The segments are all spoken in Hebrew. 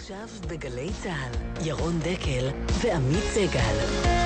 עכשיו בגלי צהל, ירון דקל ועמית סגל.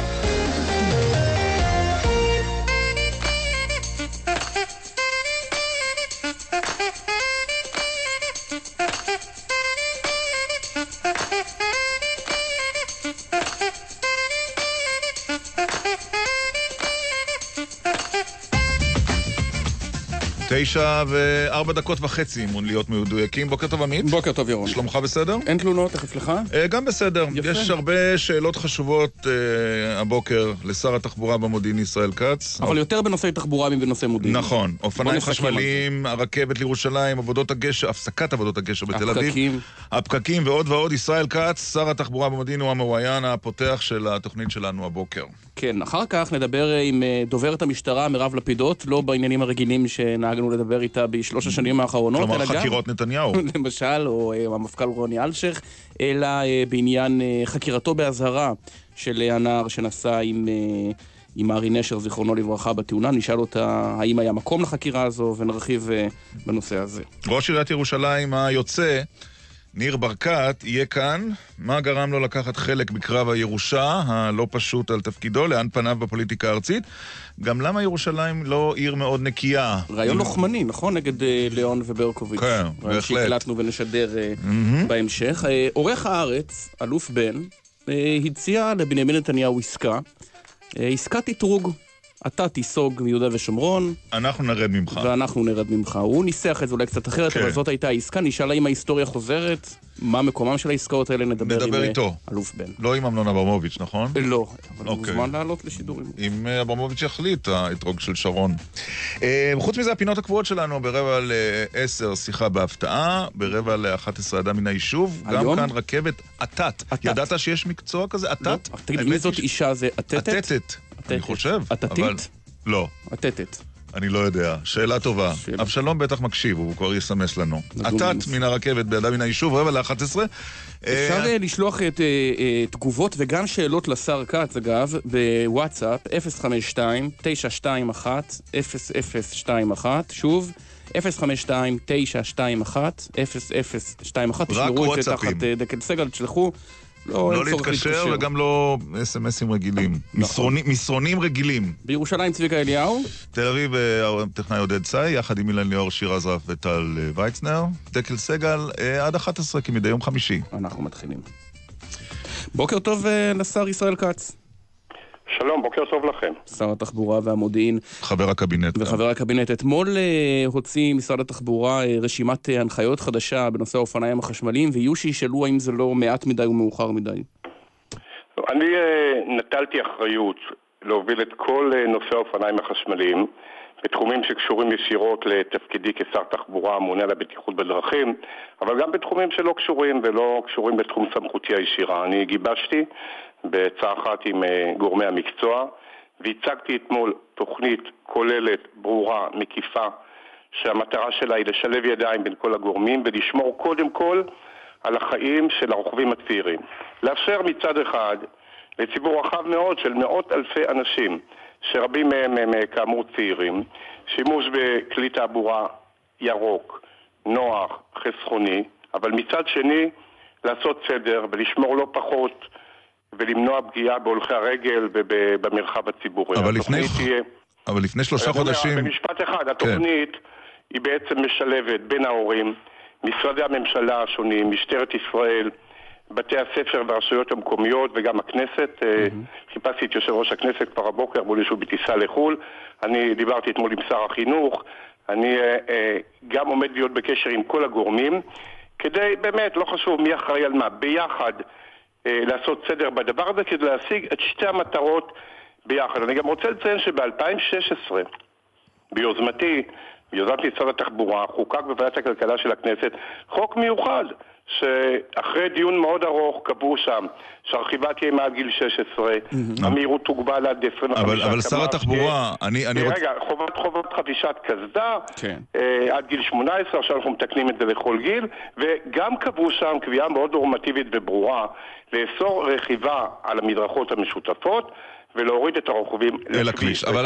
תשע וארבע דקות וחצי מון להיות מדויקים. בוקר טוב עמית. בוקר טוב ירון. שלומך בסדר? אין תלונות, איך אצלך? גם בסדר. יפה. יש הרבה שאלות חשובות הבוקר לשר התחבורה במודיעין ישראל כץ. אבל יותר בנושאי תחבורה מבנושא מודיעין. נכון. אופניים חשמליים, הרכבת לירושלים, עבודות הגשר, הפסקת עבודות הגשר בתל אביב. הפקקים ועוד ועוד. ישראל כץ, שר התחבורה במודיעין, הוא המרואיין הפותח של התוכנית שלנו הבוקר. כן, אחר כך נדבר עם דוברת המשטרה מירב לפידות, לא בעניינים הרגילים שנהגנו לדבר איתה בשלוש השנים האחרונות. כלומר חקירות נתניהו. למשל, או המפכ"ל רוני אלשיך, אלא בעניין חקירתו בהזהרה של הנער שנסע עם ארי נשר, זיכרונו לברכה, בתאונה. נשאל אותה האם היה מקום לחקירה הזו, ונרחיב בנושא הזה. ראש עיריית ירושלים היוצא, ניר ברקת, יהיה כאן. מה גרם לו לקחת חלק בקרב הירושה הלא פשוט על תפקידו, לאן פניו בפוליטיקה הארצית? גם למה ירושלים לא עיר מאוד נקייה? רעיון לוחמני, נכון? נגד ליאון וברקוביץ'. כן, בהחלט. שהקלטנו ונשדר בהמשך. עורך הארץ, אלוף בן, הציע לבנימין נתניהו עסקת אתרוג. אתה תיסוג מיהודה ושומרון. אנחנו נרד ממך. ואנחנו נרד ממך. הוא ניסח את זה אולי קצת אחרת, אבל זאת הייתה העסקה. נשאלה אם ההיסטוריה חוזרת, מה מקומם של העסקאות האלה, נדבר איתו. אלוף בן. לא עם אמנון אברמוביץ', נכון? לא, אבל הוא מוזמן לעלות לשידורים. אם אברמוביץ' יחליט, האתרוג של שרון. חוץ מזה, הפינות הקבועות שלנו, ברבע ל-10 שיחה בהפתעה, ברבע ל-11 אדם מן היישוב, גם כאן רכבת עתת. ידעת שיש מקצוע כזה? עתת? תגיד, מי זאת אישה? זה עתתת? עתתת. אני חושב. עתתית? לא. עתתת. אני לא יודע. שאלה טובה. אבשלום בטח מקשיב, הוא כבר יסמס לנו. עתת מן הרכבת באדם מן היישוב, רבע ל-11. אפשר לשלוח את תגובות וגם שאלות לשר כץ, אגב, בוואטסאפ 052-921-0021. שוב, 052-921-0021. רק וואטסאפים. תחת דקל סגל, תשלחו. לא להתקשר וגם לא אס-אמסים רגילים. מסרונים רגילים. בירושלים צביקה אליהו. תל אביב טכנאי עודד צאי, יחד עם אילן ליאור, שיר עזרף וטל ויצנר. דקל סגל עד 11 כמדי יום חמישי. אנחנו מתחילים. בוקר טוב לשר ישראל כץ. שלום, בוקר טוב לכם. שר התחבורה והמודיעין. חבר הקבינט. וחבר הקבינט. אתמול הוציא משרד התחבורה רשימת הנחיות חדשה בנושא האופניים החשמליים, ויהיו שישאלו האם זה לא מעט מדי ומאוחר מדי. אני נטלתי אחריות להוביל את כל נושא האופניים החשמליים, בתחומים שקשורים ישירות לתפקידי כשר תחבורה הממונה על הבטיחות בדרכים, אבל גם בתחומים שלא קשורים ולא קשורים בתחום סמכותי הישירה. אני גיבשתי בעצה אחת עם גורמי המקצוע, והצגתי אתמול תוכנית כוללת, ברורה, מקיפה, שהמטרה שלה היא לשלב ידיים בין כל הגורמים ולשמור קודם כל על החיים של הרוכבים הצעירים. לאפשר מצד אחד לציבור רחב מאוד של מאות אלפי אנשים, שרבים מהם כאמור צעירים, שימוש בכלי תעבורה ירוק, נוח, חסכוני, אבל מצד שני לעשות סדר ולשמור לא פחות ולמנוע פגיעה בהולכי הרגל ובמרחב הציבורי. אבל לפני 3 חודשים... במשפט אחד, התוכנית היא בעצם משלבת בין ההורים, משרדי הממשלה השונים, משטרת ישראל, בתי הספר והרשויות המקומיות וגם הכנסת. חיפשתי את יושב ראש הכנסת כבר הבוקר, בו שהוא בטיסה לחול. אני דיברתי אתמול עם שר החינוך. אני גם עומד להיות בקשר עם כל הגורמים, כדי באמת, לא חשוב מי אחראי על מה, ביחד לעשות סדר בדבר הזה, כדי להשיג את שתי המטרות ביחד. אני גם רוצה לציין שב-2016, ביוזמת משרד התחבורה, חוקק בוועדת הכלכלה של הכנסת, חוק מיוחד, שאחרי דיון מאוד ארוך קבעו שם שהרכיבה תהיה מעל גיל 16, המהירות תוגבל עד 25. אבל שר התחבורה, רגע, חובת חבישת קסדה, עד גיל 18, עכשיו אנחנו מתקנים את זה לכל גיל, וגם קבעו שם קביעה מאוד נורמטיבית וברורה, לאסור רכיבה על המדרכות המשותפות, ולהוריד את הרוכבים אל הכביש. אבל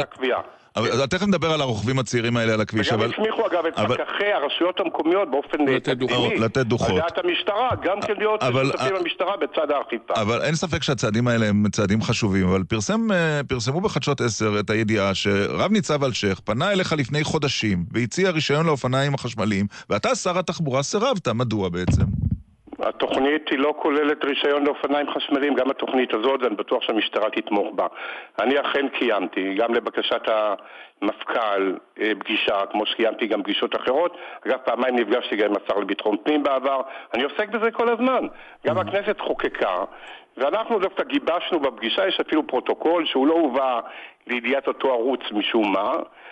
תכף נדבר על הרוכבים הצעירים האלה על הכביש. וגם הסמיכו אגב את פקחי הרשויות המקומיות באופן תקדימי. לתת דוחות. על דעת המשטרה, גם כן להיות שותפים המשטרה בצד האכיפה. אבל אין ספק שהצעדים האלה הם צעדים חשובים, אבל פרסמו בחדשות 10 את הידיעה שרב ניצב אלשיך פנה אליך לפני חודשים והציע רישיון לאופניים החשמליים, ואתה שר התחבורה סירבת. מדוע בעצם? התוכנית היא לא כוללת רישיון לאופניים חשמליים, גם התוכנית הזאת, ואני בטוח שהמשטרה תתמוך בה. אני אכן קיימתי, גם לבקשת המפכ"ל, פגישה, כמו שקיימתי גם פגישות אחרות. אגב, פעמיים נפגשתי גם עם השר לביטחון פנים בעבר. אני עוסק בזה כל הזמן. גם הכנסת חוקקה, ואנחנו דווקא גיבשנו בפגישה, יש אפילו פרוטוקול שהוא לא הובא לידיעת אותו ערוץ משום מה,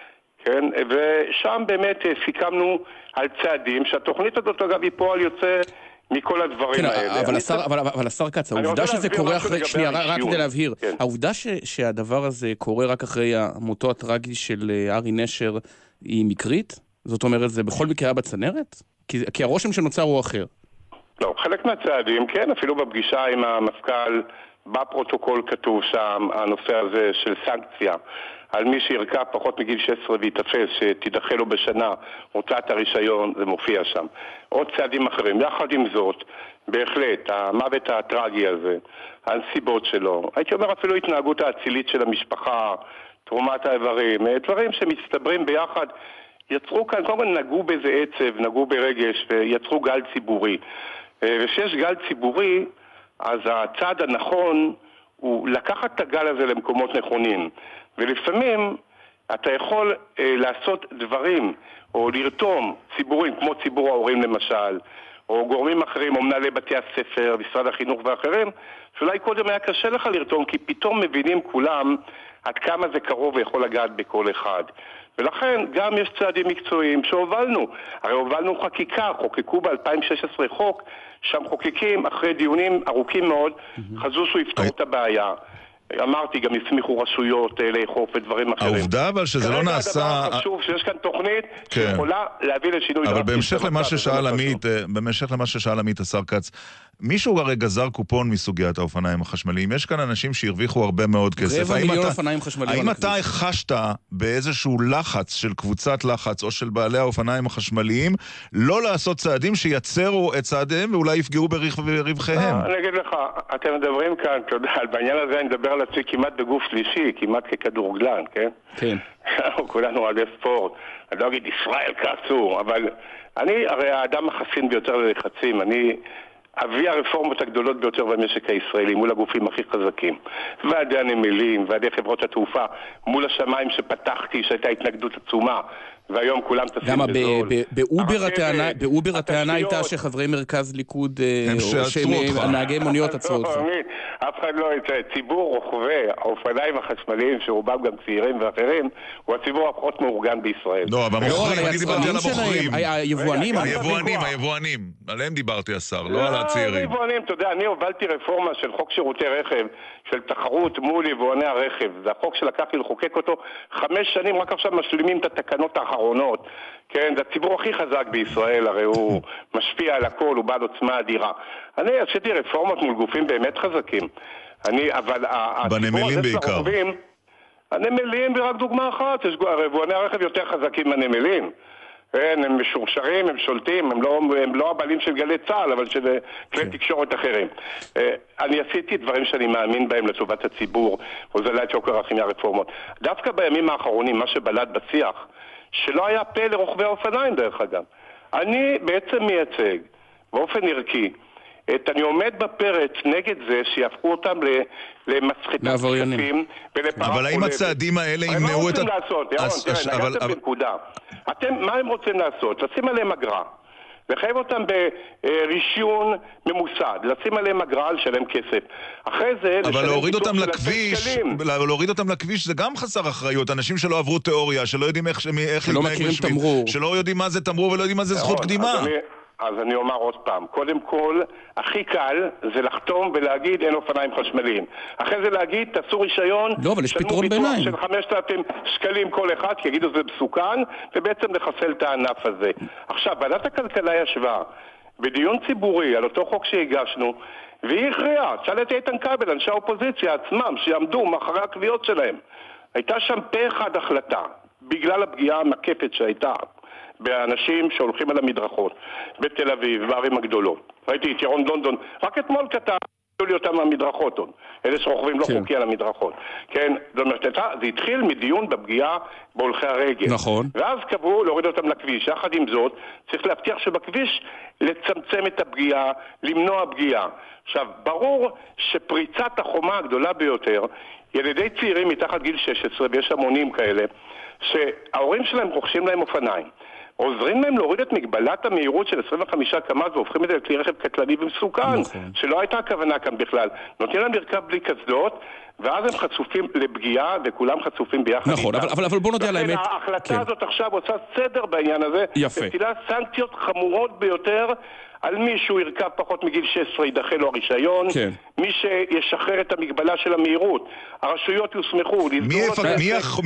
כן? ושם באמת סיכמנו על צעדים, שהתוכנית הזאת אגב היא פועל יוצא מכל הדברים האלה. אבל השר כץ, העובדה שזה קורה אחרי, שנייה, רק כדי להבהיר, העובדה שהדבר הזה קורה רק אחרי המותו הטרגי של ארי נשר היא מקרית? זאת אומרת, זה בכל מקרה היה בצנרת? כי הרושם שנוצר הוא אחר. לא, חלק מהצעדים, כן, אפילו בפגישה עם המפכ"ל, בפרוטוקול כתוב שם הנושא הזה של סנקציה על מי שירקע פחות מגיל 16 ויתפס, שתידחה לו בשנה הוצאת הרישיון, זה מופיע שם. עוד צעדים אחרים. יחד עם זאת, בהחלט, המוות הטרגי הזה, הנסיבות שלו, הייתי אומר אפילו התנהגות האצילית של המשפחה, תרומת האיברים, דברים שמסתברים ביחד, יצרו כאן, קודם כל נגעו באיזה עצב, נגעו ברגש ויצרו גל ציבורי. וכשיש גל ציבורי, אז הצעד הנכון הוא לקחת את הגל הזה למקומות נכונים. ולפעמים אתה יכול לעשות דברים או לרתום ציבורים כמו ציבור ההורים למשל, או גורמים אחרים, או מנהלי בתי הספר, משרד החינוך ואחרים, שאולי קודם היה קשה לך לרתום, כי פתאום מבינים כולם עד כמה זה קרוב ויכול לגעת בכל אחד. ולכן גם יש צעדים מקצועיים שהובלנו. הרי הובלנו חקיקה, חוקקו ב-2016 חוק, שם חוקקים אחרי דיונים ארוכים מאוד, חזו שהוא יפתור את הבעיה. אמרתי, גם הסמיכו רשויות לאכוף ודברים אחרים. העובדה אבל שזה לא נעשה... כרגע הדבר חשוב שיש כאן תוכנית שיכולה להביא לשינוי. אבל בהמשך למה ששאל עמית השר כץ, מישהו הרי גזר קופון מסוגיית האופניים החשמליים. יש כאן אנשים שהרוויחו הרבה מאוד כסף. 250,000 אופניים חשמליים. האם אתה חשת באיזשהו לחץ של קבוצת לחץ או של בעלי האופניים החשמליים לא לעשות צעדים שיצרו את צעדיהם ואולי יפגעו ברווחיהם? אני אגיד לך, אתם מדברים כאן, תודה, בעניין הזה אני מדבר על עצמי כמעט בגוף שלישי, כמעט ככדורגלן, כן? כן. כולנו אוהדי ספורט. אני לא אגיד ישראל כעסו, אבל אני הרי האדם החסין ביותר ללחצים. אני אבי הרפורמות הגדולות ביותר במשק הישראלי מול הגופים הכי חזקים. ועדי הנמלים, ועדי חברות התעופה, מול השמיים שפתחתי שהייתה התנגדות עצומה, והיום כולם טסים בזול. באובר הטענה הייתה שחברי מרכז ליכוד, נהגי מוניות עצרו. אף אחד לא יצא. ציבור רוכבי האופניים החשמליים, שרובם גם צעירים ואחרים, הוא הציבור הפחות מאורגן בישראל. לא, אבל המוכרים, אני דיברתי על המוכרים. היבואנים. עליהם דיברתי השר, לא על הצעירים. היבואנים, אתה יודע, אני הובלתי רפורמה של חוק שירותי רכב, של תחרות מול יבואני הרכב. זה החוק שלקח לי לחוקק אותו 5 שנים, רק עכשיו משלימים את התקנות האחרונות. כן, זה הציבור הכי חזק בישראל, הרי הוא משפיע על הכל, הוא בעד עוצמה אדירה. אני עשיתי רפורמות מול גופים באמת חזקים. אבל בנמלים בעיקר. הנמלים ורק דוגמה אחת, יבואני הרכב יותר חזקים מהנמלים. הם משורשרים, הם שולטים, הם לא הבעלים של גלי צהל, אבל של כלי תקשורת אחרים. אני עשיתי דברים שאני מאמין בהם לטובת הציבור, הוזלת יוקר המחיה הרפורמות. דווקא בימים האחרונים, מה שבלט בשיח, שלא היה פה לרוכבי האופניים דרך אגב. אני בעצם מייצג, באופן ערכי, אני עומד בפרץ נגד זה שיהפכו אותם למצחיתת כספים. אבל האם הצעדים האלה ימנעו את... מה רוצים לעשות? ירון, תראה, נגעתם בנקודה. מה הם רוצים לעשות? לשים עליהם אגרה. לחייב אותם ברישיון ממוסד. לשים עליהם אגרה, לשלם כסף. אחרי זה... אבל להוריד אותם לכביש זה גם חסר אחריות. אנשים שלא עברו תיאוריה, שלא יודעים איך להתנהג בשביל. שלא יודעים מה זה תמרור ולא יודעים מה זה זכות קדימה. אז אני אומר עוד פעם, קודם כל, הכי קל זה לחתום ולהגיד אין אופניים חשמליים. אחרי זה להגיד, תעשו רישיון, שלמו ביטוח של 5,000 שקלים כל אחד, כי יגידו זה מסוכן, ובעצם לחסל את הענף הזה. עכשיו, ועדת הכלכלה ישבה, בדיון ציבורי על אותו חוק שהגשנו, והיא הכריעה, תשאל את איתן כבל, אנשי האופוזיציה עצמם, שיעמדו מאחורי הקביעות שלהם. הייתה שם פה אחד החלטה, בגלל הפגיעה המקפת שהייתה באנשים שהולכים על המדרכות, בתל אביב, בערים הגדולות. ראיתי את ירון לונדון, רק אתמול כתב, לי אותם מהמדרכות עוד, אלה שרוכבים לא חוקי על המדרכות. כן, זאת אומרת, זה התחיל מדיון בפגיעה בהולכי הרגל. נכון. ואז קבעו להוריד אותם לכביש. יחד עם זאת, צריך להבטיח שבכביש לצמצם את הפגיעה, למנוע פגיעה. עכשיו, ברור שפריצת החומה הגדולה ביותר, ילדי צעירים מתחת גיל 16, ויש המונים כאלה, שההורים שלהם רוכשים להם אופניים. עוזרים להם להוריד את מגבלת המהירות של 25 קמ"ש והופכים את זה לכלי רכב קטלני ומסוכן, שלא הייתה הכוונה כאן בכלל. נותנים להם לרכב בלי קסדות, ואז הם חשופים לפגיעה, וכולם חשופים ביחד. נכון, אבל בוא נודה על האמת. ההחלטה הזאת עכשיו עושה סדר בעניין הזה. יפה. ותילה סנקציות חמורות ביותר על מי שהוא ירכב פחות מגיל 16 ידחה לו הרישיון, כן. מי שישחרר את המגבלה של המהירות, הרשויות יוסמכו מי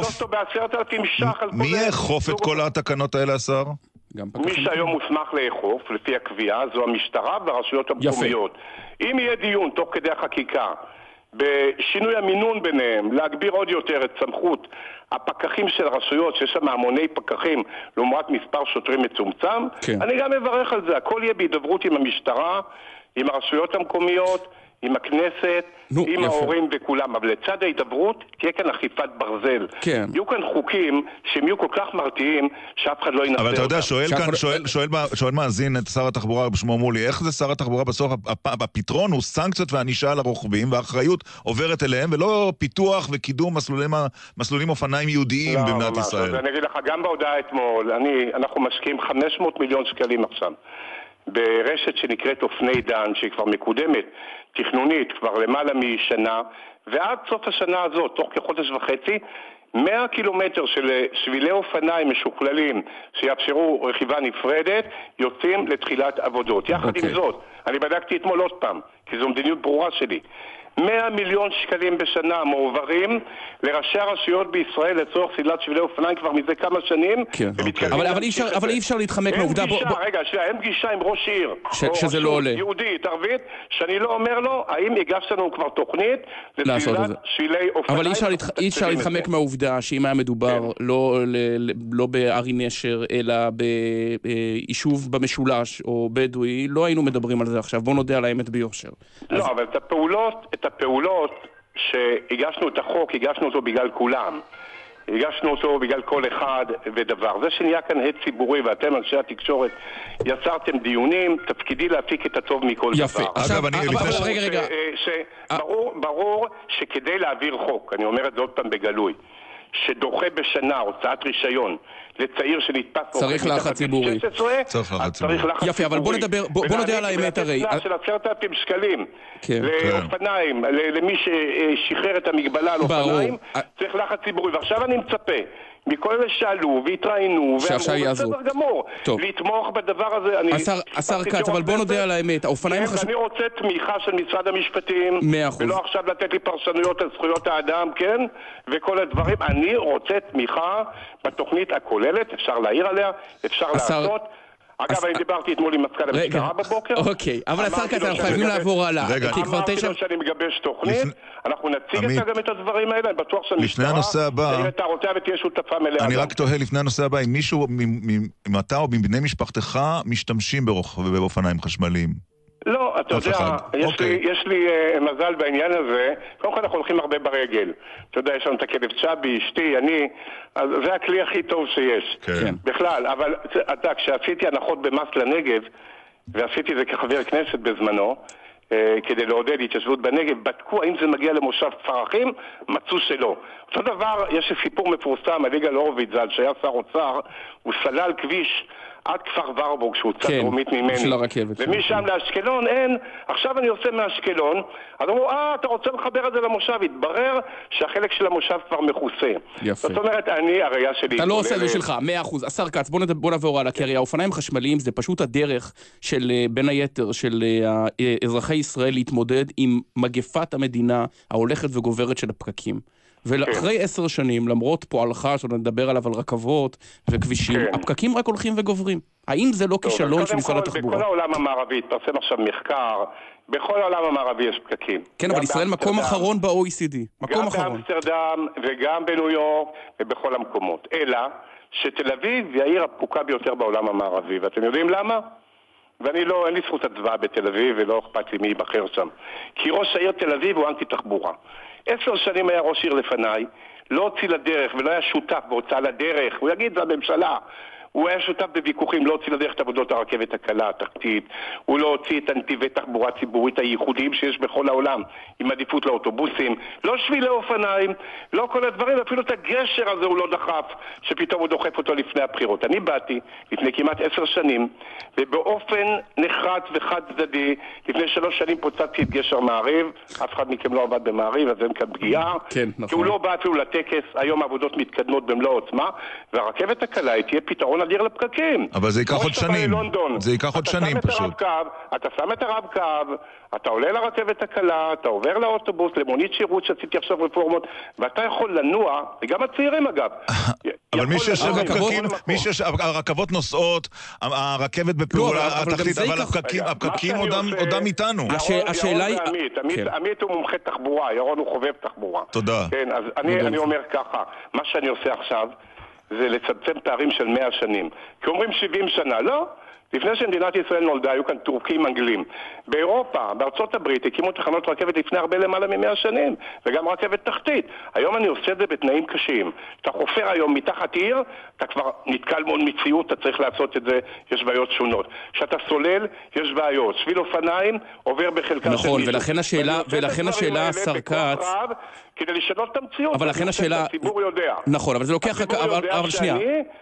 יאכוף את כל התקנות האלה, השר? מי שהיום מוסמך לאכוף לפי הקביעה זו המשטרה והרשויות המקומיות. אם יהיה דיון תוך כדי החקיקה בשינוי המינון ביניהם, להגביר עוד יותר את סמכות הפקחים של הרשויות, שיש שם המוני פקחים לעומת מספר שוטרים מצומצם, כן. אני גם מברך על זה. הכל יהיה בהידברות עם המשטרה, עם הרשויות המקומיות, עם הכנסת, עם ההורים וכולם. אבל לצד ההידברות תהיה כאן אכיפת ברזל. כן. יהיו כאן חוקים שהם יהיו כל כך מרתיעים שאף אחד לא ינסה. אבל אתה יודע, שואל מאזין את שר התחבורה בשמו מולי, איך זה שר התחבורה בסוף? הפתרון הוא סנקציות והענישה לרוכבים, והאחריות עוברת אליהם, ולא פיתוח וקידום מסלולים אופניים יהודיים במדינת ישראל. אני אגיד לך, גם בהודעה אתמול, אנחנו משקיעים 500 מיליון שקלים עכשיו ברשת שנקראת אופני דן, שהיא כבר מקודמת תכנונית כבר למעלה משנה, ועד סוף השנה הזאת, תוך כחודש וחצי, 100 קילומטר של שבילי אופניים משוכללים שיאפשרו רכיבה נפרדת, יוצאים לתחילת עבודות. יחד עם זאת, אני בדקתי אתמול עוד פעם, כי זו מדיניות ברורה שלי. 100 מיליון שקלים בשנה מועברים לראשי הרשויות בישראל לצורך סלילת שבילי אופניים כבר מזה כמה שנים. כן. אבל אי אפשר להתחמק מהעובדה. אין פגישה עם ראש עיר, שזה לא עולה. יהודית, ערבית, שאני לא אומר לו, האם הגשת לנו כבר תוכנית לסלילת שבילי אופניים? אבל אי אפשר להתחמק מהעובדה שאם היה מדובר לא בארי נשר, אלא ביישוב במשולש או בדואי, לא היינו מדברים על זה עכשיו. בוא נודה על האמת ביושר. לא, אבל את הפעולות שהגשנו את החוק, הגשנו אותו בגלל כולם. הגשנו אותו בגלל כל אחד ודבר. זה שנהיה כאן הד ציבורי, ואתם אנשי התקשורת יצרתם דיונים, תפקידי להפיק את הטוב מכל דבר. יפה. עכשיו, רגע. ברור שכדי להעביר חוק, אני אומר את זה עוד פעם בגלוי, שדוחה בשנה הוצאת רישיון לצעיר שנתפס צריך לחץ ציבורי. צריך לחץ ציבורי. יפה, אבל בוא נדבר על האמת הרי. של 10,000 שקלים לאופניים, למי ששחרר את המגבלה על אופניים, צריך לחץ ציבורי. ועכשיו אני מצפה מכל אלה שעלו והתראינו ואמרו בסדר גמור לתמוך בדבר הזה. השר כץ, אבל בוא נודה על האמת, האופניים חשוב. אני רוצה תמיכה של משרד המשפטים, ולא עכשיו לתת לי פרשנויות על זכויות האדם, כן? וכל הדברים. אני רוצה תמיכה בתוכנית הכוללת, אפשר להעיר עליה, אפשר לעשות. אגב, אני דיברתי אתמול עם מפכ"ל המשטרה בבוקר. אוקיי, אבל השר כץ, אנחנו חייבים לעבור הלאה. אמרתי לו שאני מגבש תוכנית, אנחנו נציג גם את הדברים האלה, אני בטוח לפני הנושא הבא, אתה רוצה ותהיה שותפה מלאה. אני רק תוהה לפני הנושא הבא, אם מישהו, אם אתה או מבני משפחתך משתמשים באופניים חשמליים. לא, אתה יודע, יש לי מזל בעניין הזה. קודם כל אנחנו הולכים הרבה ברגל. אתה יודע, יש לנו את הכלב צ'אבי, אשתי, אני, אז זה הכלי הכי טוב שיש. כן. בכלל, אבל אתה, כשעשיתי הנחות במס לנגב, ועשיתי זה כחבר כנסת בזמנו, כדי לעודד התיישבות בנגב, בדקו האם זה מגיע למושב פרחים, מצאו שלא. אותו דבר, יש סיפור מפורסם, על יגאל הורוביץ, שהיה שר אוצר, הוא סלל כביש עד כפר ורבורג, שהוא צד דרומית ממני. ומשם לאשקלון אין, עכשיו אני עושה מאשקלון, אז אמרו, אתה רוצה לחבר את זה למושב, התברר שהחלק של המושב כבר מכוסה. יפה. זאת אומרת, הראייה שלי... אתה לא עושה את זה שלך, 100%. השר כץ, בוא נעבור הלאה, כי הרי האופניים חשמליים זה פשוט הדרך של, בין היתר, של אזרחי ישראל להתמודד עם מגפת המדינה ההולכת וגוברת של הפקקים. ואחרי 10 שנים, למרות פועלך, שעוד נדבר עליו על רכבות וכבישים, הפקקים רק הולכים וגוברים. האם זה לא כישלון של משרד התחבורה? בכל העולם המערבי, התפרסם עכשיו מחקר, בכל העולם המערבי יש פקקים. כן, אבל ישראל מקום אחרון ב-OECD. מקום אחרון. גם באמסטרדם וגם בניו יורק ובכל המקומות. אלא שתל אביב היא העיר הפקוקה ביותר בעולם המערבי. ואתם יודעים למה? ואני לא, אין לי זכות הצבעה בתל אביב ולא אכפת לי מי ייבחר שם. כי ראש העיר תל אביב הוא אנטי תחבורה. 10 שנים היה ראש עיר לפניי, לא הוציא לדרך ולא היה שותף בהוצאה לדרך. הוא יגיד, זה הממשלה. הוא היה שותף בוויכוחים, לא הוציא לדרך את עבודות הרכבת הקלה, התחתית, הוא לא הוציא את הנתיבי תחבורה ציבורית הייחודיים שיש בכל העולם, עם עדיפות לאוטובוסים, לא שבילי אופניים, לא כל הדברים, אפילו את הגשר הזה הוא לא דחף, שפתאום הוא דוחף אותו לפני הבחירות. אני באתי לפני כמעט 10 שנים, ובאופן נחרץ וחד צדדי, לפני 3 שנים פוצצתי את גשר מעריב, אף אחד מכם לא עבד במעריב, אז אין כאן פגיעה, כן, נכון. כי הוא לא בא אפילו לטקס, היום העבודות מתקדמות במלוא עוצמה, והרכבת הקלה תהיה פתרון אדיר לפקקים. אבל זה ייקח עוד שנים. זה ייקח עוד שנים פשוט. אתה שם את הרב קו, אתה עולה לרכבת הקלה, אתה עובר לאוטובוס, למונית שירות שעשיתי עכשיו רפורמות, ואתה יכול לנוע, וגם הצעירים אגב. אבל מי שיושב בפקקים, הרכבות נוסעות, הרכבת בפעולה, אבל הפקקים עודם איתנו. השאלה היא... עמית הוא מומחה תחבורה, ירון הוא חובב תחבורה. תודה. כן, אז אני אומר ככה, מה שאני עושה עכשיו, זה לצמצם פערים של 100 שנים. כי אומרים 70 שנה, לא. לפני שמדינת ישראל נולדה, היו כאן טורקים אנגלים. באירופה, בארצות הברית, הקימו תחנות רכבת לפני הרבה למעלה מ100 שנים, וגם רכבת תחתית. היום אני עושה את זה בתנאים קשים. אתה חופר היום מתחת עיר, אתה כבר נתקל מול מציאות, אתה צריך לעשות את זה, יש בעיות שונות. כשאתה סולל, יש בעיות. שביל אופניים עובר בחלקה של נכון, ולכן השאלה, השר כץ... כדי לשנות את המציאות. אבל לכן השאלה... הציבור יודע. נכון, אבל זה לוקח... אבל שנייה.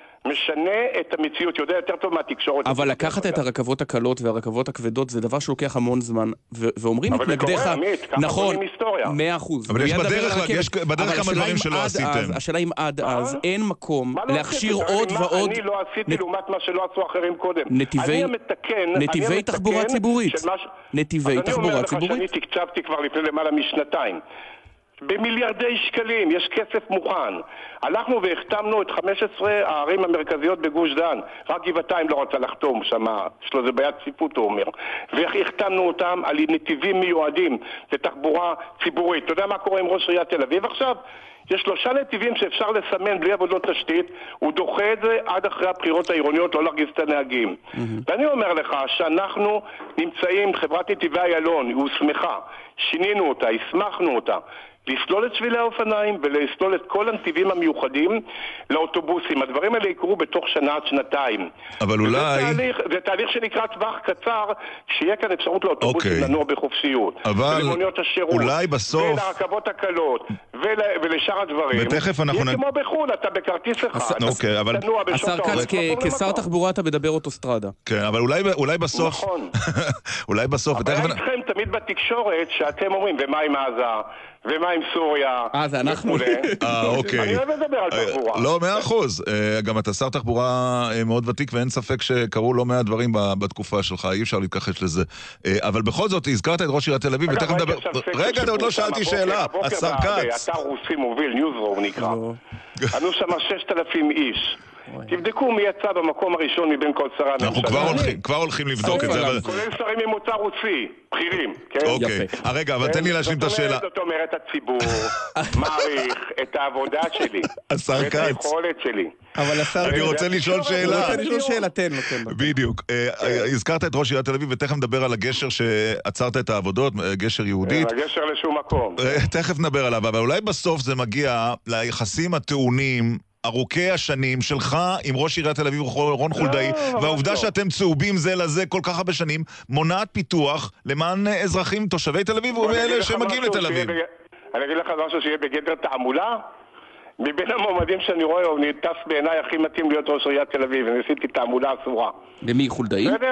משנה את המציאות, יודע יותר טוב מהתקשורת. אבל לקחת את הרכבות הקלות והרכבות הכבדות זה דבר שלוקח המון זמן, ואומרים מתנגדיך, נכון, 100%. אבל יש בדרך כמה דברים שלא עשיתם. השאלה אם עד אז אין מקום להכשיר עוד ועוד... אני לא עשיתי לעומת מה שלא עשו אחרים קודם. נתיבי תחבורה ציבורית. נתיבי תחבורה ציבורית. אני אומר לך שאני תקצבתי כבר לפני למעלה משנתיים. במיליארדי שקלים, יש כסף מוכן. הלכנו והחתמנו את 15 הערים המרכזיות בגוש דן. רק גבעתיים לא רצה לחתום שם, יש לו זה בעיית צפיפות, הוא אומר. והחתמנו אותם על נתיבים מיועדים לתחבורה ציבורית. אתה יודע מה קורה עם ראש עיריית תל אביב עכשיו? יש 3 נתיבים שאפשר לסמן בלי עבודות תשתית, הוא דוחה את זה עד אחרי הבחירות העירוניות, לא להרגיז את הנהגים. ואני אומר לך שאנחנו נמצאים, חברת נתיבי איילון, היא הוסמכה, שינינו אותה, הסמכנו אותה, לסלול את שבילי האופניים ולסלול את כל הנתיבים המיוחדים לאוטובוסים. הדברים האלה יקרו בתוך שנה עד שנתיים. אבל אולי... זה תהליך שנקרא טווח קצר, שיהיה כאן אפשרות לאוטובוסים לנוע בחופשיות. אבל אולי בסוף... ולרכבות הקלות ולשאר הדברים. ותכף אנחנו... יהיה כמו בחול, אתה בכרטיס אחד. אוקיי, אבל... השר כץ, כשר תחבורה אתה מדבר אוטוסטרדה. כן, אבל אולי בסוף... נכון. אולי בסוף... אבל היה איתכם תמיד בתקשורת שאתם אומרים, ומה עם עזה? ומה עם סוריה? זה אנחנו? אוקיי. אני אוהב לדבר על תחבורה. לא, 100%. גם אתה שר תחבורה מאוד ותיק, ואין ספק שקרו לא מעט דברים בתקופה שלך, אי אפשר להתכחש לזה. אבל בכל זאת, הזכרת את ראש עיריית תל אביב, ותכף נדבר... רגע, אתה עוד לא שאלתי שאלה. השר כץ. אתר רוסי מוביל, ניוזרום נקרא. ענו שם 6,000 איש. תבדקו מי יצא במקום הראשון מבין כל שרי הממשלה. אנחנו כבר הולכים לבדוק את זה. כולל שרים ממוצא רוסי, בכירים. אוקיי. רגע, אבל תן לי להשלים את השאלה. זאת אומרת, הציבור מעריך את העבודה שלי. השר כץ. ואת היכולת שלי. אני רוצה לשאול שאלה. תן לו. בדיוק. הזכרת את ראש עיריית תל אביב, ותכף נדבר על הגשר שעצרת את העבודות, גשר יהודית. הגשר לשום מקום. תכף נדבר עליו, אבל אולי בסוף זה מגיע ליחסים הטעונים ארוכי השנים שלך עם ראש עיריית תל אביב רון חולדאי, והעובדה שאתם צהובים זה לזה כל כך הרבה שנים מונעת פיתוח למען אזרחים תושבי תל אביב ואלה שמגיעים לתל אביב. אני אגיד לך משהו שיהיה בגדר תעמולה. מבין המועמדים שאני רואה, הוא נתפס בעיניי הכי מתאים להיות ראש עיריית תל אביב, וניסיתי תעמולה אסורה. למי, חולדאי? בסדר?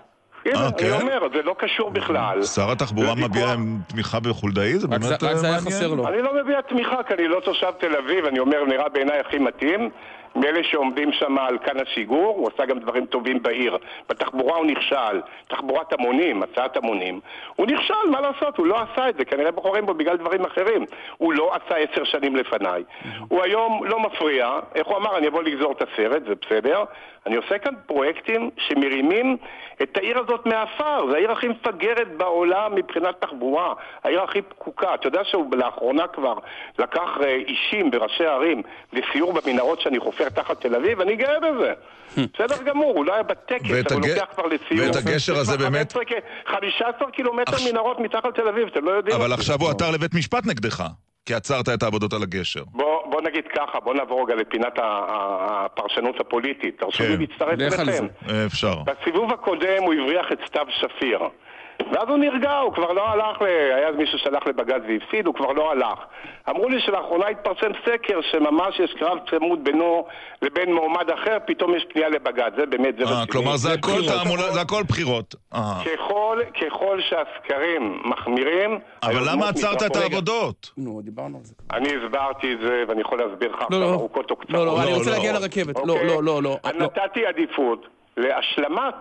אני אומר, זה לא קשור בכלל. שר התחבורה מביע תמיכה בחולדאי? זה באמת רק זה היה חסר לו. אני לא מביע תמיכה, כי אני לא תושב תל אביב, אני אומר, נראה בעיניי הכי מתאים. מאלה שעומדים שם על כאן השיגור, הוא עשה גם דברים טובים בעיר. בתחבורה הוא נכשל, תחבורת המונים, הצעת המונים. הוא נכשל, מה לעשות? הוא לא עשה את זה, כנראה בוחרים בו בגלל דברים אחרים. הוא לא עשה 10 שנים לפניי. הוא היום לא מפריע, איך הוא אמר, אני אבוא לגזור את הסרט, זה בסדר. אני עושה כאן פרויקטים שמרימים את העיר הזאת מהאפר. זה העיר הכי מפגרת בעולם מבחינת תחבורה, העיר הכי פקוקה. אתה יודע שהוא לאחרונה כבר לקח אישים וראשי ערים לסיור במנהרות שאני חופר תחת תל אביב, אני גאה בזה. בסדר גמור, הוא לא היה בטקס, אבל הוא לוקח כבר לסיור. ואת הגשר הזה באמת... 15 קילומטר מנהרות מתחת תל אביב, אתם לא יודעים. אבל עכשיו הוא עתר לבית משפט נגדך, כי עצרת את העבודות על הגשר. בוא נגיד ככה, בוא נעבור רגע לפינת הפרשנות הפוליטית. תרשו לי להצטרף אליכם. אפשר. בסיבוב הקודם הוא הבריח את סתיו שפיר. ואז הוא נרגע, הוא כבר לא הלך, היה מישהו שלח לבג"ץ והפסיד, הוא כבר לא הלך. אמרו לי שלאחרונה התפרסם סקר שממש יש קרב צמוד בינו לבין מועמד אחר, פתאום יש פנייה לבג"ץ, זה באמת, זה רציני. כלומר זה הכל בחירות. ככל שהסקרים מחמירים... אבל למה עצרת את העבודות? נו, דיברנו על זה. אני הסברתי את זה, ואני יכול להסביר לך עכשיו ארוכות או קצרות. לא, אני רוצה להגיע לרכבת. לא. נתתי עדיפות להשלמת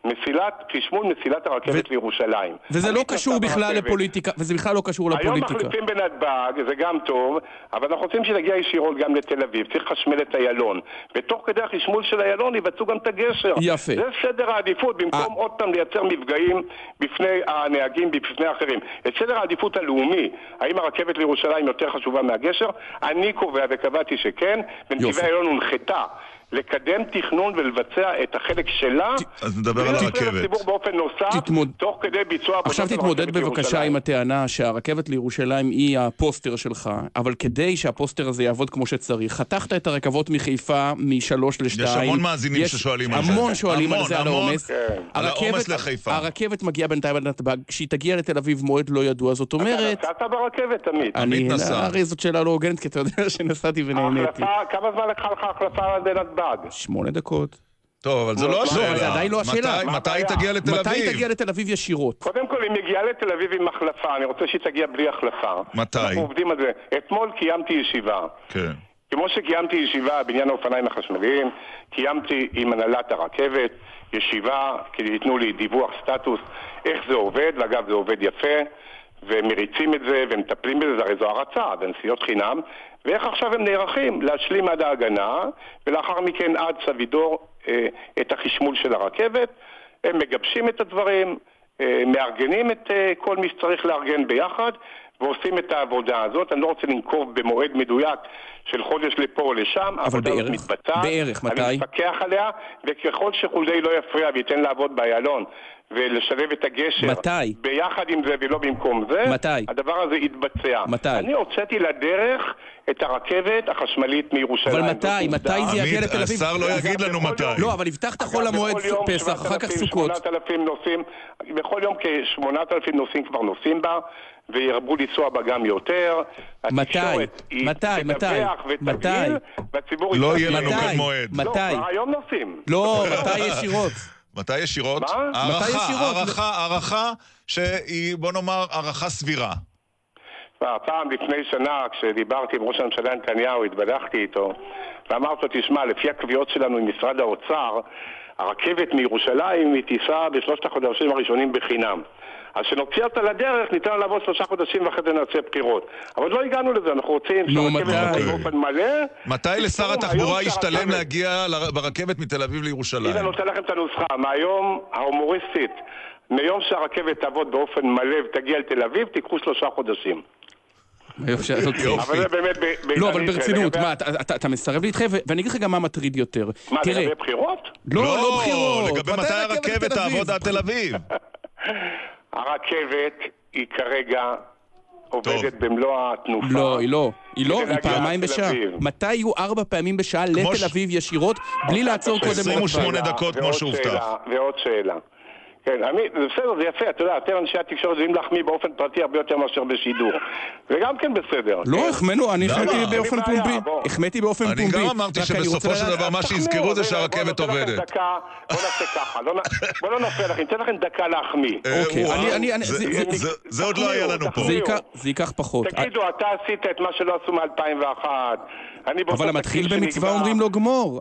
חשמול מסילת הרכבת לירושלים. וזה לא קשור בכלל לפוליטיקה, וזה בכלל לא קשור לפוליטיקה. היום מחליפים בנתב"ג, זה גם טוב, אבל אנחנו רוצים שנגיע ישירות גם לתל אביב, צריך חשמל את איילון. ותוך כדי החשמול של איילון יבצעו גם את הגשר. יפה. זה סדר העדיפות, במקום עוד פעם לייצר מפגעים בפני הנהגים, בפני אחרים. את סדר העדיפות הלאומי, האם הרכבת לירושלים יותר חשובה מהגשר? אני קובע וקבעתי שכן, ונתיבי איילון הונחתה לקדם תכנון ולבצע את החלק שלה. אז נדבר על הרכבת. לציבור באופן נוסף, תוך כדי ביצוע... עכשיו תתמודד בבקשה עם הטענה שהרכבת לירושלים היא הפוסטר שלך, אבל כדי שהפוסטר הזה יעבוד כמו שצריך, חתכת את הרכבות מחיפה מ3 ל2. יש המון מאזינים ששואלים על זה. המון שואלים על זה, על העומס. על העומס לחיפה. הרכבת מגיעה בינתיים עד נתב"ג, כשהיא תגיע לתל אביב מועד לא ידוע, זאת אומרת... אתה נסעת ברכבת תמיד. הרי זאת שאלה לא הוגנת, כי אתה יודע שנסעתי ונהניתי. כמה זמן לקחה לך החלפה עד נתב"ג? 8 דקות. טוב, אבל זה לא השאלה. זה עדיין לא השאלה. מתי היא תגיע לתל אביב? מתי היא תגיע לתל אביב ישירות? קודם כל, היא מגיעה לתל אביב עם החלפה. אני רוצה שהיא תגיע בלי החלפה. מתי? אנחנו עובדים על זה. אתמול קיימתי ישיבה. כן. כמו שקיימתי ישיבה בעניין האופניים החשמליים, קיימתי עם הנהלת הרכבת ישיבה, כדי ייתנו לי דיווח סטטוס איך זה עובד, ואגב זה עובד יפה, ומריצים את זה ומטפלים בזה, זה הרי זו הרצה, בנסיעות חינם, ואיך עכשיו הם נערכים להשלים עד ההגנה, ולאחר מכן עד סבידור את החשמול של הרכבת. הם מגבשים את הדברים, מארגנים את כל מי שצריך לארגן ביחד, ועושים את העבודה הזאת. אני לא רוצה לנקוב במועד מדויק של חודש לפה או לשם, אבל בערך, מתי? אני מפקח עליה, וככל שחולדי לא יפריע וייתן לעבוד באיילון, ולשלב את הגשר מתי? ביחד עם זה ולא במקום זה, מתי? הדבר הזה יתבצע. מתי? אני הוצאתי לדרך את הרכבת החשמלית מירושלים. אבל מתי? מתי זה יגיע לתל אביב? השר לא יגיד לנו מתי. לא, אבל הבטחת חול המועד פסח, אחר כך סוכות. 8,000 נוסעים, בכל יום כ8,000 נוסעים כבר נוסעים בה, וירבו לנסוע בה גם יותר. מתי? לא יהיה לנו כאן מועד. מתי? לא, היום נוסעים. לא, מתי ישירות? מתי ישירות? הערכה שהיא, בוא נאמר, הערכה סבירה. פעם לפני שנה, כשדיברתי עם ראש הממשלה נתניהו, התבדחתי איתו, ואמרתי לו, תשמע, לפי הקביעות שלנו עם משרד האוצר, הרכבת מירושלים היא תיסע בשלושת החודשים הראשונים בחינם. אז שנוציא אותה לדרך, ניתן לה לעבוד 3 חודשים ואחרי זה נעשה בחירות. אבל לא הגענו לזה, אנחנו רוצים שהרכבת תעבוד באופן מלא. מתי לשר התחבורה ישתלם להגיע ברכבת מתל אביב לירושלים? הנה, אני נותן לכם את הנוסחה. מהיום ההומוריסטית, מיום שהרכבת תעבוד באופן מלא ותגיע לתל אביב, תיקחו 3 חודשים. אבל זה באמת... לא, אבל ברצינות, מה, אתה מסרב להתחייב, ואני אגיד לך גם מה מטריד יותר. מה, לגבי בחירות? לא בחירות. לגבי מתי הרכבת תעבוד עד תל אביב. הרכבת היא כרגע עובדת במלוא התנופה. לא, היא לא, היא פעמיים בשעה. מתי יהיו 4 פעמים בשעה לתל אביב ישירות, בלי לעצור קודם? 28 דקות כמו שהובטח. ועוד שאלה. כן, זה בסדר, זה יפה, אתה יודע, אתם אנשי התקשורת יודעים להחמיא באופן פרטי הרבה יותר מאשר בשידור. זה גם כן בסדר. לא, החמאנו, אני החמאתי באופן פומבי. החמאתי באופן פומבי. אני גם אמרתי שבסופו של דבר מה שיזכרו זה שהרכבת עובדת. בוא נעשה ככה, בוא לא נפריע לכם, ניתן לכם דקה להחמיא. זה עוד לא היה לנו פה. זה ייקח פחות. תגידו, אתה עשית את מה שלא עשו מ-2001. אבל המתחיל במצווה אומרים לו גמור.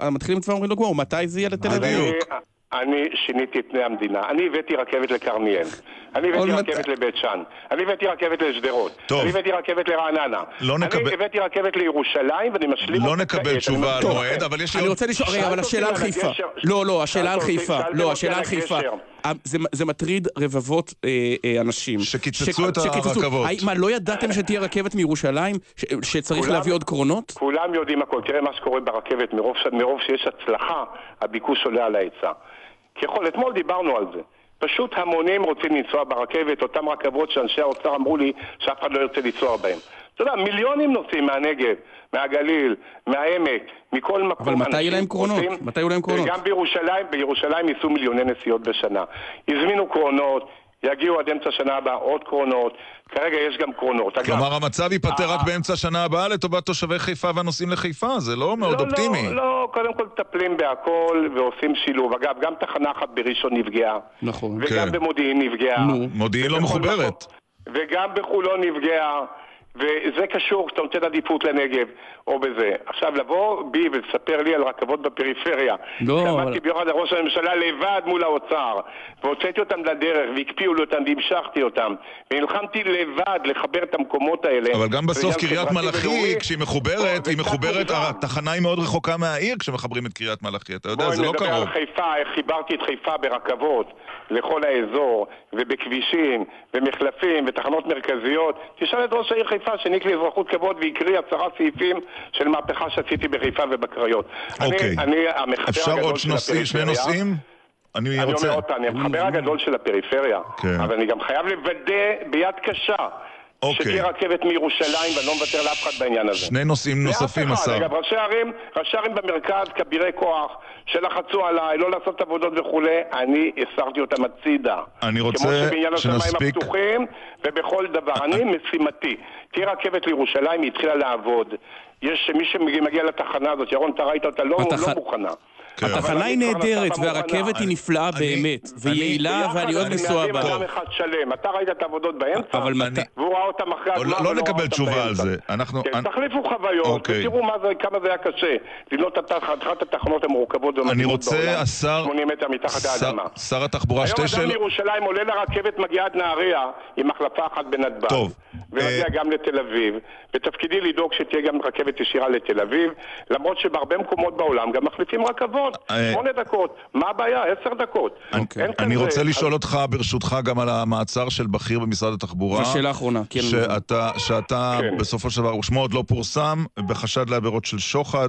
מתי זה יהיה לתל אביב? אני שיניתי את פני המדינה. אני הבאתי רכבת לקרמיאל. אני הבאתי רכבת לבית שאן. אני הבאתי רכבת לשדרות. אני הבאתי רכבת לרעננה. אני הבאתי רכבת לירושלים ואני משלים... לא נקבל תשובה על מועד, אבל יש לי... אני רוצה לשאול, רגע, אבל השאלה על חיפה. לא, השאלה על חיפה. לא, השאלה על חיפה. זה מטריד רבבות אנשים. שקיצצו את הרכבות. מה, לא ידעתם שתהיה רכבת מירושלים? שצריך להביא עוד קרונות? כולם יודעים הכל. תראה מה שקורה ברכבת. מרוב שיש הצלחה, הביקוש עולה על ההיצע. אתמול דיברנו על זה. פשוט המונים רוצים לנסוע ברכבת, אותם רכבות שאנשי האוצר אמרו לי שאף אחד לא ירצה לנסוע בהם. אתה יודע, מיליונים נוסעים מהנגב, מהגליל, מהעמק, מכל מקום. אבל מתי יהיו להם קרונות? וגם בירושלים ייסעו מיליוני נסיעות בשנה. הזמינו קרונות, יגיעו עד אמצע שנה הבאה עוד קרונות, כרגע יש גם קרונות. כלומר המצב ייפטר רק באמצע שנה הבאה לטובת תושבי חיפה והנוסעים לחיפה, זה לא מאוד אופטימי. לא, קודם כל מטפלים בהכל ועושים שילוב. אגב, גם תחנה אחת בראשון נפגעה. נכון. וגם במודיעין נפגעה. מודיעין לא מחוברת. וגם בחולון נפגעה. וזה קשור כשאתה נותן עדיפות לנגב או בזה. עכשיו לבוא בי ולספר לי על רכבות בפריפריה. שמעתי ביוחד ראש הממשלה לבד מול האוצר, והוצאתי אותם לדרך והקפיאו לי אותם והמשכתי אותם, ונלחמתי לבד לחבר את המקומות האלה. אבל גם בסוף קריית מלאכי, כשהיא מחוברת, התחנה היא מאוד רחוקה מהעיר כשמחברים את קריית מלאכי, אתה יודע, זה לא קרוב. בואי נדבר על חיפה, איך חיברתי את חיפה ברכבות לכל האזור, ובכבישים, ומחלפים, ותחנות מרכזיות. תשאל את ראש העיר חיפה שניק לי אזרחות כבוד ויקריא 10 סעיפים של מהפכה שעשיתי בחיפה ובקריות. אני המחבר הגדול של הפריפריה. שני נושאים? אני אומר אותה, אני המחבר הגדול של הפריפריה, אבל אני גם חייב לוודא ביד קשה שתהיה רכבת מירושלים, ואני לא מוותר לאף אחד בעניין הזה. שני נושאים נוספים, השר. אגב, ראשי ערים במרכז, כבירי כוח, שלחצו עליי, לא לעשות עבודות וכו', אני הסרתי אותם הצידה. אני רוצה כמו שבעניין השמיים הפתוחים, ובכל דבר. אני משימתי. תהיה רכבת לירושלים, היא התחילה לעבוד. יש מי שמגיע לתחנה הזאת, ירון, אתה ראית אותה, לא מוכנה. התחנה היא נהדרת, והרכבת היא נפלאה באמת, ויעילה, ואני אוהב לנסוע בה. אתה ראית את העבודות באמצע, והוא ראה אותם אחרי הזמן. לא נקבל תשובה על זה. תחליפו חוויות, ותראו כמה זה היה קשה. לבנות את אחת התחנות המורכבות במדינות בעולם, 80 מטר מתחת האדמה. שר התחבורה, שתי היום אדם מירושלים עולה לרכבת, מגיעה עד נהריה, עם החלפה אחת בנתב"ג. ומגיע גם לתל אביב, ותפקידי לדאוג שתהיה גם רכבת ישירה לתל אביב, למרות שבהרבה מקומות בעולם גם מחליפים רכבות, 8 דקות, מה הבעיה? 10 דקות. אני רוצה לשאול אותך ברשותך גם על המעצר של בכיר במשרד התחבורה. השאלה האחרונה, שאתה בסופו של דבר, שמו עוד לא פורסם, בחשד לעבירות של שוחד.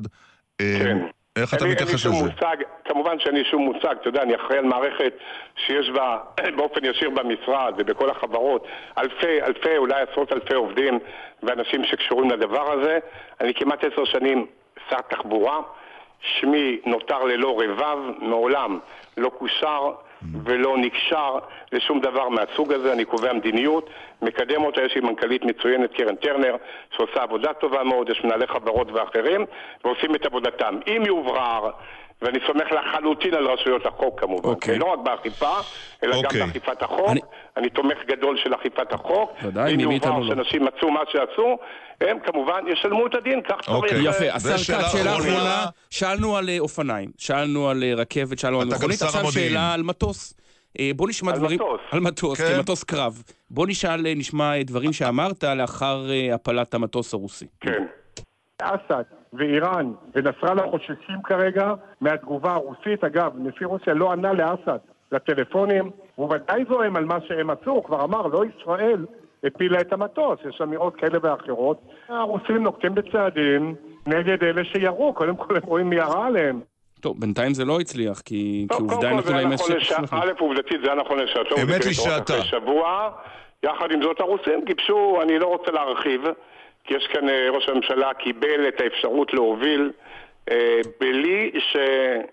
איך אתה מתייחס לזה? כמובן שאין לי שום מושג, אתה יודע, אני אחראי על מערכת שיש בה באופן ישיר במשרד ובכל החברות אלפי, אולי עשרות אלפי עובדים ואנשים שקשורים לדבר הזה. אני כמעט 10 שנים שר תחבורה, שמי נותר ללא רבב, מעולם לא קושר ולא נקשר לשום דבר מהסוג הזה. אני קובע מדיניות, מקדם אותה, יש לי מנכ"לית מצוינת קרן טרנר שעושה עבודה טובה מאוד, יש מנהלי חברות ואחרים ועושים את עבודתם. אם יוברר, ואני סומך לחלוטין על רשויות החוק כמובן, לא רק באכיפה, אלא גם באכיפת החוק, אני תומך גדול של אכיפת החוק. אם יוברר שאנשים מצאו מה שעשו, הם כמובן ישלמו את הדין, כך צריך. יפה, השר כץ, שאלה אחרונה, שאלנו על אופניים, שאלנו על רכבת, שאלנו על מכונית, עכשיו שאלה על מטוס. בוא נשמע דברים על מטוס, כמטוס קרב. בוא נשמע דברים שאמרת לאחר הפלת המטוס הרוסי. כן. אסד ואיראן ונסראללה חוששים כרגע מהתגובה הרוסית. אגב, נשיא רוסיה לא ענה לאסד לטלפונים, הוא ודאי זוהם על מה שהם עשו, הוא כבר אמר, לא ישראל הפילה את המטוס, יש אמירות כאלה ואחרות. הרוסים נוקטים בצעדים נגד אלה שירו, קודם כל הם רואים מי ירה עליהם. טוב, בינתיים זה לא הצליח, כי עובדה נתנו להם א', עובדתית זה היה נכון לשעתו. אמת לשעתה. שבוע, יחד עם זאת הרוסים גיבשו, אני לא רוצה להרחיב, כי יש כאן ראש הממשלה קיבל את האפשרות להוביל בלי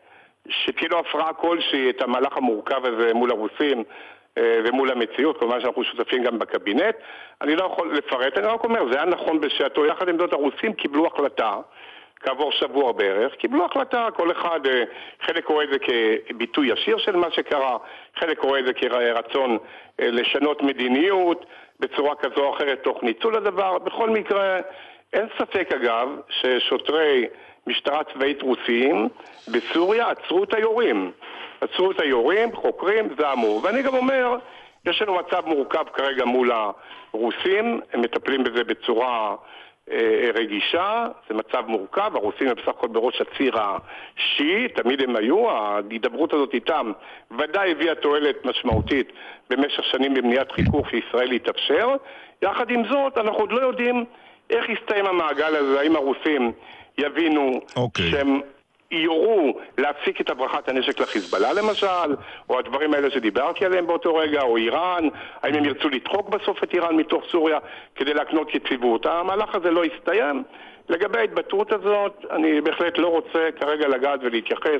שתהיה לו הפרעה כלשהי את המהלך המורכב הזה מול הרוסים ומול המציאות, כלומר שאנחנו שותפים גם בקבינט. אני לא יכול לפרט, אני רק אומר, זה היה נכון בשעתו, יחד עם זאת הרוסים קיבלו החלטה, כעבור שבוע בערך, קיבלו החלטה, כל אחד, חלק רואה את זה כביטוי ישיר של מה שקרה, חלק רואה את זה כרצון לשנות מדיניות בצורה כזו או אחרת תוך ניצול הדבר. בכל מקרה, אין ספק אגב ששוטרי משטרה צבאית רוסיים בסוריה עצרו את היורים, חוקרים, זעמו. ואני גם אומר, יש לנו מצב מורכב כרגע מול הרוסים, הם מטפלים בזה בצורה רגישה, זה מצב מורכב, הרוסים הם בסך הכל בראש הציר השיעי, תמיד הם היו, ההידברות הזאת איתם ודאי הביאה תועלת משמעותית במשך שנים במניעת חיכוך שישראל יתאפשר. יחד עם זאת, אנחנו עוד לא יודעים איך יסתיים המעגל הזה, האם הרוסים יבינו שהם יורו להפסיק את הברחת הנשק לחיזבאללה למשל, או הדברים האלה שדיברתי עליהם באותו רגע, או איראן, האם הם ירצו לדחוק בסוף את איראן מתוך סוריה כדי להקנות יציבות. המהלך הזה לא יסתיים. לגבי ההתבטאות הזאת, אני בהחלט לא רוצה כרגע לגעת ולהתייחס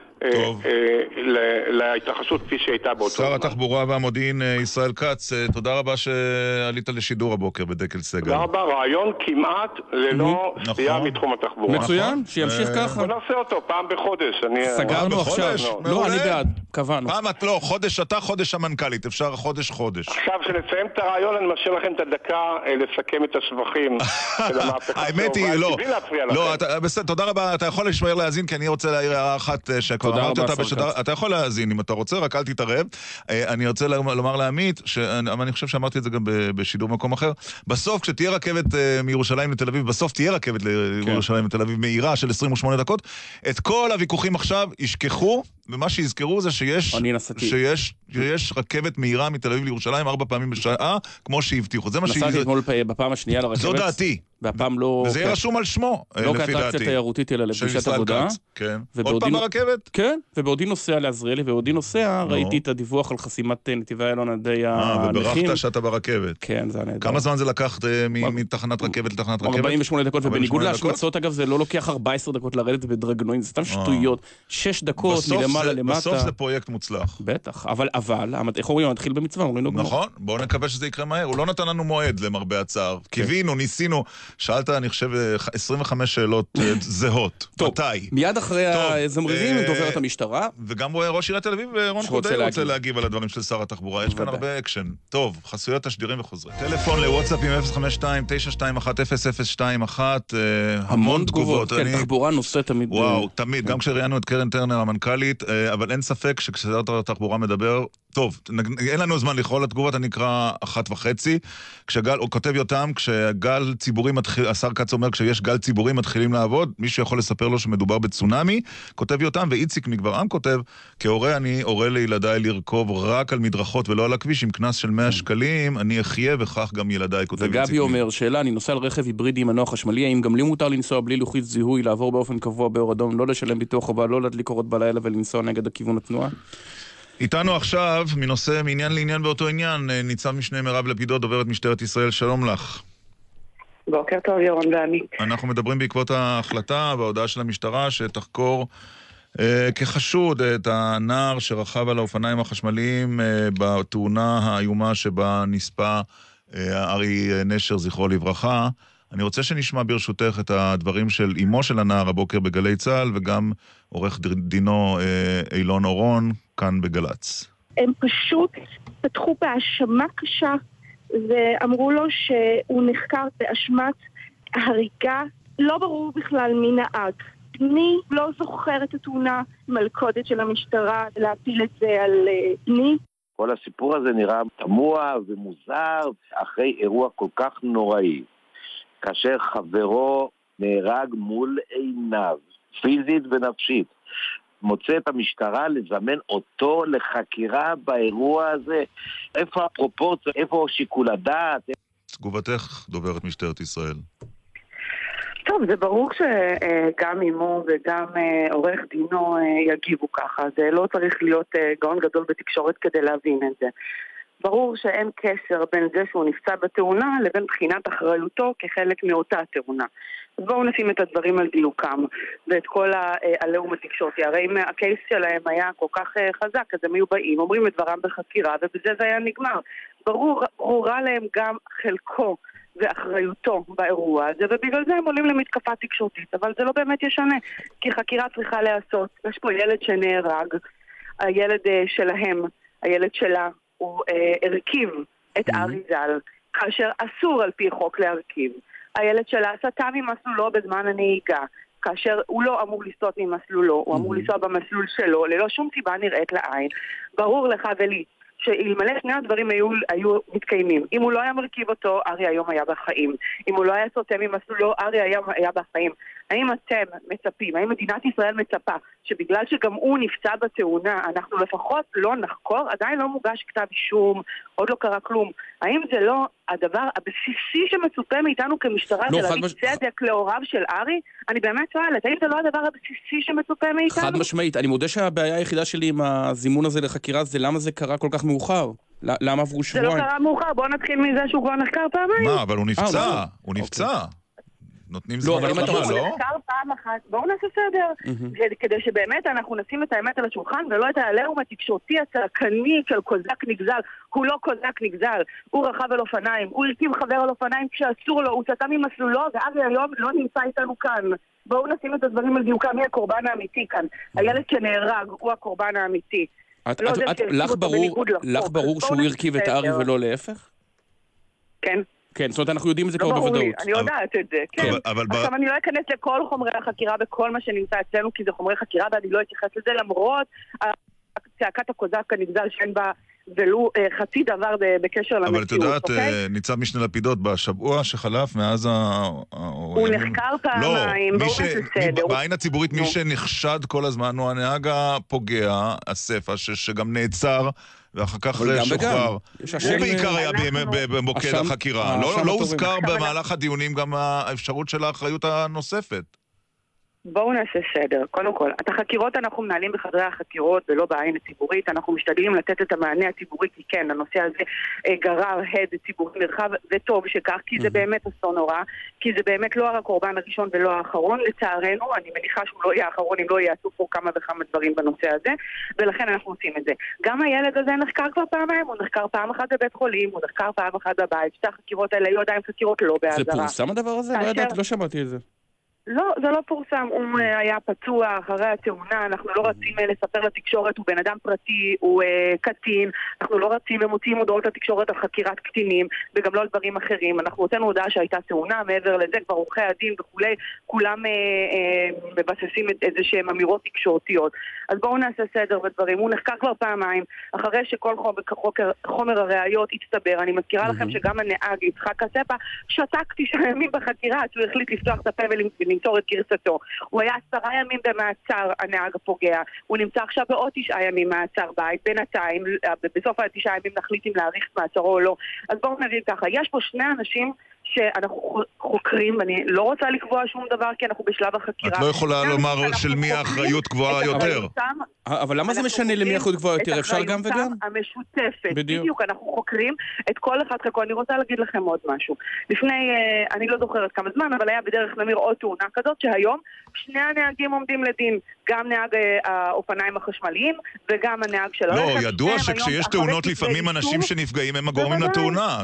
להתרחשות כפי שהייתה באותו שר התחבורה והמודיעין ישראל כץ, תודה רבה שעלית לשידור הבוקר בדקל סגל. תודה רבה, רעיון כמעט ללא סטייה מתחום התחבורה. מצוין, שימשיך ככה. בוא נעשה אותו פעם בחודש. סגרנו עכשיו. לא, אני בעד, קבענו. פעם את לא, חודש אתה, חודש המנכ"לית, אפשר חודש. עכשיו שנסיים את הרעיון, אני משאיר לכם את הדקה לסכם את השבחים של המהפכה. האמת היא, לא, בסדר, תודה רבה, אתה יכול להישמר להאזין, כי אני רוצה להעיר הערה אחת שכבר אמרתי אותה בשדר, אתה יכול להאזין אם אתה רוצה, רק אל תתערב. אני רוצה לומר לעמית, אבל אני חושב שאמרתי את זה גם בשידור מקום אחר, בסוף כשתהיה רכבת מירושלים לתל אביב, בסוף תהיה רכבת לירושלים לתל אביב מהירה של 28 דקות, את כל הוויכוחים עכשיו ישכחו, ומה שיזכרו זה שיש רכבת מהירה מתל אביב לירושלים 4 פעמים בשעה, כמו שהבטיחו. נסעתי אתמול בפעם השנייה לרכבת. זו דעתי. והפעם לא... וזה יהיה רשום על שמו, לא כאטרקציה תיירותית, אלא לפגישת עבודה. כן. עוד פעם ברכבת? כן, ובעודי נוסע לעזריאלי, ובעודי נוסע ראיתי את הדיווח על חסימת נתיבי איילון עד הנכים. וברכת שאתה ברכבת. כן, זה נהדר. כמה זמן זה לקח מתחנת רכבת לתחנת רכבת? 48 דקות, ובניגוד להשמצות, אגב, זה לא לוקח 14 דקות לרדת בדרגנוין, זה סתם שטויות. 6 דקות מלמעלה למטה. בסוף זה פרויקט מוצלח. בטח, אבל, איך אומרים, מתחיל במצווה, נכון, בואו נקווה שזה יקרה מהר. הוא לא נתן לנו מועד למרבה הצער. קיווינו, ניסינו. שאלת, אני חושב, 25 שאלות זהות. מתי? מיד אחרי הזמרירים, דוברת המשטרה. וגם ראש עיריית תל אביב, רון חודי, רוצה להגיב על הדברים של שר התחבורה. יש כאן הרבה אקשן. טוב, חסויות תשדירים וחוזרים. טלפון לוואטסאפ עם 052-921-0021. המון תגובות. כן, תחבורה נושא תמיד. וואו, תמיד. גם כשראיינו את קרן טרנר המנכ"לית, אבל אין ספק שכששר התחבורה מדבר, טוב, אין לנו זמן לקרוא לתגובות, אני אקרא 1.5. הוא כותב יותם, כשגל ציבורי מתחיל, השר כץ אומר, כשיש גל ציבורי מתחילים לעבוד, מישהו יכול לספר לו שמדובר בצונמי, כותב יותם, ואיציק מגברעם כותב, כהורה אני הורה לילדיי לרכוב רק על מדרכות ולא על הכביש, עם קנס של 100 שקלים, אני אחיה וכך גם ילדיי, כותב איציק. וגבי אומר, שאלה, אני נוסע על רכב היברידי עם מנוע חשמלי, האם גם לי מותר לנסוע בלי לוחית זיהוי, לעבור באופן קבוע באור אדום, לא לשלם ביטוח חובה, לא להדליק אורות בלילה ולנסוע נגד הכיוון התנועה? איתנו עכשיו, מעניין לעניין באותו עניין, ניצב משנה מירב לפידות, דוברת משטרת ישראל, שלום לך. בוקר טוב, ירון ועמית. אנחנו מדברים בעקבות ההחלטה וההודעה של המשטרה שתחקור כחשוד את הנער שרכב על האופניים החשמליים בתאונה האיומה שבה נספה ארי נשר, זכרו לברכה. אני רוצה שנשמע ברשותך את הדברים של אמו של הנער הבוקר בגלי צהל, וגם עורך דינו אילון אורון כאן בגלץ. הם פשוט פתחו בהאשמה קשה ואמרו לו שהוא נחקר באשמת הריגה. לא ברור בכלל מי נהג. בני לא זוכר את התאונה, מלכודת של המשטרה להפיל את זה על בני. כל הסיפור הזה נראה תמוה ומוזר אחרי אירוע כל כך נוראי. כאשר חברו נהרג מול עיניו, פיזית ונפשית, מוצא את המשטרה לזמן אותו לחקירה באירוע הזה. איפה הפרופורציה, איפה שיקול הדעת? תגובתך, דוברת משטרת ישראל. טוב, זה ברור שגם אמו וגם עורך דינו יגיבו ככה. זה לא צריך להיות גאון גדול בתקשורת כדי להבין את זה. ברור שאין קשר בין זה שהוא נפצע בתאונה לבין בחינת אחריותו כחלק מאותה תאונה. אז בואו נשים את הדברים על דיוקם ואת כל הלאום התקשורתי. הרי אם הקייס שלהם היה כל כך חזק, אז הם היו באים, אומרים את דברם בחקירה, ובזה זה היה נגמר. ברורה להם גם חלקו ואחריותו באירוע הזה, ובגלל זה הם עולים למתקפה תקשורתית, אבל זה לא באמת ישנה, כי חקירה צריכה להיעשות. יש פה ילד שנהרג, הילד שלהם, הילד שלה, הוא הרכיב את ארי ז"ל, כאשר אסור על פי חוק להרכיב. הילד שלה סטה ממסלולו בזמן הנהיגה, כאשר הוא לא אמור לסטות ממסלולו, הוא אמור לנסוע במסלול שלו, ללא שום סיבה נראית לעין. ברור לך ולי, שאלמלא שני הדברים היו מתקיימים. אם הוא לא היה מרכיב אותו, ארי היום היה בחיים. אם הוא לא היה סוטה ממסלולו, ארי היום היה בחיים. האם אתם מצפים, האם מדינת ישראל מצפה, שבגלל שגם הוא נפצע בתאונה, אנחנו לפחות לא נחקור, עדיין לא מוגש כתב אישום, עוד לא קרה כלום. האם זה לא הדבר הבסיסי שמצופה מאיתנו כמשטרה, זה להביא צדק להוריו של ארי? אני באמת שואלת, האם זה לא הדבר הבסיסי שמצופה מאיתנו? חד משמעית, אני מודה שהבעיה היחידה שלי עם הזימון הזה לחקירה, זה למה זה קרה כל כך מאוחר. למה עברו שבועיים? זה לא קרה מאוחר, בואו נתחיל מזה שהוא כבר נחקר פעמיים. מה, אבל הוא נפצע, הוא נפצע. נותנים זמן לחמה, לא? בואו נעשה סדר, כדי שבאמת אנחנו נשים את האמת על השולחן ולא את העליהום התקשורתי הצעקני של קוזק נגזל. הוא לא קוזק נגזל, הוא רכב על אופניים, הוא הרכיב חבר על אופניים כשאסור לו, הוא סטה ממסלולו, ואבי היום לא נמצא איתנו כאן. בואו נשים את הדברים על דיוקם, מי הקורבן האמיתי כאן. הילד שנהרג הוא הקורבן האמיתי. לך ברור שהוא הרכיב את ארי ולא להפך? כן. כן, זאת אומרת, אנחנו יודעים את זה כבר בוודאות. אני יודעת את זה, כן. עכשיו, אני לא אכנס לכל חומרי החקירה וכל מה שנמצא אצלנו, כי זה חומרי חקירה, ואני לא אתייחס לזה, למרות צעקת הקוזק הנגזל שאין בה ולו חצי דבר בקשר למציאות. אבל את יודעת, ניצב משנה לפידות, בשבוע שחלף מאז הוא נחקר פעמיים, בואו בסדר. בעין הציבורית, מי שנחשד כל הזמן הוא הנהג הפוגע, הספא, שגם נעצר, ואחר כך שוחרר. הוא בעיקר היה במוקד החקירה. לא הוזכר במהלך הדיונים גם האפשרות של האחריות הנוספת. בואו נעשה סדר. קודם כל, את החקירות אנחנו מנהלים בחדרי החקירות ולא בעין הציבורית. אנחנו משתדלים לתת את המענה הציבורי, כי כן, הנושא הזה גרר הד ציבורי נרחב, וטוב שכך, כי זה באמת אסון נורא, כי זה באמת לא הקורבן הראשון ולא האחרון. לצערנו, אני מניחה שהוא לא יהיה האחרון אם לא יעשו פה כמה וכמה דברים בנושא הזה, ולכן אנחנו עושים את זה. גם הילד הזה נחקר כבר פעמיים, הוא נחקר פעם אחת בבית חולים, הוא נחקר פעם אחת בבית. שתי החקירות האלה היו עדיין חקירות לא בהעזרה. זה פורסם הדבר הזה? לא ידעתי, לא שמעתי את זה. לא, זה לא פורסם, הוא היה פצוע אחרי התאונה, אנחנו לא רצים לספר לתקשורת, הוא בן אדם פרטי, הוא קטין, אנחנו לא רצים ומוציאים הודעות לתקשורת על חקירת קטינים, וגם לא על דברים אחרים. אנחנו הוצאנו הודעה שהייתה תאונה, מעבר לזה כבר עורכי הדין וכולי, כולם מבססים איזה שהם אמירות תקשורתיות. אז בואו נעשה סדר בדברים. הוא נחקר כבר פעמיים, אחרי שכל חומר הראיות הצטבר. אני מזכירה לכם שגם הנהג יצחק הספא שתק 9 ימים בחקירה, שהוא החליט לפתוח את הפה ולנטור את גרסתו. הוא היה 10 ימים במעצר, הנהג הפוגע. הוא נמצא עכשיו בעוד 9 ימים מעצר בית. בינתיים, בסוף 9 ימים נחליט אם להאריך מעצרו או לא. אז בואו נגיד ככה, יש פה 2 אנשים שאנחנו חוקרים, ואני לא רוצה לקבוע שום דבר, כי אנחנו בשלב החקירה. את לא יכולה לומר של מי האחריות גבוהה יותר. אבל למה זה משנה למי האחריות גבוהה יותר? אפשר גם וגם? את אחריותם המשותפת. בדיוק, אנחנו חוקרים את כל אחד חלקו. אני רוצה להגיד לכם עוד משהו. לפני, אני לא זוכרת כמה זמן, אבל היה בדרך נמיר עוד תאונה כזאת, שהיום 2 הנהגים עומדים לדין. גם נהג האופניים החשמליים, וגם הנהג של הרכב. לא, ידוע שכשיש תאונות לפעמים אנשים שנפגעים הם הגורמים לתאונה.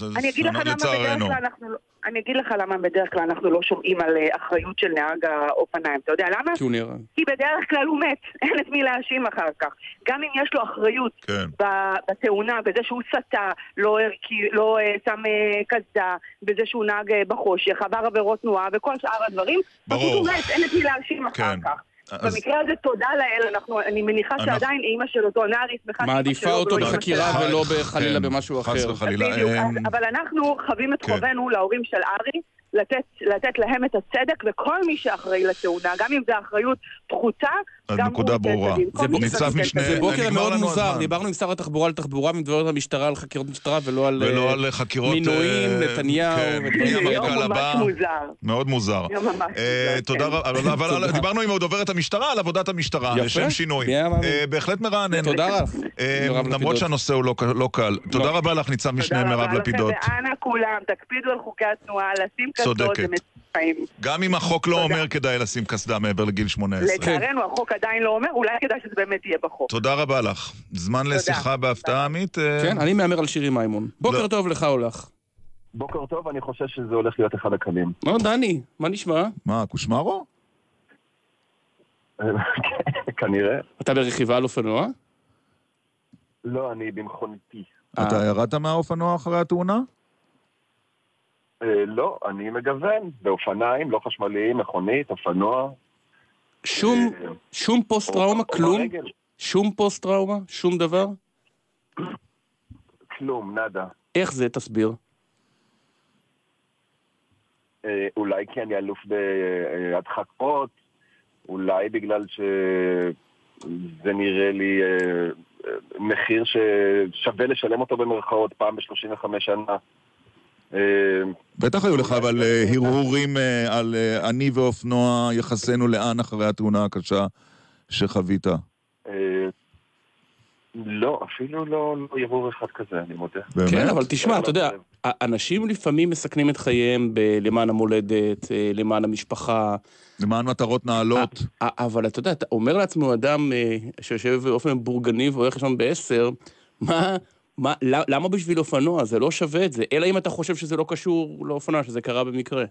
אני אגיד לך למה בדרך כלל אנחנו לא שומעים על אחריות של נהג האופניים. אתה יודע למה? כי בדרך כלל הוא מת, אין את מי להאשים אחר כך. גם אם יש לו אחריות בתאונה, בזה שהוא סטה, לא שם קסדה, בזה שהוא נהג בחושך, עבר עבירות תנועה וכל שאר הדברים, פשוט הוא מת, אין את מי להאשים אחר כך. במקרה הזה תודה לאל, אני מניחה שעדיין אימא של אותו נער ישמחה מעדיפה אותו בחקירה ולא בחלילה במשהו אחר. אבל אנחנו חווים את חובנו להורים של ארי לתת להם את הצדק, וכל מי שאחראי לתאונה, גם אם זה אחריות פחותה, הנקודה ברורה. ניצב משנה... זה בוקר מאוד מוזר, דיברנו עם שר התחבורה על תחבורה, מדברת המשטרה על חקירות משטרה, ולא על חקירות... מינויים, נתניהו... יום ממש מוזר. מאוד מוזר. תודה רבה, אבל דיברנו עם דוברת המשטרה על עבודת המשטרה, לשם שינוי. בהחלט מרענן. תודה לך. למרות שהנושא הוא לא קל. תודה רבה לך, ניצב משנה מירב לפידות. תודה רבה לכם, ואנא כולם, תקפידו על חוקי התנועה, לשים קסדות, זה מצחיים. גם אם החוק לא אומר כדאי לשים קסדה מעבר לגיל 18. לצערנו, החוק עדיין לא אומר, אולי כדאי שזה באמת יהיה בחוק. תודה רבה לך. זמן לשיחה בהפתעה, עמית. כן, אני מאמר על שירי מימון. בוקר טוב לך או לך. בוקר טוב, אני חושב שזה הולך להיות אחד הקלים. דני, מה נשמע? מה, קושמרו? כנראה. אתה ברכיבה על אופנוע? לא, אני במכוניתי. אתה ירדת מהאופנוע אחרי התאונה? לא, אני מגוון. באופניים, לא חשמליים, מכונית, אופנוע. שום פוסט-טראומה? כלום? שום פוסט-טראומה? שום דבר? כלום, נדה. איך זה? תסביר. אולי כי אני אלוף בהדחקות, אולי בגלל שזה נראה לי מחיר ששווה לשלם אותו במרכאות פעם ב-35 שנה. בטח היו לך אבל הרהורים על אני ואופנוע יחסנו לאן אחרי התאונה הקשה שחווית. לא, אפילו לא הרהור אחד כזה, אני מודה. כן, אבל תשמע, אתה יודע, אנשים לפעמים מסכנים את חייהם למען המולדת, למען המשפחה. למען מטרות נעלות. אבל אתה יודע, אתה אומר לעצמו אדם שיושב באופן בורגני והולך שם ב10, למה בשביל אופנוע? זה לא שווה את זה, אלא אם אתה חושב שזה לא קשור לאופנוע, שזה קרה במקרה.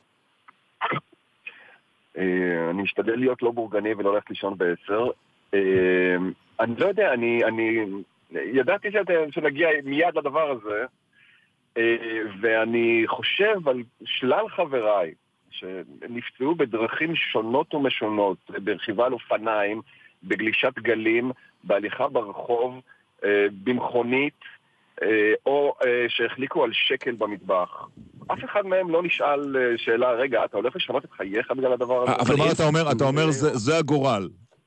אני משתדל להיות לא בורגני ולא הולך לישון ב10. אני לא יודע, אני ידעתי שנגיע מיד לדבר הזה, ואני חושב על שלל חבריי שנפצעו בדרכים שונות ומשונות, ברכיבה על אופניים, בגלישת גלים, בהליכה ברחוב, במכונית, או שהחליקו על שקל במטבח. אף אחד מהם לא נשאל שאלה, רגע, אתה הולך לשנות את חייך בגלל הדבר הזה? אבל אתה אומר, זה הגורל.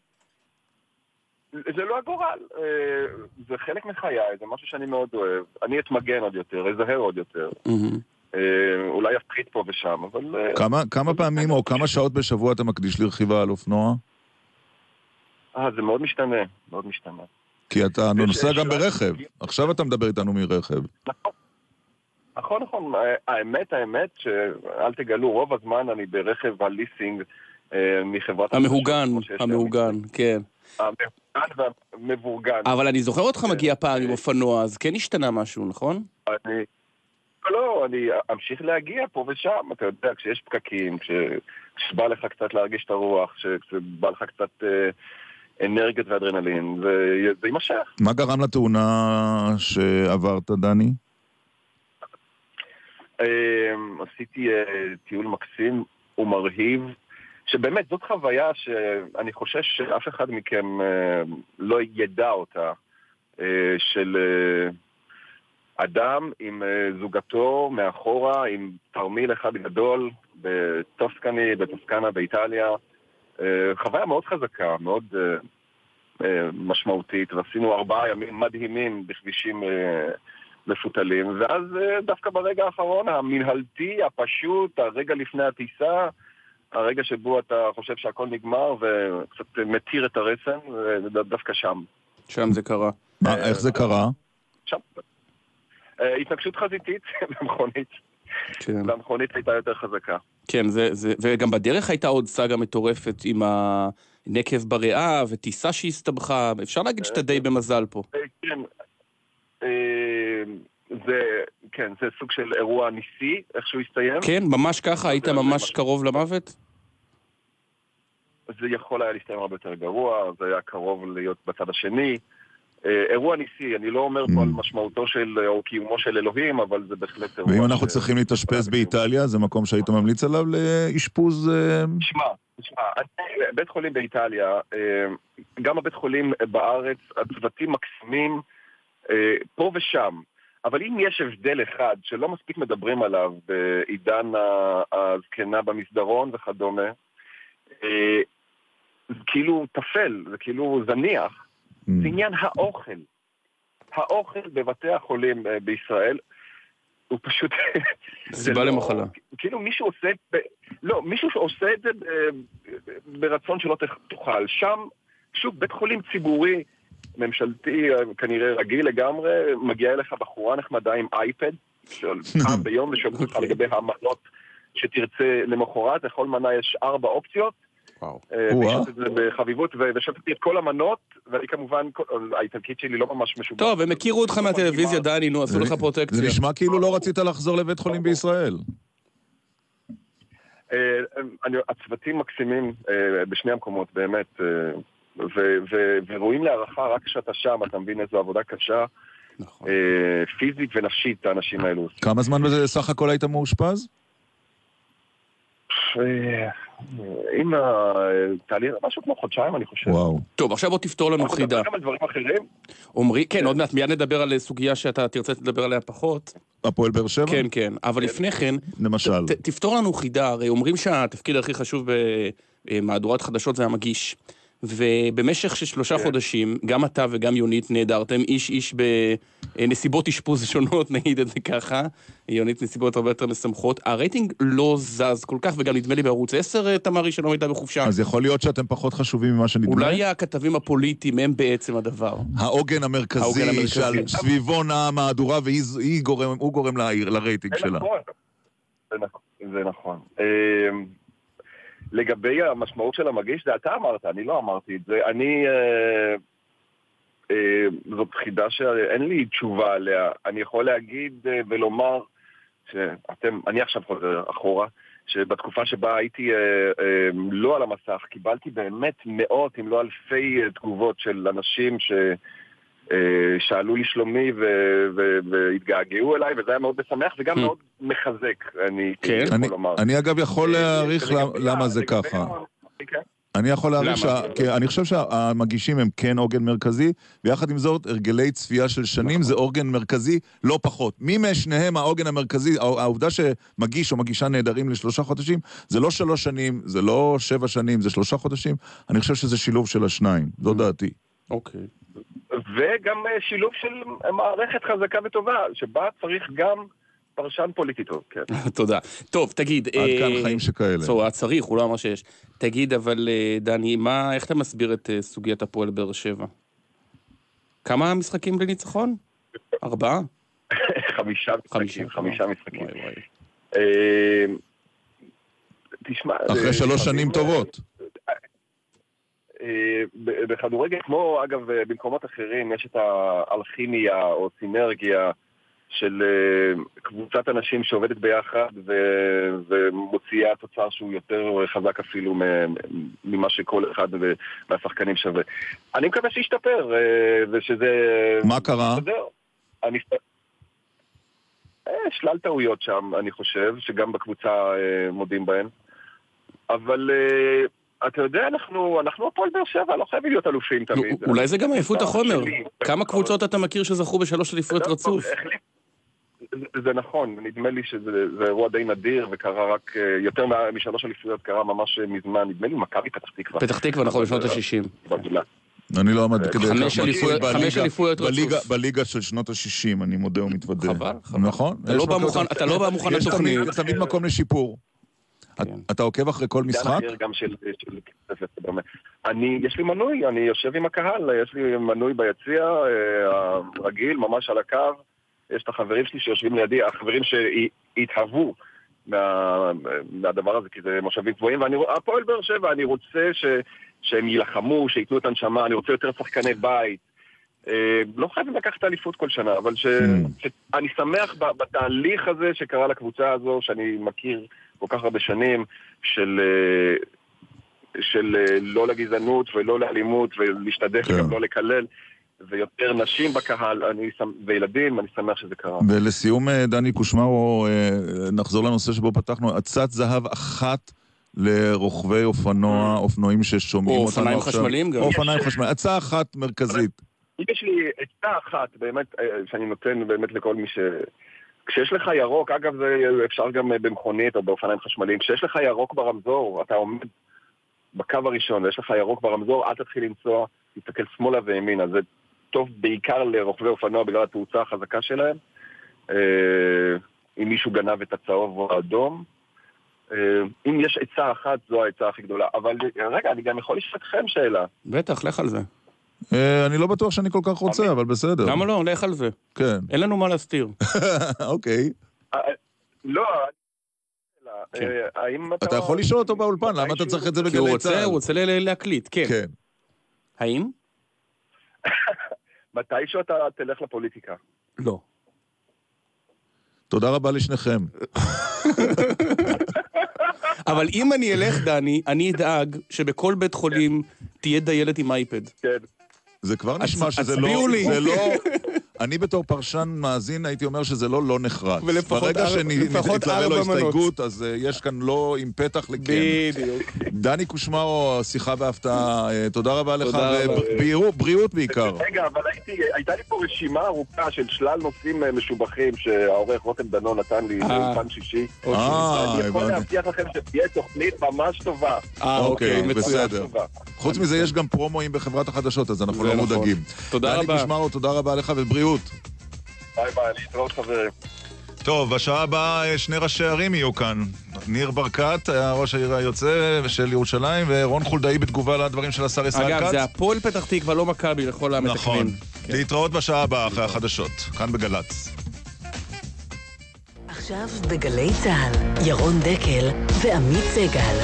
זה לא הגורל, זה חלק מחיי, זה משהו שאני מאוד אוהב. אני אתמגן עוד יותר, אזהר עוד יותר. אולי אפחית פה ושם, אבל... כמה פעמים או כמה שעות בשבוע אתה מקדיש לרכיבה על אופנוע? זה מאוד משתנה, מאוד משתנה. כי אתה נוסע גם ברכב. עכשיו אתה מדבר איתנו מרכב. נכון. האמת, שאל תגלו, רוב הזמן אני ברכב הליסינג מחברת... המהוגן, כן. המהוגן והמבורגן. אבל אני זוכר אותך מגיע פעם עם אופנוע, אז כן השתנה משהו, נכון? לא, אני אמשיך להגיע פה ושם, אתה יודע, כשיש פקקים, כשבא לך קצת להרגיש את הרוח, כשבא לך קצת אנרגיות ואדרנלין, זה יימשך. מה גרם לתאונה שעברת, דני? עשיתי טיול מקסים ומרהיב, שבאמת זאת חוויה שאני חושש שאף אחד מכם לא ידע אותה, של אדם עם זוגתו מאחורה, עם תרמיל אחד גדול בטוסקנה באיטליה. חוויה מאוד חזקה, מאוד משמעותית, ועשינו 4 ימים מדהימים בכבישים מפותלים, ואז דווקא ברגע האחרון, המנהלתי, הפשוט, הרגע לפני הטיסה, הרגע שבו אתה חושב שהכל נגמר וקצת מתיר את הרסן, דווקא שם. שם זה קרה. איך זה קרה? שם. התנגשות חזיתית במכונית. והמכונית הייתה יותר חזקה. כן, וגם בדרך הייתה עוד סאגה מטורפת עם הנקב בריאה וטיסה שהסתבכה. אפשר להגיד שאתה די במזל פה. כן, זה סוג של אירוע ניסי, איך שהוא הסתיים. כן, ממש ככה, היית ממש קרוב למוות? זה יכול היה להסתיים הרבה יותר גרוע, זה היה קרוב להיות בצד השני. אירוע ניסי, אני לא אומר פה על משמעותו של, או קיומו של אלוהים, אבל זה בהחלט אירוע... ואם אנחנו צריכים להתאשפז באיטליה, זה מקום שהיית ממליץ עליו לאשפוז? תשמע, בית חולים באיטליה, גם הבית חולים בארץ, הצוותים מקסימים פה ושם, אבל אם יש הבדל אחד שלא מספיק מדברים עליו בעידן הזקנה במסדרון וכדומה, כאילו תפל, זה כאילו זניח, זה עניין האוכל. האוכל בבתי החולים בישראל הוא פשוט... סיבה למחלה. כאילו מישהו עושה... לא, מישהו שעושה את זה ברצון שלא תאכל. שם, שוב, בית חולים ציבורי, ממשלתי, כנראה רגיל לגמרי, מגיעה אליך בחורה נחמדה עם אייפד, פעם ביום ושואלת אותך לגבי המנות שתרצה למחרת, לכל מנה יש 4 אופציות, ושאלת את זה בחביבות, ושאלתי את כל המנות, ואני כמובן, האיטלקית שלי לא ממש משובח. טוב, הם הכירו אותך מהטלוויזיה, דני, נו, עשו לך פרוטקציה. זה נשמע כאילו לא רצית לחזור לבית חולים בישראל. הצוותים מקסימים בשני המקומות, באמת, ורואים להערכה רק כשאתה שם, אתה מבין איזו עבודה קשה, פיזית ונפשית האנשים האלו. כמה זמן בזה סך הכל היית מאושפז? עם התהליך, משהו כמו חודשיים, אני חושב. וואו. טוב, עכשיו בוא תפתור לנו חידה. גם על דברים אחרים? עומרי, כן, עוד מעט מיד נדבר על סוגיה שאתה תרצה לדבר עליה פחות. הפועל באר שבע? כן, כן. אבל לפני כן, למשל. תפתור לנו חידה. הרי אומרים שהתפקיד הכי חשוב במהדורת חדשות זה המגיש. ובמשך 3 חודשים, גם אתה וגם יונית נהדרתם, איש בנסיבות אשפוז שונות, נגיד את זה ככה, יונית נסיבות הרבה יותר משמחות, הרייטינג לא זז כל כך, וגם נדמה לי בערוץ 10, תמרי שלא הייתה בחופשה. אז יכול להיות שאתם פחות חשובים ממה שנדמה? אולי הכתבים הפוליטיים הם בעצם הדבר. העוגן המרכזי שעל סביבו נעה מהדורה, והוא גורם לרייטינג שלה. זה נכון. לגבי המשמעות של המגיש, זה אתה אמרת, אני לא אמרתי את זה. זאת חידה שאין לי תשובה עליה. אני יכול להגיד ולומר אני עכשיו חוזר אחורה, שבתקופה שבה הייתי לא על המסך, קיבלתי באמת מאות אם לא אלפי תגובות של אנשים שאלו לי שלומי והתגעגעו אליי, וזה היה מאוד משמח וגם מאוד מחזק. אני אגב יכול להעריך למה זה ככה. אני יכול להעריך אני חושב שהמגישים הם כן עוגן מרכזי, ויחד עם זאת הרגלי צפייה של שנים זה עוגן מרכזי לא פחות. מי משניהם העוגן המרכזי, העובדה שמגיש או מגישה נהדרים ל3 חודשים, זה לא 3 שנים, זה לא 7 שנים, זה 3 חודשים. אני חושב שזה שילוב של השניים, זו דעתי. אוקיי. וגם שילוב של מערכת חזקה וטובה, שבה צריך גם פרשן פוליטי טוב, כן. תודה. טוב, תגיד... עד כאן חיים שכאלה. צריך, הוא לא אמר שיש. תגיד, אבל דני, איך אתה מסביר את סוגיית הפועל באר שבע? כמה משחקים בלי ניצחון? 4? 5 משחקים. תשמע... אחרי 3 שנים טובות. בכדורגל, כמו אגב במקומות אחרים, יש את האלכימיה או סינרגיה של קבוצת אנשים שעובדת ביחד ומוציאה תוצר שהוא יותר חזק אפילו ממה שכל אחד מהשחקנים שווה. אני מקווה שישתפר ושזה... מה קרה? שלל טעויות שם, אני חושב, שגם בקבוצה מודים בהן. אבל... אתה יודע, אנחנו הפועל באר שבע, לא חייבים להיות אלופים תמיד. אולי זה גם עייפות החומר. כמה קבוצות אתה מכיר שזכו ב3 אליפויות רצוף? זה נכון, נדמה לי שזה אירוע די נדיר, וקרה רק יותר מ3 אליפויות, קרה ממש מזמן, נדמה לי מכבי פתח תקווה. פתח תקווה, נכון, בשנות ה-60. אני לא עמד כדי... 5 אליפויות רצוף. בליגה של שנות ה-60, אני מודה ומתוודה. חבל. נכון? אתה לא בא מוכן לתוכנית. יש תמיד מקום לשיפור. אתה עוקב אחרי כל משחק? יש לי מנוי, אני יושב עם הקהל, יש לי מנוי ביציע, הרגיל, ממש על הקו, יש את החברים שלי שיושבים לידי, החברים שהתהוו מהדבר הזה, כי זה מושבים גבוהים, והפועל באר שבע, אני רוצה שהם יילחמו, שיתנו את הנשמה, אני רוצה יותר שחקני בית, לא חייבים לקחת אליפות כל שנה, אבל שאני שמח בתהליך הזה שקרה לקבוצה הזו, שאני מכיר כל כך הרבה שנים של לא לגזענות ולא לאלימות ולהשתדך גם לא לקלל ויותר נשים בקהל וילדים, אני שמח שזה קרה. ולסיום דני קושמרו, נחזור לנושא שבו פתחנו, עצת זהב אחת לרוכבי אופנועים ששומעים אותנו עכשיו. או אופניים חשמליים גם. אופניים חשמליים, עצה אחת מרכזית. יש לי עצה אחת באמת שאני נותן באמת לכל מי כשיש לך ירוק, אגב זה אפשר גם במכונית או באופניים חשמליים, כשיש לך ירוק ברמזור, אתה עומד בקו הראשון, ויש לך ירוק ברמזור, אל תתחיל לנסוע, תסתכל שמאלה וימינה. זה טוב בעיקר לרוכבי אופנוע בגלל התאוצה החזקה שלהם. אם מישהו גנב את הצהוב או האדום. אם יש עצה אחת, זו העצה הכי גדולה. אבל רגע, אני גם יכול לשאול אתכם שאלה. בטח, לך על זה. אני לא בטוח שאני כל כך רוצה, אבל בסדר. למה לא? לך על זה. כן. אין לנו מה להסתיר. אוקיי. לא, אתה יכול לשאול אותו באולפן, למה אתה צריך את זה בגלי צהל? הוא רוצה להקליט, כן. האם? מתישהו אתה תלך לפוליטיקה? לא. תודה רבה לשניכם. אבל אם אני אלך, דני, אני אדאג שבכל בית חולים תהיה דיילת עם אייפד. כן. זה כבר נשמע שזה לא... אני בתור פרשן מאזין הייתי אומר שזה לא נחרץ. ברגע שנתלווה לו הסתייגות, אז יש כאן לא עם פתח לכן. בדיוק. דני קושמרו, שיחה בהפתעה, תודה רבה לך, ובריאות בעיקר. רגע, אבל הייתה לי פה רשימה ארוכה של שלל נושאים משובחים שהעורך רותם דנון נתן לי באולפן שישי. אני יכול להבטיח לכם שתהיה תוכנית ממש טובה. אוקיי, בסדר. חוץ מזה יש גם פרומואים בחברת החדשות, אז אנחנו לא מודאגים. תודה רבה. דני קושמרו, תודה רבה לך ובריאות. ביי ביי, להתראות חברים. טוב, בשעה הבאה שני ראשי ערים יהיו כאן. ניר ברקת, ראש העיר היוצא של ירושלים, ורון חולדאי בתגובה לדברים של השר ישראל כץ. אגב, זה הפועל פתח תקווה, לא מכבי לכל המתקנים. נכון. להתראות בשעה הבאה אחרי החדשות. כאן בגלץ. עכשיו בגלי צהל, ירון דקל ועמית סגל.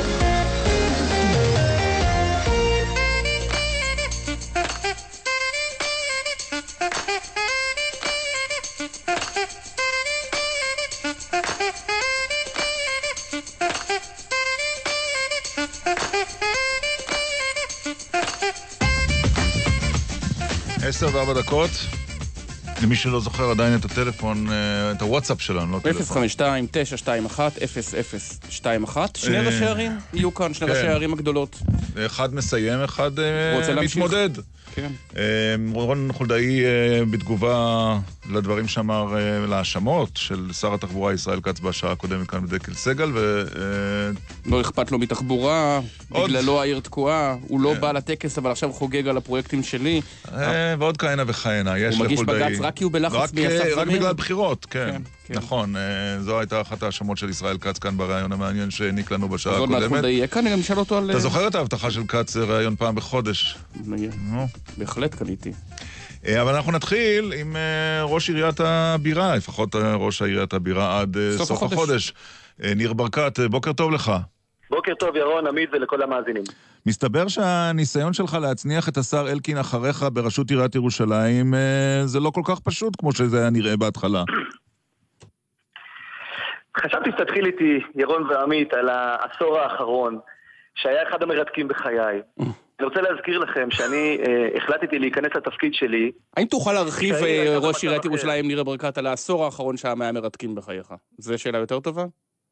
עשר וארבע דקות. למי שלא זוכר עדיין את הטלפון, את הוואטסאפ שלנו, לא טלפון. 052-921-0021. שני ראשי ערים יהיו כאן, שני ראשי הערים הגדולות. אחד מסיים, אחד מתמודד. רון חולדאי בתגובה לדברים שאמר להאשמות של שר התחבורה ישראל כץ בשעה הקודמת כאן בדקל סגל, לא אכפת לו מתחבורה, בגללו העיר תקועה, הוא לא בא לטקס אבל עכשיו חוגג על הפרויקטים שלי. ועוד כהנה וכהנה, יש לחולדאי. הוא מגיש בגץ רק כי הוא בלחץ מאסף זמיר. רק בגלל בחירות, כן. נכון, זו הייתה אחת ההאשמות של ישראל כץ כאן ברעיון המעניין שהעניק לנו בשעה הקודמת. אז עוד חולדאי יהיה כאן, אני גם נשאל אותו על... אתה זוכר את ההבטחה של כץ רעיון פעם בחודש? בהחלט קניתי. אבל אנחנו נתחיל עם ראש עיריית הבירה, לפחות ראש עיריית הבירה עד סוף החודש. ניר ברקת, בוקר טוב לך. בוקר טוב ירון, עמית ולכל המאזינים. מסתבר שהניסיון שלך להצניח את השר אלקין אחריך בראשות עיריית ירושלים זה לא כל כך פשוט כמו שזה היה נראה בהתחלה. חשבתי שתתחיל איתי, ירון ועמית, על העשור האחרון, שהיה אחד המרתקים בחיי. אני רוצה להזכיר לכם שאני החלטתי להיכנס לתפקיד שלי. האם תוכל להרחיב ראש עיריית ירושלים ניר ברקת על העשור האחרון שהיה מהמרתקים בחייך? זו שאלה יותר טובה?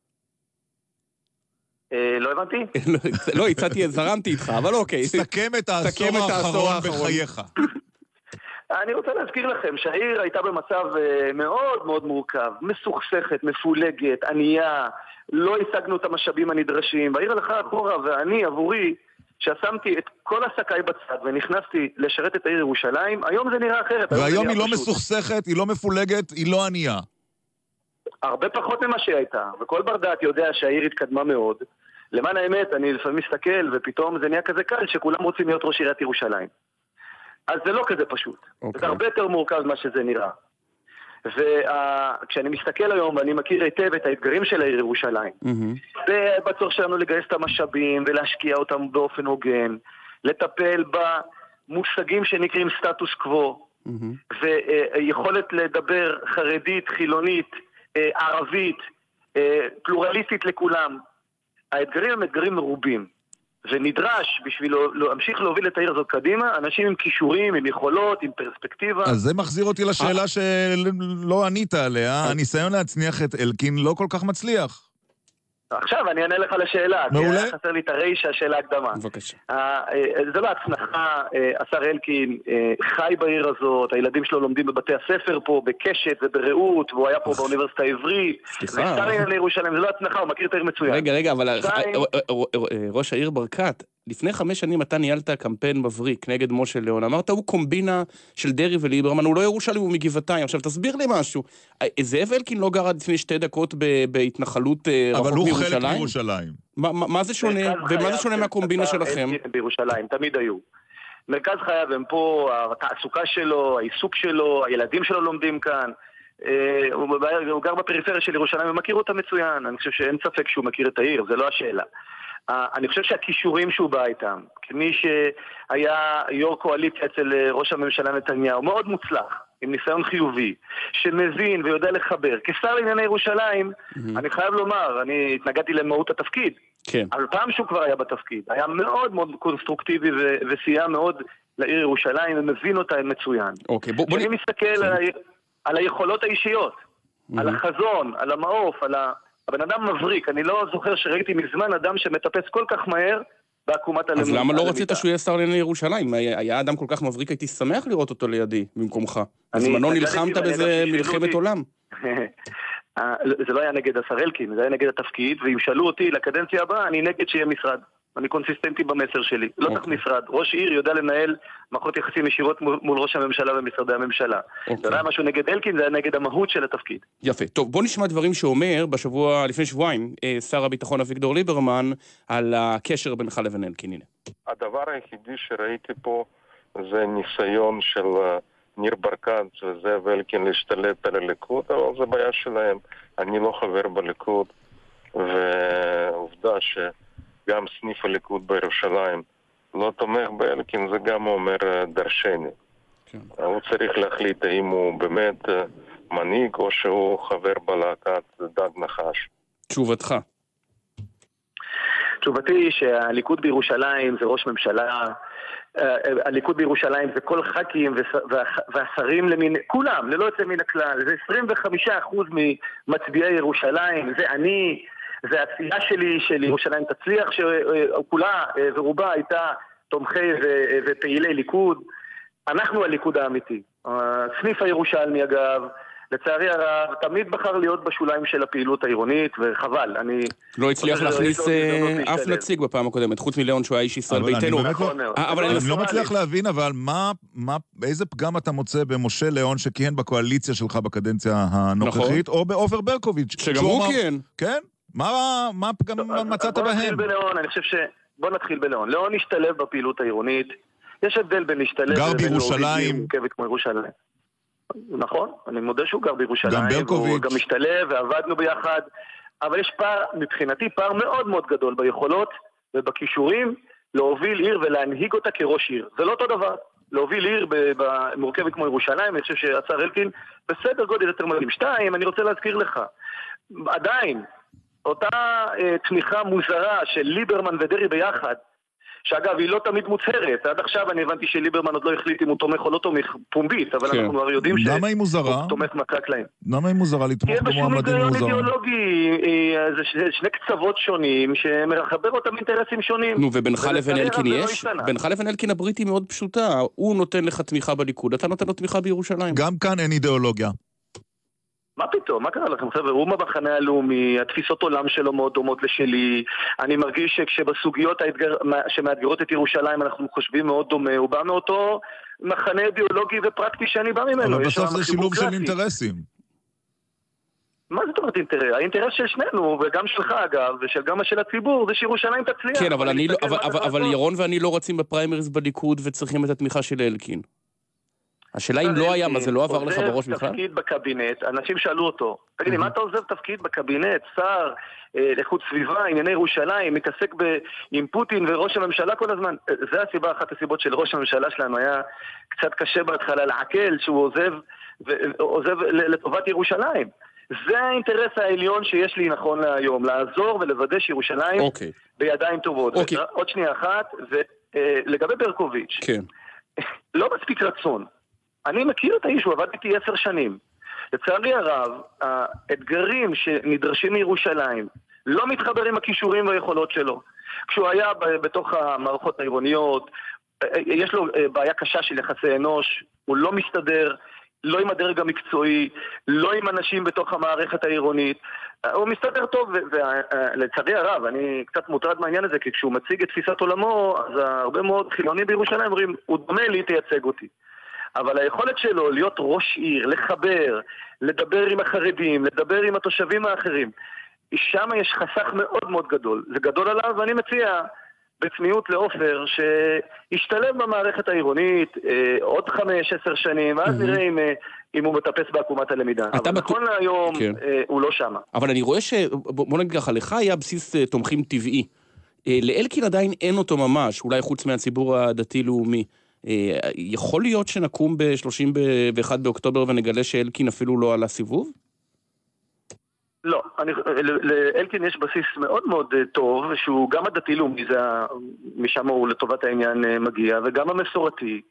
לא הבנתי? לא, הצעתי, זרמתי איתך, אבל אוקיי. סכם את העשור האחרון בחייך. אני רוצה להזכיר לכם שהעיר הייתה במצב מאוד מאוד מורכב, מסוכסכת, מפולגת, ענייה, לא השגנו את המשאבים הנדרשים, והעיר הלכה אחורה, ואני עבורי, ששמתי את כל עסקיי בצד ונכנסתי לשרת את העיר ירושלים, היום זה נראה אחרת. והיום היא לא מסוכסכת, היא לא מפולגת, היא לא ענייה. הרבה פחות ממה שהייתה, וכל בר דעת יודע שהעיר התקדמה מאוד. למען האמת, אני לפעמים מסתכל, ופתאום זה נהיה כזה קל שכולם רוצים להיות ראש עיריית ירושלים. אז זה לא כזה פשוט. זה הרבה יותר מורכב ממה שזה נראה. וכשאני מסתכל היום ואני מכיר היטב את האתגרים של העיר ירושלים, בצורך שלנו לגייס את המשאבים ולהשקיע אותם באופן הוגן, לטפל במושגים שנקראים סטטוס קוו, ויכולת לדבר חרדית, חילונית, ערבית, פלורליסטית לכולם. האתגרים הם אתגרים מרובים. ונדרש בשביל להמשיך להוביל את העיר הזאת קדימה, אנשים עם כישורים, עם יכולות, עם פרספקטיבה. אז זה מחזיר אותי לשאלה שלא ענית עליה, הניסיון להצניח את אלקין לא כל כך מצליח. עכשיו אני אענה לך לשאלה, מעולה. כי חסר לי את הריישה של ההקדמה. בבקשה. זה לא הצנחה, השר אלקין חי בעיר הזאת, הילדים שלו לומדים בבתי הספר פה, בקשת וברעות, והוא היה פה באוניברסיטה העברית. סליחה. ושר לירושלים, זה לא הצנחה, הוא מכיר את העיר מצוין. רגע, אבל ראש העיר ברקת, לפני 5 שנים אתה ניהלת קמפיין מבריק נגד משה ליאון, אמרת הוא קומבינה של דרי וליברמן, הוא לא ירושלים, הוא מגבעתיים. עכשיו תסביר לי משהו, זאב אלקין לא גר עד לפני 2 דקות בהתנחלות רחוק מירושלים? אבל הוא חלק מירושלים. מה זה שונה? ומה זה שונה מהקומבינה שלכם? בירושלים, תמיד היו. מרכז חייו הם פה, התעסוקה שלו, העיסוק שלו, הילדים שלו לומדים כאן. הוא גר בפריפריה של ירושלים ומכיר אותה מצוין. אני חושב שאין ספק שהוא מכיר את העיר, זה לא השאלה. אני חושב שהכישורים שהוא בא איתם, כמי שהיה יו"ר קואליציה אצל ראש הממשלה נתניהו, מאוד מוצלח, עם ניסיון חיובי, שמבין ויודע לחבר. כשר לענייני ירושלים, אני חייב לומר, אני התנגדתי למהות התפקיד. כן. אבל פעם שהוא כבר היה בתפקיד, היה מאוד מאוד קונסטרוקטיבי וסייע מאוד לעיר ירושלים, ומבין אותה מצוין. אוקיי, כשאני מסתכל על היכולות האישיות, על החזון, על המעוף, הבן אדם מבריק. אני לא זוכר שראיתי מזמן אדם שמטפס כל כך מהר בעקומת הלמידה. אז למה לא רצית שהוא יהיה שר לענייני ירושלים? היה אדם כל כך מבריק, הייתי שמח לראות אותו לידי במקומך. בזמנו נלחמת בזה מלחמת עולם. זה לא היה נגד השר אלקין, זה היה נגד התפקיד, ואם שאלו אותי לקדנציה הבאה, אני נגד שיהיה משרד. אני קונסיסטנטי במסר שלי. לא צריך משרד. ראש עיר יודע לנהל מערכות יחסים ישירות מול ראש הממשלה ומשרדי הממשלה. זה לא היה משהו נגד אלקין, זה היה נגד המהות של התפקיד. יפה. טוב, בוא נשמע דברים שאומר לפני שבועיים, שר הביטחון אביגדור ליברמן, על הקשר בינך לבין אלקין. הנה. הדבר היחידי שראיתי פה זה ניסיון של ניר ברקת וזאב אלקין להשתלט על הליכוד, אבל זה בעיה שלהם. אני לא חבר בליכוד, ועובדה גם סניף הליכוד בירושלים לא תומך באלקין, זה גם אומר דרשני. כן. הוא צריך להחליט האם הוא באמת מנהיג או שהוא חבר בלהקת דג נחש. תשובתך. תשובתי היא שהליכוד בירושלים זה ראש ממשלה, הליכוד בירושלים זה כל ח"כים והשרים כולם, ללא יוצא מן הכלל, זה 25% ממצביעי ירושלים, זה אני, זה הצייה שלי של ירושלים תצליח, שכולה ורובה הייתה תומכי ופעילי ליכוד. אנחנו הליכוד האמיתי. סניף הירושלמי אגב, לצערי הרב, תמיד בחר להיות בשוליים של הפעילות העירונית, וחבל, אני... לא הצליח להכניס אף נציג בפעם הקודמת, חוץ מליאון שהוא היה איש ישראל ביתנו. אבל אני לא מצליח להבין, אבל איזה פגם אתה מוצא במשה ליאון שכיהן בקואליציה שלך בקדנציה הנוכחית, או באופר ברקוביץ'? שגם הוא כיהן. כן? מה פגם מצאת בהם? בוא נתחיל בליאון. ליאון השתלב בפעילות העירונית. יש הבדל בין להשתלב... גר בירושלים. נכון, אני מודה שהוא גר בירושלים. גם ברקוביץ'. הוא גם משתלב ועבדנו ביחד. אבל יש פער, מבחינתי, פער מאוד מאוד גדול ביכולות ובכישורים להוביל עיר ולהנהיג אותה כראש עיר. זה לא אותו דבר. להוביל עיר במורכבת כמו ירושלים, אני חושב שהשר אלקין בסדר גודל יותר מדהים. 2, אני רוצה להזכיר לך, עדיין, אותה תמיכה מוזרה של ליברמן ודרי ביחד, שאגב היא לא תמיד מוצהרת, עד עכשיו אני הבנתי שליברמן עוד לא החליט אם הוא תומך או לא תומך פומבית, אבל אנחנו הרי יודעים למה היא מוזרה? שהוא תומך מאחורי הקלעים. למה היא מוזרה לתמוך במועמדים מוזרה? כי אין בשום אידיאולוגי, זה שני קצוות שונים שמחבר אותם אינטרסים שונים. נו, ובינך לבין אלקין יש? בינך לבין אלקין הברית היא מאוד פשוטה, הוא נותן לך תמיכה בליכוד, אתה נותן לו תמיכה בירושלים. גם כאן אין אידיאולוגיה. מה פתאום? מה קרה לכם? חבר'ה, הוא במחנה הלאומי, התפיסות עולם שלו מאוד דומות לשלי. אני מרגיש שכשבסוגיות שמאתגרות את ירושלים אנחנו חושבים מאוד דומה. הוא בא מאותו מחנה אידיאולוגי ופרקטי שאני בא ממנו. אבל בסוף זה שילוב של אינטרסים. מה זאת אומרת אינטרס? האינטרס של שנינו, וגם שלך אגב, וגם של הציבור, זה שירושלים תצליח. כן, אבל ירון ואני לא רצים בפריימריז בליכוד וצריכים את התמיכה של אלקין. השאלה אם לא היה, מה זה לא עבר לך בראש בכלל? עוזב תפקיד בקבינט, אנשים שאלו אותו, תגידי, מה אתה עוזב תפקיד בקבינט, שר, לאיכות סביבה, ענייני ירושלים, מתעסק עם פוטין וראש הממשלה כל הזמן? זה הסיבה, אחת הסיבות של ראש הממשלה שלנו, היה קצת קשה בהתחלה לעכל שהוא עוזב לטובת ירושלים. זה האינטרס העליון שיש לי נכון להיום, לעזור ולוודא שירושלים בידיים טובות. עוד שנייה אחת, ולגבי ברקוביץ', לא מספיק רצון. אני מכיר את האיש, הוא עבד איתי 10 שנים. לצערי הרב, האתגרים שנדרשים מירושלים לא מתחבר עם הכישורים והיכולות שלו. כשהוא היה בתוך המערכות העירוניות, יש לו בעיה קשה של יחסי אנוש, הוא לא מסתדר, לא עם הדרג המקצועי, לא עם אנשים בתוך המערכת העירונית, הוא מסתדר טוב, ולצערי הרב, אני קצת מוטרד מהעניין הזה, כי כשהוא מציג את תפיסת עולמו, אז הרבה מאוד חילונים בירושלים אומרים, הוא דומה לי, תייצג אותי. אבל היכולת שלו להיות ראש עיר, לחבר, לדבר עם החרדים, לדבר עם התושבים האחרים, שם יש חסך מאוד מאוד גדול. זה גדול עליו, ואני מציע בצניעות לאופר, שישתלב במערכת העירונית עוד 5-10 שנים, ואז נראה אם הוא מטפס בעקומת הלמידה. אבל נכון להיום הוא לא שם. אבל אני רואה בוא נגיד ככה, לך היה בסיס תומכים טבעי. לאלקין עדיין אין אותו ממש, אולי חוץ מהציבור הדתי-לאומי. יכול להיות שנקום ב-31 באוקטובר ונגלה שאלקין אפילו לא על הסיבוב? לא, לאלקין יש בסיס מאוד מאוד טוב, שהוא גם הדתי-לאומי, משם הוא לטובת העניין מגיע, וגם המסורתי.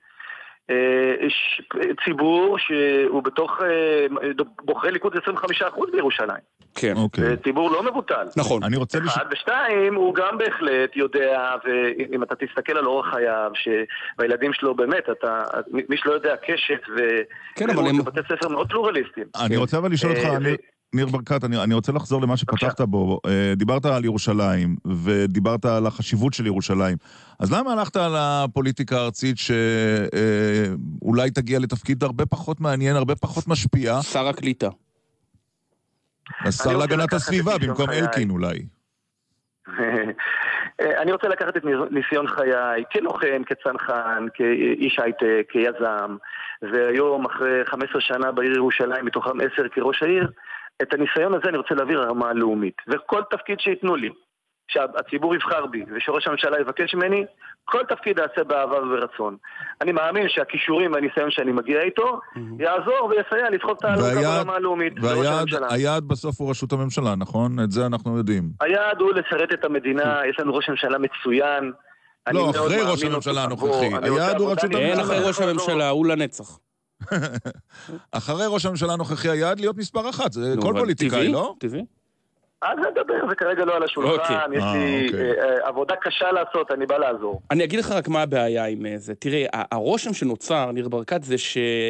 ציבור שהוא בתוך בוחרי ליכוד 25% בירושלים. כן. ציבור לא מבוטל. נכון. אני רוצה אחד ושתיים, הוא גם בהחלט יודע, ואם אתה תסתכל על אורח חייו, והילדים שלו באמת, מי שלא יודע קשת, והם בתי ספר מאוד פלורליסטיים. אני רוצה אבל לשאול אותך, ניר ברקת, אני רוצה לחזור למה שפתחת בו. דיברת על ירושלים, ודיברת על החשיבות של ירושלים. אז למה הלכת על הפוליטיקה הארצית שאולי תגיע לתפקיד הרבה פחות מעניין, הרבה פחות משפיע? שר הקליטה. השר להגנת הסביבה, במקום אלקין אולי. אני רוצה לקחת את ניסיון חיי, כלוחם, כצנחן, כאיש הייטק, כיזם, והיום אחרי 15 שנה בעיר ירושלים, מתוכם 10 כראש העיר, את הניסיון הזה אני רוצה להעביר לרמה הלאומית. וכל תפקיד שיתנו לי, שהציבור יבחר בי, ושראש הממשלה יבקש ממני, כל תפקיד אעשה באהבה וברצון. אני מאמין שהכישורים והניסיון שאני מגיע איתו, יעזור ויסייע לדחוף את העלות ברמה הלאומית. והיעד בסוף הוא ראשות הממשלה, נכון? את זה אנחנו יודעים. היעד הוא לשרת את המדינה, יש לנו ראש הממשלה מצוין. לא, אחרי ראש הממשלה הנוכחי. היעד הוא ראשות הממשלה. אין אחרי ראש הממשלה, הוא לנצח. אחרי ראש הממשלה הנוכחי היעד להיות מספר 1, זה כל פוליטיקאי, לא? טבעי. אז נדבר, זה כרגע לא על השולחן, יש לי עבודה קשה לעשות, אני בא לעזור. אני אגיד לך רק מה הבעיה עם זה. תראה, הרושם שנוצר, ניר ברקת, זה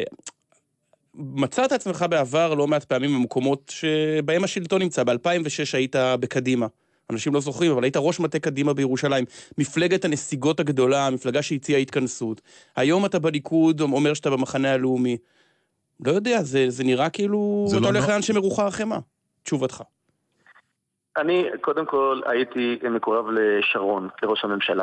שמצאת עצמך בעבר לא מעט פעמים במקומות שבהם השלטון נמצא. ב-2006 היית בקדימה. אנשים לא זוכרים, אבל היית ראש מטה קדימה בירושלים. מפלגת הנסיגות הגדולה, המפלגה שהציעה התכנסות. היום אתה בליכוד, אומר שאתה במחנה הלאומי. לא יודע, זה נראה כאילו אתה הולך לאן שמרוחה החמה. תשובתך. אני, קודם כל, הייתי מקורב לשרון, לראש הממשלה.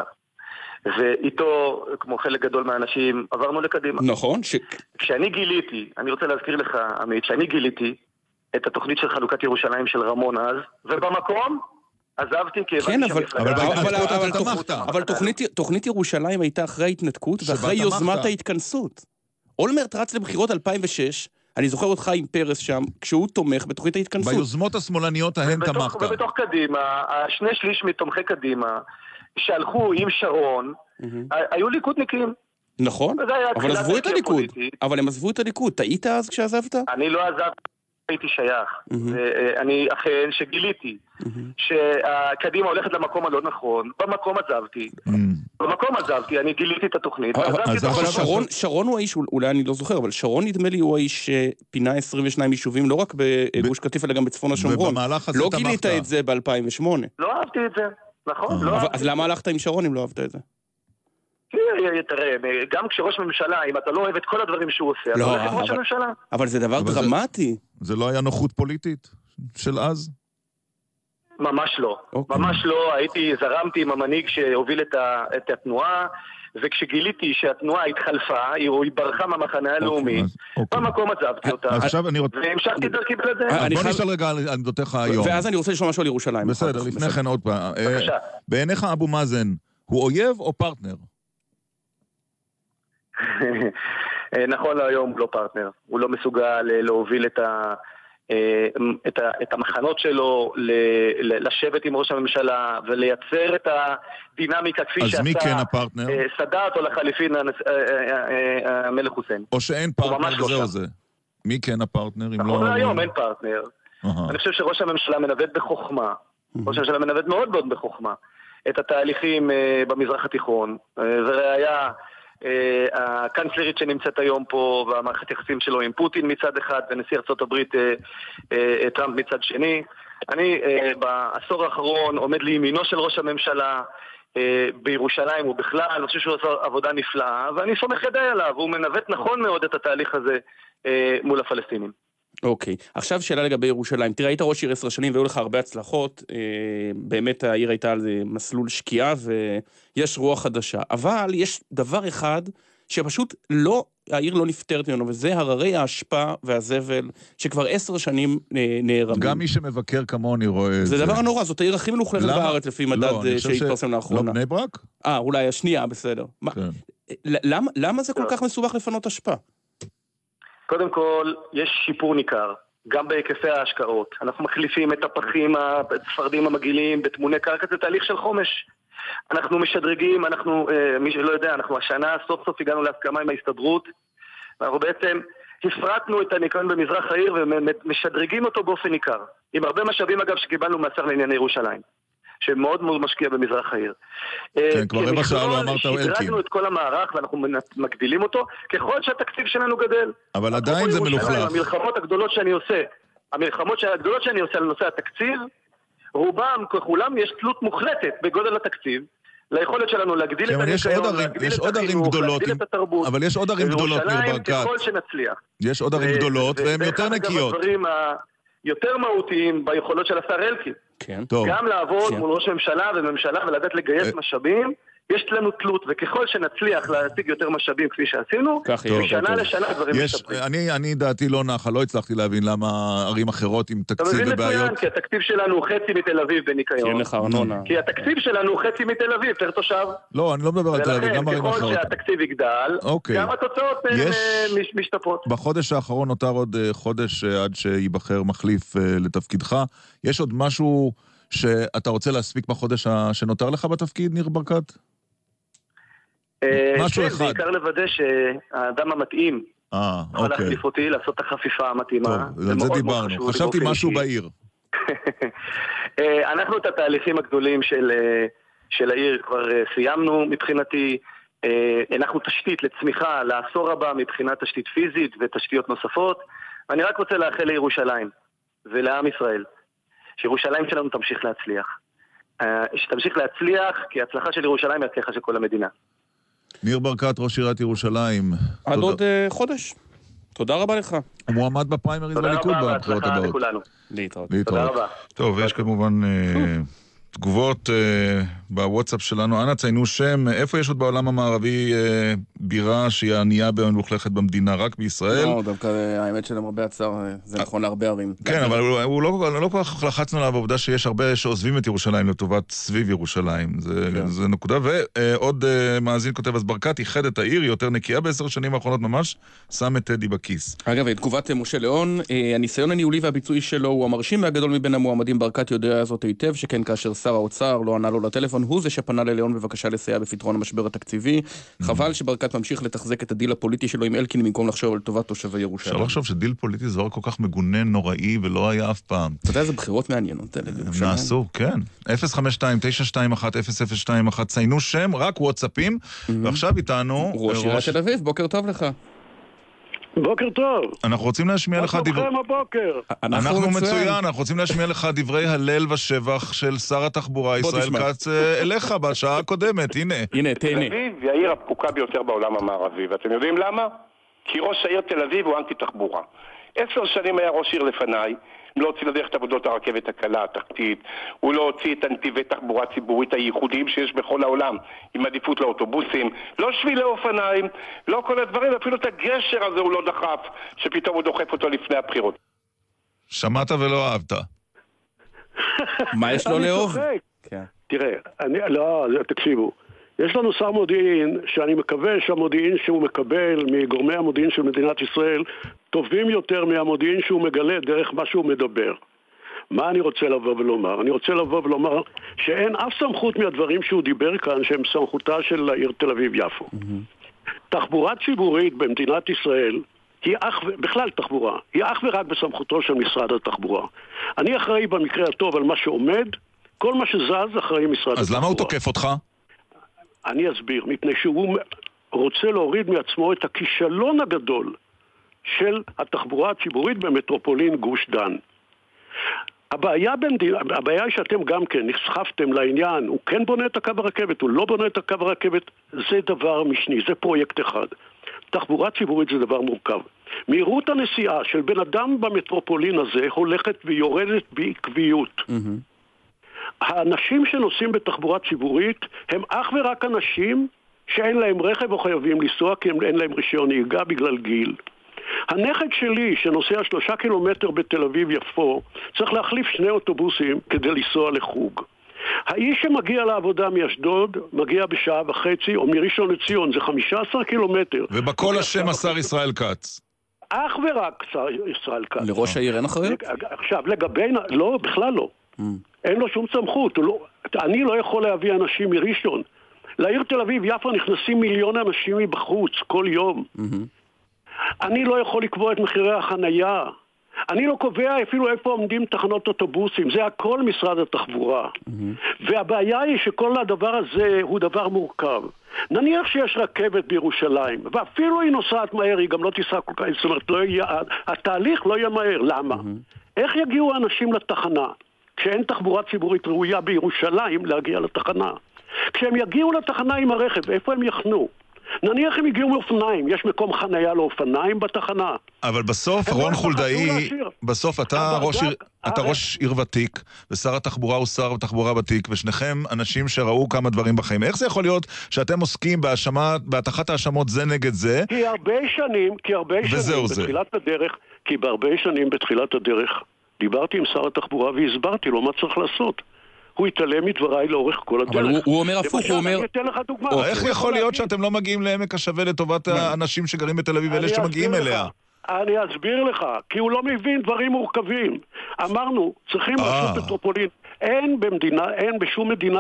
ואיתו, כמו חלק גדול מהאנשים, עברנו לקדימה. נכון. כשאני גיליתי, אני רוצה להזכיר לך, עמית, שאני גיליתי את התוכנית של חלוקת ירושלים של רמון אז, ובמקום עזבתי כי הבנתי שהמפלגה... אבל תוכנית ירושלים הייתה אחרי ההתנתקות ואחרי יוזמת ההתכנסות. אולמרט רץ לבחירות 2006, אני זוכר אותך עם פרס שם, כשהוא תומך בתוכנית ההתכנסות. ביוזמות השמאלניות ההן תמכת. ובתוך קדימה, 2/3 מתומכי קדימה, שהלכו עם שרון, היו ליכודניקים. נכון, אבל עזבו את הליכוד. אבל הם עזבו את הליכוד. טעית אז כשעזבת? אני לא עזבתי. הייתי שייך, ואני אכן שגיליתי שקדימה הולכת למקום הלא נכון, במקום עזבתי, אני גיליתי את התוכנית. אבל שרון הוא האיש, אולי אני לא זוכר, אבל שרון נדמה לי הוא האיש שפינה 22 יישובים, לא רק בגוש קטיף, אלא גם בצפון השומרון. לא גילית את זה ב-2008. לא אהבתי את זה, נכון. אז למה הלכת עם שרון אם לא אהבת את זה? תראה, גם כשראש ממשלה, אם אתה לא אוהב את כל הדברים שהוא עושה, אתה הולך עם ראש הממשלה. אבל זה דבר דרמטי. זה לא היה נוחות פוליטית של אז? ממש לא. ממש לא. זרמתי עם המנהיג שהוביל את התנועה, וכשגיליתי שהתנועה התחלפה, היא ברחה מהמחנה הלאומי, במקום עזבתי אותה, והמשכתי דרכי בלעדי. בוא נשאל רגע על עמדותיך היום. ואז אני רוצה לשאול משהו על ירושלים. בסדר, לפני כן עוד פעם. בעיניך אבו מאזן, הוא אויב או פרטנר? נכון להיום הוא לא פרטנר, הוא לא מסוגל להוביל את המחנות שלו, לשבת עם ראש הממשלה ולייצר את הדינמיקה כפי שעשה סאדאת או לחליפין המלך חוסיין. או שאין פרטנר וזהו זה. מי כן הפרטנר? נכון להיום אין פרטנר. אני חושב שראש הממשלה מנווט בחוכמה, ראש הממשלה מנווט מאוד מאוד בחוכמה את התהליכים במזרח התיכון, וראיה הקנצלרית שנמצאת היום פה, והמערכת יחסים שלו עם פוטין מצד אחד, ונשיא ארצות הברית טראמפ מצד שני. אני בעשור האחרון עומד לימינו של ראש הממשלה, בירושלים ובכלל, אני חושב שהוא עושה עבודה נפלאה, ואני סומך ידי עליו, הוא מנווט נכון מאוד את התהליך הזה מול הפלסטינים. אוקיי, עכשיו שאלה לגבי ירושלים. תראה, היית ראש עיר 10 שנים והיו לך הרבה הצלחות, באמת העיר הייתה על מסלול שקיעה ויש רוח חדשה, אבל יש דבר אחד שפשוט לא, העיר לא נפטרת ממנו, וזה הררי ההשפעה והזבל שכבר 10 שנים נערמים. גם מי שמבקר כמוני רואה את זה. זה דבר נורא, זאת העיר הכי מלוכלכת בארץ לפי מדד שהתפרסם לאחרונה. לא בני ברק? אולי השנייה, בסדר. למה זה כל כך מסובך לפנות השפעה? קודם כל, יש שיפור ניכר, גם בהיקפי ההשקעות. אנחנו מחליפים את הפחים הספרדים המגעילים בתמוני קרקע, זה תהליך של חומש. אנחנו משדרגים, מי שלא יודע, אנחנו השנה סוף סוף הגענו להסכמה עם ההסתדרות, ואנחנו בעצם הפרטנו את הניקיון במזרח העיר ומשדרגים אותו באופן ניכר. עם הרבה משאבים אגב שקיבלנו מהשר לענייני ירושלים, שמאוד מאוד משקיע במזרח העיר. כן, כבר רבע שעה לא אמרת אלקין. שדרגנו את כל המערך ואנחנו מגדילים אותו, ככל שהתקציב שלנו גדל. אבל עדיין זה מלוכלך. המלחמות הגדולות שאני עושה לנושא התקציב, רובם, ככולם, יש תלות מוחלטת בגודל התקציב, ליכולת שלנו להגדיל את הניקיון, להגדיל את החינוך, להגדיל את התרבות. אבל יש עוד ערים גדולות, ניר ברקת. ככל שנצליח. יש עוד ערים גדולות, והן יותר נקיות. זה אחד הדברים היותר מהותיים ביכולות של השר אלקין. גם לעבוד מול ראש ממשלה וממשלה ולדעת לגייס משאבים, יש לנו תלות, וככל שנצליח להשיג יותר משאבים כפי שעשינו, משנה לשנה דברים משפרים. אני דעתי לא נחה, לא הצלחתי להבין למה ערים אחרות עם תקציב ובעיות. אתה מבין מצוין, כי התקציב שלנו הוא חצי מתל אביב בניקיון. כי התקציב שלנו הוא חצי מתל אביב, פר תושב. לא, אני לא מדבר על תל אביב, גם ערים אחרות. ולכן, ככל שהתקציב יגדל, גם התוצאות משתפרות. בחודש האחרון נותר עוד חודש עד שיבחר מחליף לתפקידך. יש עוד משהו שאתה רוצה להספיק בחודש שנותר לך בתפקיד, ניר ברקת? משהו אחד. בעיקר לוודא שהאדם המתאים יכול להחליף אותי, לעשות את החפיפה המתאימה. טוב, על זה דיברנו. חשבתי משהו בעיר. אנחנו את התהליכים הגדולים של העיר כבר סיימנו מבחינתי. אנחנו תשתית לצמיחה לעשור הבא מבחינת תשתית פיזית ותשתיות נוספות. אני רק רוצה לאחל לירושלים ולעם ישראל שירושלים שלנו תמשיך להצליח. שתמשיך להצליח, כי ההצלחה של ירושלים היא הצלחה של כל המדינה. ניר ברקת, ראש עיריית ירושלים. עד עוד חודש. תודה רבה לך. הוא מועמד בפריימריז בליכוד בבחירות הבאות. להתראות. תודה רבה. טוב, יש כמובן תגובות בוואטסאפ שלנו. אנא ציינו שם, איפה יש עוד בעולם המערבי בירה שהיא הענייה במלוכלכת במדינה, רק בישראל? לא, דווקא האמת שלהם הרבה הצער, זה נכון להרבה ערים. כן, אבל הוא לא כל כך לחצנו עליו בעובדה שיש הרבה שעוזבים את ירושלים לטובת סביב ירושלים. זה נקודה. ועוד מאזין כותב, אז ברקת איחד את העיר, היא יותר נקייה ב10 שנים האחרונות ממש, שם את טדי בכיס. אגב, תגובת משה ליאון, הניסיון הניהולי והביצועי שלו הוא המרשים והגדול מבין המועמדים. ברקת יודע זאת היטב, שכן כאשר שר האוצר לא ענה לו לטלפון, הוא זה שפנה לליאון בבקשה לסייע בפתרון המשבר התקציבי. חבל שברקת ממשיך לתחזק את הדיל הפוליטי שלו עם אלקין במקום לחשוב על טובת תושבי ירושלים. אפשר לחשוב שדיל פוליטי זה כל כך מגונן, נוראי, ולא היה אף פעם. אתה יודע, זה בחירות מעניינות. נעשו, כן. 052-921-0021, ציינו שם, רק וואטסאפים, ועכשיו איתנו ראש עיריית תל אביב, בוקר טוב לך. בוקר טוב. אנחנו רוצים להשמיע לך דברי... מה שלומכם הבוקר? אנחנו מצוין, אנחנו רוצים להשמיע לך דברי הלל ושבח של שר התחבורה ישראל כץ אליך בשעה הקודמת, הנה. הנה, תהנה. תל אביב היא העיר הפקוקה ביותר בעולם המערבי, ואתם יודעים למה? כי ראש העיר תל אביב הוא אנטי תחבורה. 10 שנים היה ראש עיר לפניי, לא הוציא לדרך את עבודות הרכבת הקלה התחתית, הוא לא הוציא את הנתיבי תחבורה ציבורית הייחודיים שיש בכל העולם, עם עדיפות לאוטובוסים, לא שבילי אופניים, לא כל הדברים, אפילו את הגשר הזה הוא לא דחף, שפתאום הוא דוחף אותו לפני הבחירות. שמעת ולא אהבת. מה יש לו לאהוב? תראה, תקשיבו, יש לנו שר מודיעין שאני מקווה שהמודיעין שהוא מקבל מגורמי המודיעין של מדינת ישראל טובים יותר מהמודיעין שהוא מגלה דרך מה שהוא מדבר. מה אני רוצה לבוא ולומר? אני רוצה לבוא ולומר שאין אף סמכות מהדברים שהוא דיבר כאן שהם סמכותה של העיר תל אביב-יפו. תחבורה ציבורית במדינת ישראל בכלל תחבורה, היא אך ורק בסמכותו של משרד התחבורה. אני אחראי במקרה הטוב על מה שעומד, כל מה שזז אחראי משרד התחבורה. אז למה הוא תוקף אותך? אני אסביר, מפני שהוא רוצה להוריד מעצמו את הכישלון הגדול של התחבורה הציבורית במטרופולין גוש דן. הבעיה היא שאתם גם כן נסחפתם לעניין, הוא כן בונה את הקו הרכבת, הוא לא בונה את הקו הרכבת, זה דבר משני, זה פרויקט אחד. תחבורה ציבורית זה דבר מורכב. מהירות הנסיעה של בן אדם במטרופולין הזה הולכת ויורדת בעקביות. האנשים שנוסעים בתחבורה ציבורית הם אך ורק אנשים שאין להם רכב או חייבים לנסוע כי אין להם רישיון נהיגה בגלל גיל. הנכד שלי שנוסע 3 קילומטר בתל אביב יפו צריך להחליף 2 אוטובוסים כדי לנסוע לחוג. האיש שמגיע לעבודה מאשדוד מגיע בשעה וחצי, או מראשון לציון זה 15 קילומטר. ובכל השם השר ישראל כץ. אך ורק שר ישראל כץ. לראש העיר אין אחריות? עכשיו לגבי, לא, בכלל לא. אין לו שום סמכות. אני לא יכול להביא אנשים מראשון. לעיר תל אביב יפו נכנסים 1,000,000 אנשים מבחוץ כל יום. אני לא יכול לקבוע את מחירי החנייה. אני לא קובע אפילו איפה עומדים תחנות אוטובוסים. זה הכל משרד התחבורה. והבעיה היא שכל הדבר הזה הוא דבר מורכב. נניח שיש רכבת בירושלים, ואפילו היא נוסעת מהר, היא גם לא תיסע כל כך, זאת אומרת, התהליך לא יהיה מהר. למה? איך יגיעו האנשים לתחנה? כשאין תחבורה ציבורית ראויה בירושלים להגיע לתחנה. כשהם יגיעו לתחנה עם הרכב, איפה הם יחנו? נניח הם הגיעו מאופניים, יש מקום חנייה לאופניים בתחנה. אבל בסוף, רון חולדאי, בסוף אתה ראש עיר ותיק, ושר התחבורה הוא שר התחבורה ותיק, ושניכם אנשים שראו כמה דברים בחיים. איך זה יכול להיות שאתם עוסקים בהתחת האשמות זה נגד זה? כי הרבה שנים בתחילת הדרך, דיברתי עם שר התחבורה והסברתי לו מה צריך לעשות. הוא יתעלם מדבריי לאורך כל הדרך. אבל הוא אומר הפוך, הוא אומר... אני אתן לך דוגמה. איך יכול להיות שאתם לא מגיעים לעמק השווה לטובת האנשים שגרים בתל אביב, אלה שמגיעים אליה? אני אסביר לך, כי הוא לא מבין דברים מורכבים. אמרנו, צריכים רשות מטרופולין. אין בשום מדינה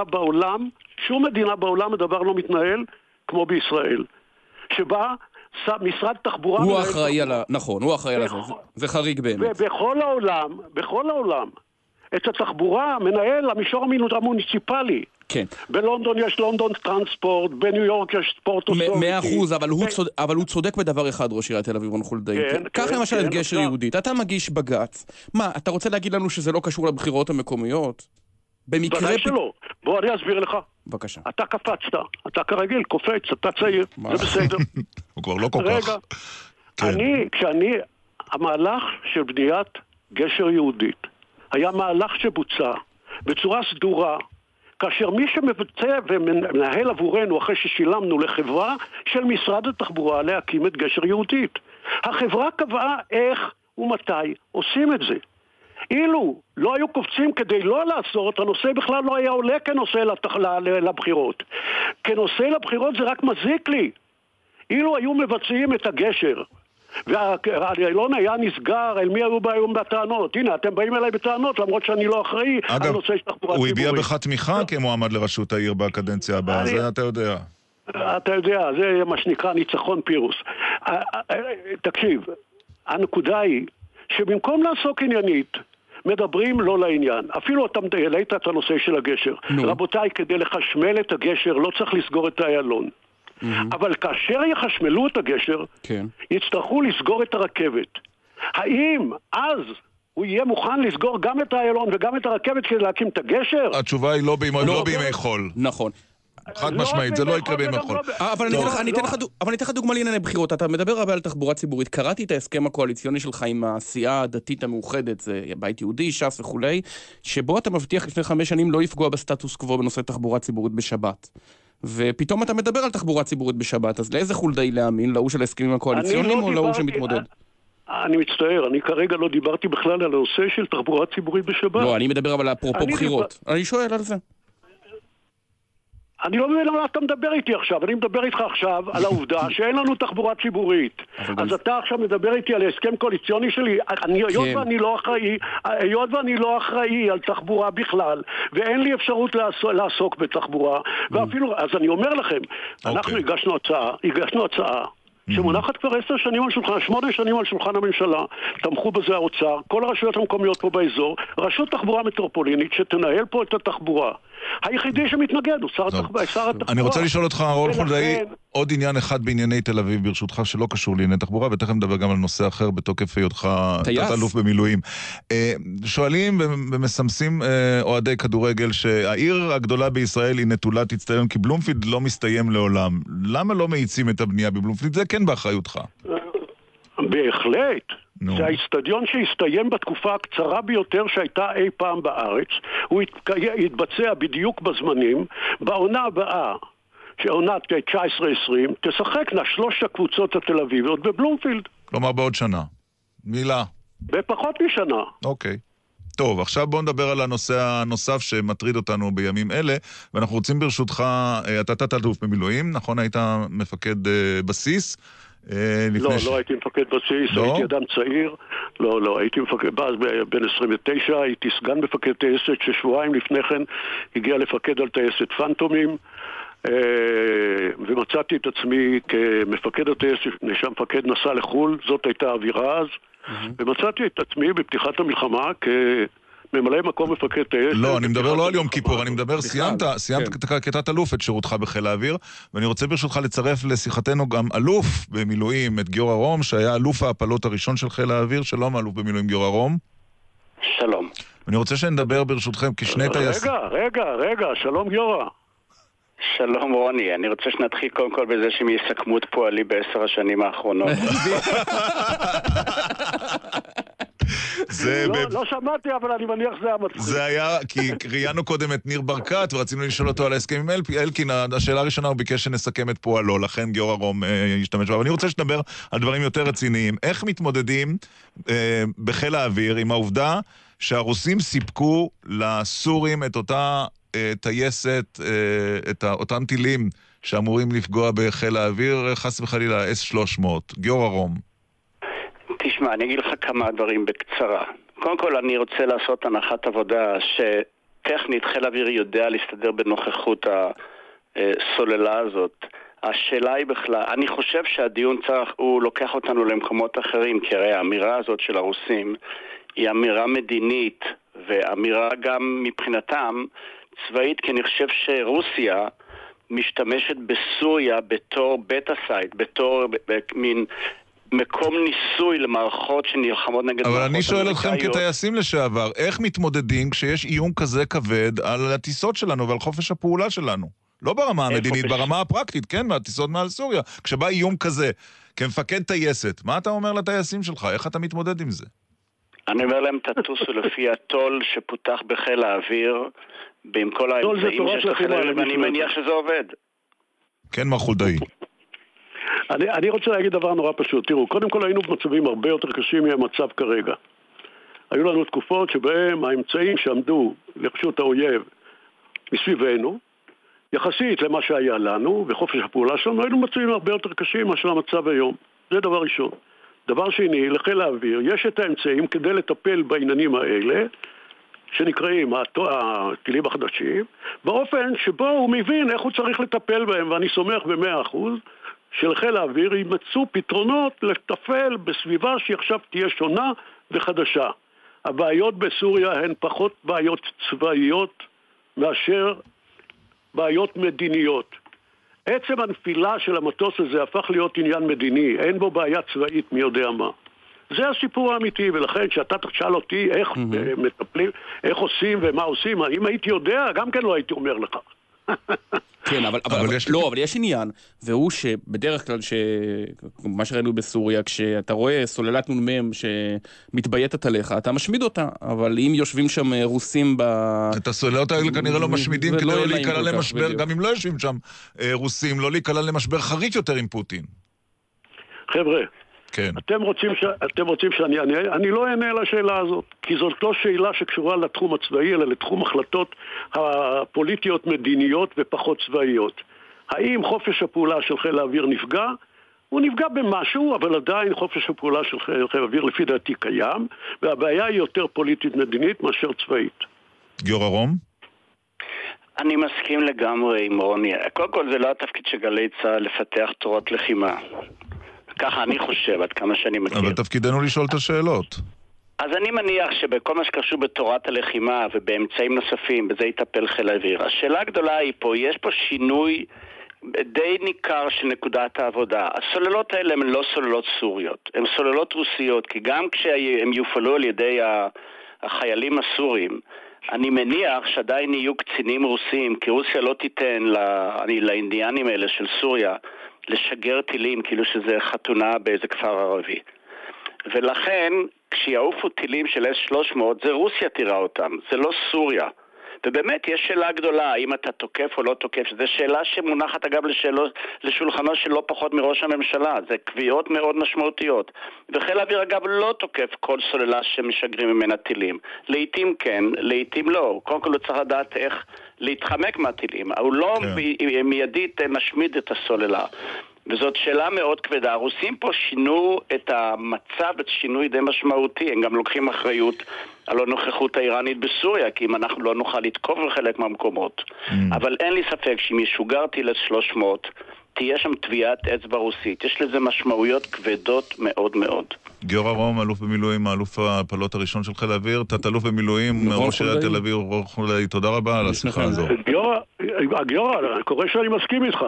בעולם, הדבר לא מתנהל כמו בישראל. שבה משרד תחבורה... הוא אחראי על... נכון, הוא אחראי על זה. זה חריג באמת. ובכל העולם, את התחבורה מנהל המישור המוניציפלי. כן. בלונדון יש לונדון טרנספורט, בניו יורק יש ספורט אוטוריטי. 100%, אבל הוא צודק בדבר אחד, ראש עיריית תל אביב רון חולדאי. קח למשל את גשר יהודית. אתה מגיש בג"ץ. מה, אתה רוצה להגיד לנו שזה לא קשור לבחירות המקומיות? בוודאי שלא. בוא אני אסביר לך. בבקשה. אתה קפצת. אתה כרגיל קופץ, אתה צעיר. זה בסדר. הוא כבר לא כל כך. רגע. המהלך של בניית גשר יהודית היה מהלך שבוצע בצורה סדורה, כאשר מי שמבצע ומנהל עבורנו אחרי ששילמנו לחברה של משרד התחבורה להקים את גשר יהודית. החברה קבעה איך ומתי עושים את זה. אילו לא היו קופצים כדי לא לעשות, הנושא בכלל לא היה עולה כנושא לבחירות. כנושא לבחירות זה רק מזיק לי. אילו היו מבצעים את הגשר והאיילון היה נסגר, אל מי היו היום בטענות? הנה, אתם באים אליי בטענות, למרות שאני לא אחראי על נושא של תחבורה ציבורית. הוא הביע בך תמיכה כמועמד לראשות העיר בקדנציה הבאה, זה אתה יודע. אתה יודע, זה מה שנקרא ניצחון פירוס. תקשיב, הנקודה היא שבמקום לעסוק עניינית, מדברים לא לעניין. אפילו אתה העלית את הנושא של הגשר. רבותיי, כדי לחשמל את הגשר לא צריך לסגור את האיילון. אבל כאשר יחשמלו את הגשר, יצטרכו לסגור את הרכבת. האם אז הוא יהיה מוכן לסגור גם את האיילון וגם את הרכבת כדי להקים את הגשר? התשובה היא לא בימי חול. נכון. חד משמעית, זה לא יקרה בימי חול. אבל אני אתן לך דוגמה לענייני בחירות. אתה מדבר הרבה על תחבורה ציבורית. קראתי את ההסכם הקואליציוני שלך עם הסיעה הדתית המאוחדת, זה בית יהודי, ש"ס וכולי, שבו אתה מבטיח לפני 5 שנים לא לפגוע בסטטוס קוו בנושא תחבורה ציבורית בשבת. ופתאום אתה מדבר על תחבורה ציבורית בשבת, אז לאיזה חולדאי להאמין? להוא של ההסכמים הקואליציוניים או להוא שמתמודד? אני מצטער, אני כרגע לא דיברתי בכלל על הנושא של תחבורה ציבורית בשבת. לא, אני מדבר אבל אפרופו בחירות. אני שואל על זה. אני לא מבין למה אתה מדבר איתי עכשיו. אני מדבר איתך עכשיו על העובדה שאין לנו תחבורה ציבורית. אז אתה עכשיו מדבר איתי על ההסכם קואליציוני שלי. היות ואני לא אחראי על תחבורה בכלל, ואין לי אפשרות לעסוק בתחבורה, ואפילו, אז אני אומר לכם, אנחנו הגשנו הצעה שמונחת כבר 10 שנים על שולחן, 8 שנים על שולחן הממשלה, תמכו בזה האוצר, כל הרשויות המקומיות פה באזור, רשות תחבורה מטרופולינית שתנהל פה את התחבורה. היחידי שמתנגד הוא שר התחבורה. אני רוצה לשאול אותך, רון חולדאי, עוד עניין אחד בענייני תל אביב, ברשותך, שלא קשור לענייני תחבורה, ותכף נדבר גם על נושא אחר בתוקף היותך תת-אלוף במילואים. שואלים ומסמסים אוהדי כדורגל שהעיר הגדולה בישראל היא נטולת הצטיון, כי בלומפילד לא מסתיים לעולם. למה לא מאיצים את הבנייה בבלומפילד? זה כן באחריותך. בהחלט. זה האצטדיון שהסתיים בתקופה הקצרה ביותר שהייתה אי פעם בארץ. הוא יתבצע בדיוק בזמנים. בעונה הבאה, שעונת 19-20, תשחקנה 3 הקבוצות התל אביביות בבלומפילד. כלומר בעוד שנה. מילה. בפחות משנה. אוקיי. טוב, עכשיו בואו נדבר על הנושא הנוסף שמטריד אותנו בימים אלה, ואנחנו רוצים ברשותך, אתה תת-אלוף במילואים, נכון? היית מפקד בסיס? לא הייתי מפקד בסיס, הייתי אדם צעיר, לא, הייתי מפקד, בן 29, הייתי סגן מפקד טייסת, ששבועיים לפני כן הגיע לפקד על טייסת פנטומים, ומצאתי את עצמי כמפקד הטייסת, שהמפקד נסע לחול, זאת הייתה האווירה אז, ומצאתי את עצמי בפתיחת המלחמה ממלא מקום מפקד טייסת. לא, אני מדבר לא על יום כיפור, אני מדבר, סיימת כתת אלוף את שירותך בחיל האוויר, ואני רוצה ברשותך לצרף לשיחתנו גם אלוף במילואים, את גיורא רום, שהיה אלוף ההפלות הראשון של חיל האוויר. שלום, אלוף במילואים גיורא רום. שלום. אני רוצה שנדבר ברשותכם כשני טייסים. רגע, שלום גיורא. שלום רוני, אני רוצה שנתחיל קודם כל בזה שהם יסכמו את פועלי ב10 השנים האחרונות. לא שמעתי, אבל אני מניח זה המצחיק. זה היה, כי ראיינו קודם את ניר ברקת, ורצינו לשאול אותו על ההסכם עם אלקין. השאלה הראשונה הוא ביקש שנסכם את פועלו, לכן גיורא רום ישתמש בה. אבל אני רוצה שנדבר על דברים יותר רציניים. איך מתמודדים בחיל האוויר עם העובדה שהרוסים סיפקו לסורים את אותה טייסת, את אותם טילים שאמורים לפגוע בחיל האוויר, חס וחלילה, S-300. גיורא רום. תשמע, אני אגיד לך כמה דברים בקצרה. קודם כל, אני רוצה לעשות הנחת עבודה שטכנית חיל האוויר יודע להסתדר בנוכחות הסוללה הזאת. השאלה היא בכלל, אני חושב שהדיון הוא לוקח אותנו למקומות אחרים, כי הרי האמירה הזאת של הרוסים היא אמירה מדינית, ואמירה גם מבחינתם צבאית, כי אני חושב שרוסיה משתמשת בסוריה בתור בטה סייט, בתור מין מקום ניסוי למערכות שנלחמות נגד... אבל אני שואל אתכם כטייסים לשעבר, איך מתמודדים כשיש איום כזה כבד על הטיסות שלנו ועל חופש הפעולה שלנו? לא ברמה המדינית, ברמה הפרקטית, כן, מהטיסות מעל סוריה. כשבא איום כזה, כמפקד טייסת, מה אתה אומר לטייסים שלך? איך אתה מתמודד עם זה? אני אומר להם, תטוסו לפי הטול שפותח בחיל האוויר, עם כל האמצעים שיש לחיל האוויר, ואני מניח שזה עובד. כן, מר חולדאי. אני רוצה להגיד דבר נורא פשוט. תראו, קודם כל היינו במצבים הרבה יותר קשים מהמצב כרגע. היו לנו תקופות שבהם האמצעים שעמדו לרשות האויב מסביבנו, יחסית למה שהיה לנו, וחופש הפעולה שלנו, היינו במצבים הרבה יותר קשים מאשר המצב היום. זה דבר ראשון. דבר שני, לחיל האוויר, יש את האמצעים כדי לטפל בעניינים האלה, שנקראים הטילים החדשים, באופן שבו הוא מבין איך הוא צריך לטפל בהם, ואני סומך ב100% שלחיל האוויר יימצאו פתרונות לטפל בסביבה שהיא עכשיו תהיה שונה וחדשה. הבעיות בסוריה הן פחות בעיות צבאיות מאשר בעיות מדיניות. עצם הנפילה של המטוס הזה הפך להיות עניין מדיני, אין בו בעיה צבאית מי יודע מה. זה הסיפור האמיתי, ולכן שאתה תשאל אותי איך מטפלים, איך עושים ומה עושים, אם הייתי יודע, גם כן לא הייתי אומר לך. כן, אבל יש עניין, והוא שבדרך כלל, מה שראינו בסוריה, כשאתה רואה סוללת נ"מ שמתבייתת עליך, אתה משמיד אותה, אבל אם יושבים שם רוסים את הסוללות האלה כנראה לא משמידים, כדי לא להיקלל למשבר, גם אם לא יושבים שם רוסים, לא להיקלל למשבר חריף יותר עם פוטין. חבר'ה, כן. אתם רוצים אני לא אענה על השאלה הזאת, כי זאת לא שאלה שקשורה לתחום הצבאי, אלא לתחום החלטות הפוליטיות מדיניות ופחות צבאיות. האם חופש הפעולה של חיל האוויר נפגע? הוא נפגע במשהו, אבל עדיין חופש הפעולה של חיל האוויר לפי דעתי קיים, והבעיה היא יותר פוליטית מדינית מאשר צבאית. גיורא רום? אני מסכים לגמרי עם רוני. קודם כל זה לא התפקיד של גלי צה"ל לפתח תורת לחימה. ככה אני חושב, עד כמה שאני מכיר. אבל תפקידנו לשאול את השאלות. אז אני מניח שבכל מה שקשור בתורת הלחימה ובאמצעים נוספים, בזה יטפל חיל האוויר. השאלה הגדולה היא פה, יש פה שינוי די ניכר של נקודת העבודה. הסוללות האלה הן לא סוללות סוריות, הן סוללות רוסיות, כי גם כשהם יופעלו על ידי החיילים הסורים, אני מניח שעדיין יהיו קצינים רוסים, כי רוסיה לא תיתן לאינדיאנים האלה של סוריה לשגר טילים כאילו שזה חתונה באיזה כפר ערבי. ולכן כשיעופו טילים של S-300 זה רוסיה תיראה אותם, זה לא סוריה. ובאמת יש שאלה גדולה, האם אתה תוקף או לא תוקף, זו שאלה שמונחת אגב לשולחנו של לא פחות מראש הממשלה, זה קביעות מאוד משמעותיות. וחיל האוויר אגב לא תוקף כל סוללה שמשגרים ממנה טילים, לעתים כן, לעתים לא, קודם כל הוא צריך לדעת איך להתחמק מהטילים, הוא לא מיידית משמיד את הסוללה. וזאת שאלה מאוד כבדה. הרוסים פה שינו את המצב, את שינוי די משמעותי. הם גם לוקחים אחריות על הנוכחות האיראנית בסוריה, כי אם אנחנו לא נוכל לתקוף בחלק מהמקומות. אבל אין לי ספק שאם ישוגר טיל S-300, תהיה שם טביעת אצבע רוסית. יש לזה משמעויות כבדות מאוד מאוד. גיורא רום, אלוף במילואים, אלוף הפלות הראשון של חיל האוויר, תת-אלוף במילואים, ראש עיריית תל אביב, תודה רבה על השיחה הזו. גיורא, קורא שאני מסכים איתך.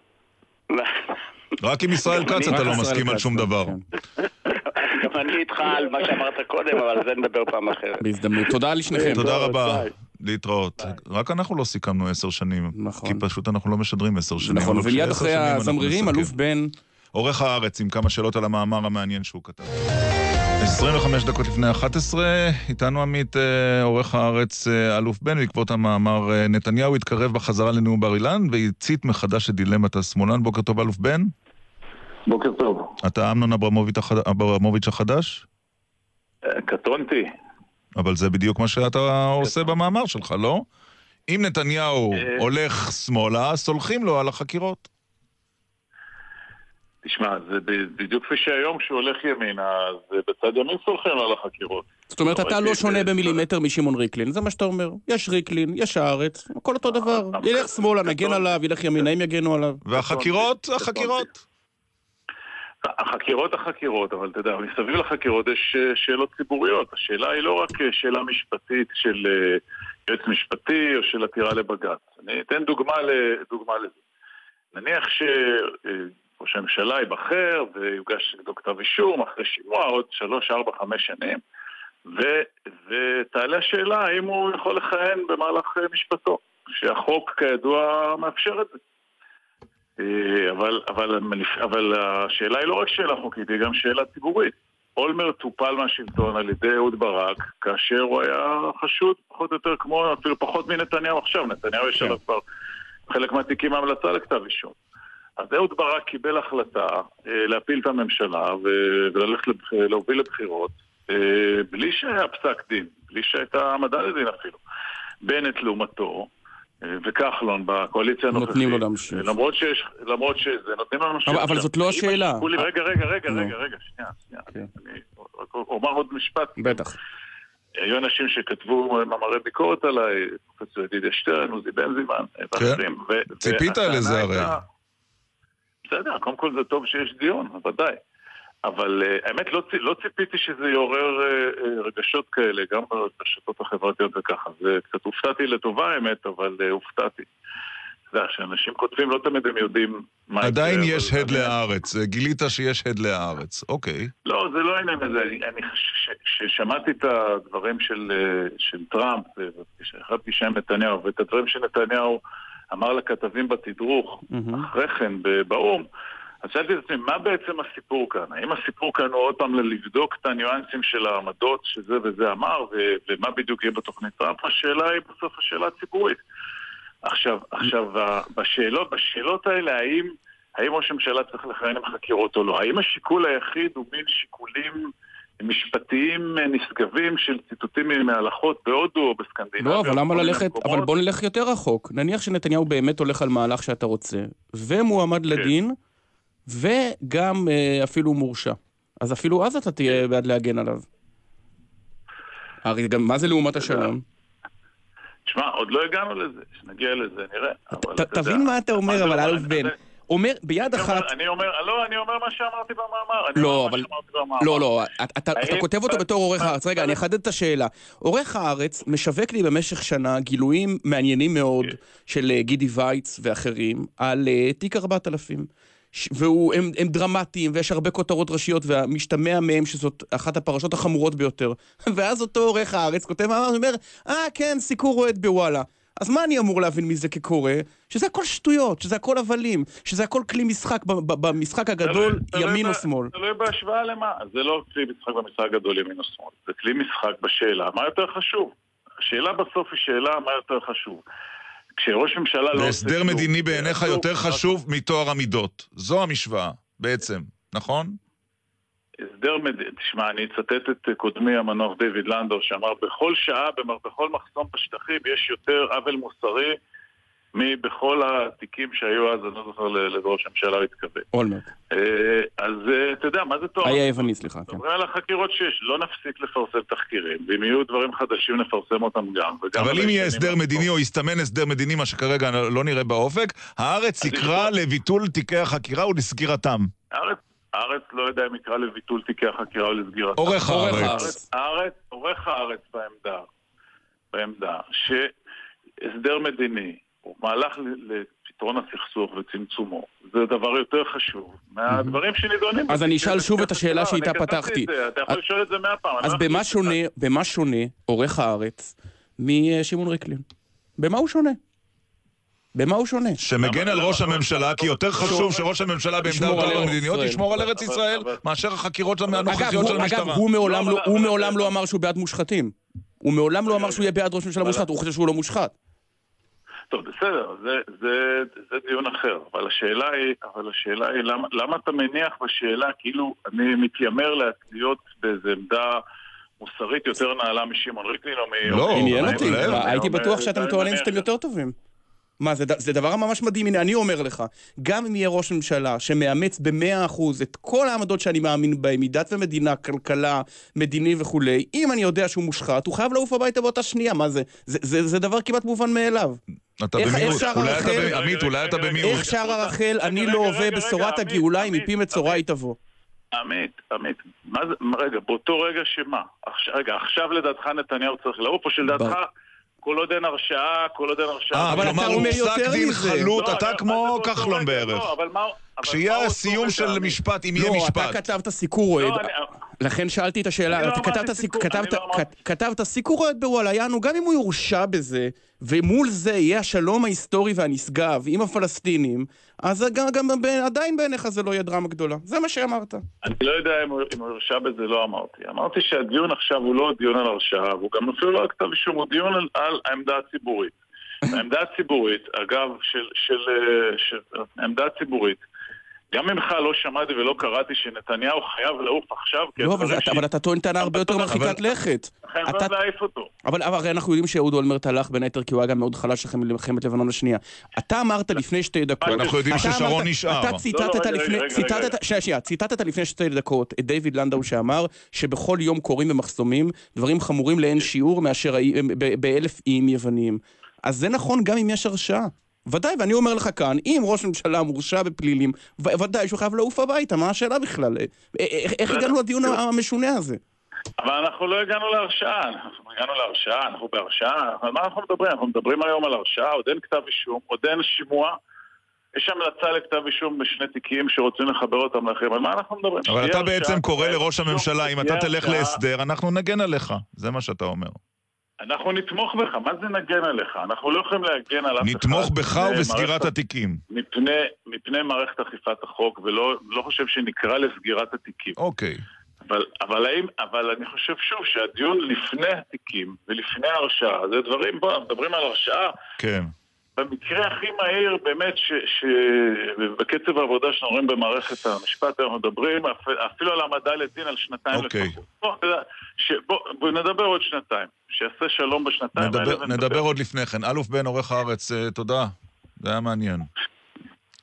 רק עם ישראל כץ אתה לא מסכים על שום דבר. גם אני איתך על מה שאמרת קודם, אבל זה נדבר פעם אחרת. בהזדמנות. תודה לשניכם. תודה רבה. להתראות. רק אנחנו לא סיכמנו 10 שנים. כי פשוט אנחנו לא משדרים 10 שנים. נכון, ומיד אחרי הזמרירים, אלוף בן... עורך הארץ עם כמה שאלות על המאמר המעניין שהוא כתב. 25 דקות לפני 11, איתנו עמית עורך הארץ אלוף בן, בעקבות המאמר נתניהו התקרב בחזרה לנאום בר אילן והצית מחדש את דילמת השמאלן. בוקר טוב אלוף בן. בוקר טוב. אתה אמנון אברמוביץ' החדש? קטונתי. אבל זה בדיוק מה שאתה עושה במאמר שלך, לא? אם נתניהו הולך שמאלה, סולחים לו על החקירות. תשמע, זה בדיוק כפי שהיום כשהוא הולך ימינה, אז בצד ימין סולחים על החקירות. זאת אומרת, אתה לא שונה במילימטר משמעון ריקלין, זה מה שאתה אומר. יש ריקלין, יש הארץ, הכל אותו דבר. ילך שמאלה, נגן עליו, ילך ימינה, הם יגנו עליו. והחקירות? החקירות, אבל אתה יודע, מסביב לחקירות יש שאלות ציבוריות. השאלה היא לא רק שאלה משפטית של יועץ משפטי או של עתירה לבג"ץ. אני אתן דוגמה לזה. נניח ראש הממשלה ייבחר ויוגש נגדו כתב אישום אחרי שימוע עוד 3, 4, 5 שנים ותעלה השאלה האם הוא יכול לכהן במהלך משפטו, שהחוק כידוע מאפשר את זה. אבל השאלה היא לא רק שאלה חוקית, היא גם שאלה ציבורית. אולמרט טופל מהשלטון על ידי אהוד ברק כאשר הוא היה חשוד פחות או יותר כמו אפילו פחות מנתניהו עכשיו. נתניהו יש עליו כבר חלק מהתיקים ההמלצה לכתב אישום. אז אהוד ברק קיבל החלטה להפיל את הממשלה וללכת להוביל לבחירות בלי שהיה פסק דין, בלי שהייתה העמדה לדין אפילו. בנט לעומתו וכחלון בקואליציה הנוכחית. נותנים לו להמשיך. למרות שזה, נותנים לו להמשיך. אבל זאת לא השאלה. רגע, שנייה. אני אומר עוד משפט. בטח. היו אנשים שכתבו מאמרי ביקורת עליי, פרופסור ידידיה שטרן, עוזי בנזימן, ואחרים. ציפית לזה הרי. בסדר, קודם כל זה טוב שיש דיון, ודאי. אבל האמת לא ציפיתי שזה יעורר רגשות כאלה, גם ברשתות החברתיות וככה. זה קצת הופתעתי לטובה האמת, אבל הופתעתי. זה שאנשים כותבים, לא תמיד הם יודעים מה... עדיין יש הד להארץ, גילית שיש הד להארץ, אוקיי. לא, זה לא העניין הזה. כששמעתי את הדברים של טראמפ, כשהחלטתי שם נתניהו, ואת הדברים שנתניהו אמר לכתבים בתדרוך, אחרי כן באום, אז שאלתי את עצמי, מה בעצם הסיפור כאן? האם הסיפור כאן הוא עוד פעם לבדוק את הניואנסים של העמדות שזה וזה אמר, ומה בדיוק יהיה בתוכנית טראמפ? השאלה היא בסוף השאלה הציבורית. עכשיו, בשאלות האלה, האם ראש הממשלה צריך לכהן עם חקירות או לא? האם השיקול היחיד הוא מין שיקולים משפטיים נשגבים של ציטוטים מהלכות בהודו או בסקנדינביה? לא, אבל למה ללכת? אבל בוא נלך יותר רחוק. נניח שנתניהו באמת הולך על מהלך שאתה רוצה, ומועמד לדין, וגם אפילו מורשע. אז אפילו אז אתה תהיה בעד להגן עליו. הרי גם מה זה לעומת השלום? תשמע, עוד לא הגענו לזה, שנגיע לזה, נראה. תבין מה אתה אומר, אבל אלוף בן. אומר ביד אחת... אני אומר מה שאמרתי במאמר. לא, אתה כותב אותו בתור עורך הארץ. רגע, אני אחדד את השאלה. עורך הארץ משווק לי במשך שנה גילויים מעניינים מאוד של גידי וייץ ואחרים על תיק 4000. והם דרמטיים, ויש הרבה כותרות ראשיות, והמשתמע מהם שזאת אחת הפרשות החמורות ביותר. ואז אותו עורך הארץ כותב מאמר, אומר, כן, סיקור רועד בוואלה. אז מה אני אמור להבין מזה כקורא? שזה הכל שטויות, שזה הכל הבלים, שזה הכל כלי משחק במשחק הגדול, ימין או שמאל. זה לא בהשוואה למה? זה לא כלי משחק במשחק הגדול, ימין או שמאל. זה כלי משחק בשאלה. מה יותר חשוב? השאלה בסוף היא שאלה מה יותר חשוב. כשראש ממשלה לא... והסדר מדיני בעיניך יותר חשוב מתואר המידות. זו המשוואה, בעצם, נכון? הסדר מדיני, תשמע, אני אצטט את קודמי המנוח דיוויד לנדאו, שאמר, בכל שעה, בכל מחסום בשטחים, יש יותר עוול מוסרי מבכל התיקים שהיו אז, אני לא זוכר לראש הממשלה להתכוון. אולמרט. אז אתה יודע, מה זה תואר? היה יווני, סליחה. דברים על החקירות שיש, לא נפסיק לפרסם תחקירים, ואם יהיו דברים חדשים נפרסם אותם גם. אבל אם יהיה הסדר מדיני או יסתמן הסדר מדיני, מה שכרגע לא נראה באופק, הארץ יקרא לביטול תיקי החקירה ולסגירתם. הארץ לא יודע אם יקרא לביטול תיקי החקירה או לסגירתם. עורך הארץ. עורך הארץ בעמדה שהסדר מדיני הוא מהלך לפתרון הסכסוך וצמצומו. זה דבר יותר חשוב מהדברים שנידונים. אז אני אשאל שוב את השאלה שאיתה פתחתי. אתה יכול לשאול את זה 100 פעם. אז במה שונה עורך הארץ משמעון ריקלין? במה הוא שונה? במה הוא שונה? שמגן על ראש הממשלה, כי יותר חשוב שראש הממשלה בעמדה המדיניות ישמור על ארץ ישראל, מאשר החקירות הנוכחיות של המשטרה. אגב, הוא מעולם לא אמר שהוא בעד מושחתים. הוא מעולם לא אמר שהוא יהיה בעד ראש ממשלה מושחת, הוא חושב שהוא לא מושחת. טוב, בסדר, זה דיון אחר, אבל השאלה היא למה אתה מניח בשאלה כאילו אני מתיימר להיות באיזו עמדה מוסרית יותר נעלה משמעון ריקלין או לא, עניין אותי, הייתי בטוח שאתם טוענים שאתם יותר טובים. מה, זה דבר ממש מדהים. הנה, אני אומר לך, גם אם יהיה ראש ממשלה שמאמץ ב100% את כל העמדות שאני מאמין בהם, מדת ומדינה, כלכלה, מדיני וכולי, אם אני יודע שהוא מושחת, הוא חייב לעוף הביתה באותה שנייה. מה זה? זה דבר כמעט מובן מאליו. אתה במיעוט, אולי אתה במיעוט. איך שער הרחל, אני לא עובד בשורת הגאולה, אם מפי מצורע היא תבוא. עמית, רגע, באותו רגע שמה? עכשיו לדעתך נתניהו צריך לעוף, או שלדעתך כל עוד אין הרשעה, אבל אתה אומר יותר דין מזה. חלוט, אתה כמו כחלון בערך. כשיהיה סיום של משפט, אם יהיה משפט. אתה כתבת סיקור רועד, לכן שאלתי את השאלה, כתבת סיקור רועד בוואלה, יענו, גם אם הוא יורשע בזה, ומול זה יהיה השלום ההיסטורי והנשגב עם הפלסטינים, אז גם עדיין בעיניך זה לא יהיה דרמה גדולה. זה מה שאמרת. אני לא יודע אם הוא יורשע בזה, לא אמרתי. אמרתי שהדיון עכשיו הוא לא דיון על הרשעה, והוא גם אפילו לא על כתב אישום, הוא דיון על העמדה הציבורית. העמדה הציבורית, אגב, העמדה הציבורית, גם ממך לא שמעתי ולא קראתי שנתניהו חייב לעוף עכשיו. לא, אבל אתה טוען טענה הרבה יותר מרחיקת לכת. חייב להעיף אותו. אבל הרי אנחנו יודעים שאהוד אולמרט הלך בין היתר, כי הוא היה גם מאוד חלש לכם למלחמת לבנון השנייה. אתה אמרת לפני 2 דקות. אנחנו יודעים ששרון נשאר. אתה ציטטת לפני 2 דקות את דיוויד לנדאו שאמר שבכל יום קוראים במחסומים דברים חמורים לאין שיעור מאשר ב1,000 איים יווניים. אז זה נכון גם אם יש הרשעה. ודאי, ואני אומר לך כאן, אם ראש ממשלה מורשע בפלילים, ודאי שהוא חייב לעוף הביתה, מה השאלה בכלל? איך הגענו לדיון המשונה הזה? אבל אנחנו לא הגענו להרשעה, אנחנו בהרשעה, על מה אנחנו מדברים? אנחנו מדברים היום על הרשעה, עוד אין כתב אישום, עוד אין שימוע, יש המלצה לכתב אישום בשני תיקים שרוצים לחבר אותם לכם, על מה אנחנו מדברים? אבל אתה בעצם קורא לראש הממשלה, אם אתה תלך להסדר, אנחנו נגן עליך, זה מה שאתה אומר. אנחנו נתמוך בך, מה זה נגן עליך? אנחנו לא יכולים להגן על אף אחד. נתמוך בך ובסגירת התיקים. מפני מערכת אכיפת החוק, ולא חושב שנקרא לסגירת התיקים. אוקיי. אבל אני חושב שוב שהדיון לפני התיקים ולפני ההרשעה, זה דברים, בוא, מדברים על הרשעה. כן. במקרה הכי מהיר, באמת, שבקצב העבודה שאנחנו רואים במערכת המשפט, אנחנו מדברים אפילו על העמדה לדין על 2 לפחות. בוא נדבר עוד 2, שיעשה שלום ב2. נדבר עוד לפני כן. אלוף בן, עורך הארץ, תודה. זה היה מעניין.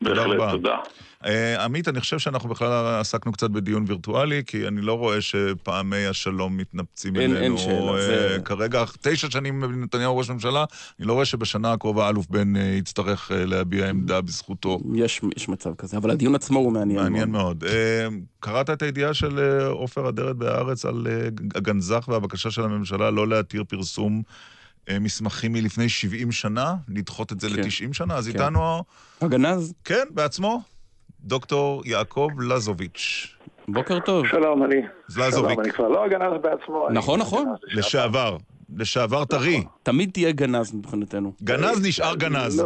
בהחלט, תודה. עמית, אני חושב שאנחנו בכלל עסקנו קצת בדיון וירטואלי, כי אני לא רואה שפעמי השלום מתנפצים אלינו. אין שאלה. כרגע, 9 שנים נתניהו ראש ממשלה, אני לא רואה שבשנה הקרובה אלוף בן יצטרך להביע עמדה בזכותו. יש מצב כזה, אבל הדיון עצמו הוא מעניין מאוד. מעניין מאוד. קראת את הידיעה של עופר אדרת בהארץ על הגנזך והבקשה של הממשלה לא להתיר פרסום מסמכים מלפני 70 שנה, לדחות את זה ל-90 שנה, אז איתנו... הגנז? כן, בעצמו. דוקטור יעקב לזוביץ'. בוקר טוב. שלום, לזוביק. אני כבר לא הגנז בעצמו. נכון. לשעבר טרי. תמיד תהיה גנז מבחינתנו. גנז נשאר גנז.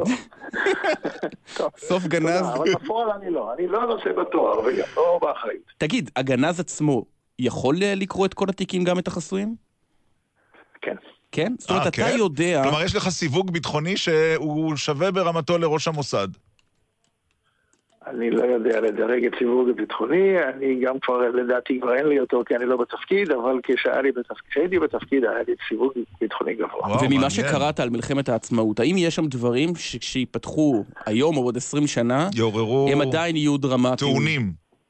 סוף גנז. אבל בפועל אני לא נושא בתואר, וגם לא באחריות. תגיד, הגנז עצמו יכול לקרוא את כל התיקים, גם את החסויים? כן. כן? זאת אומרת, אתה יודע... כלומר, יש לך סיווג ביטחוני שהוא שווה ברמתו לראש המוסד. אני לא יודע לדרג את סיווג הביטחוני, אני גם כבר, לדעתי כבר אין לי אותו כי אני לא בתפקיד, אבל כשהייתי בתפקיד היה לי סיווג ביטחוני גבוה. וממה שקראת על מלחמת העצמאות, האם יש שם דברים שכשיפתחו היום או עוד 20 שנה, הם עדיין יהיו דרמטיים? טעונים.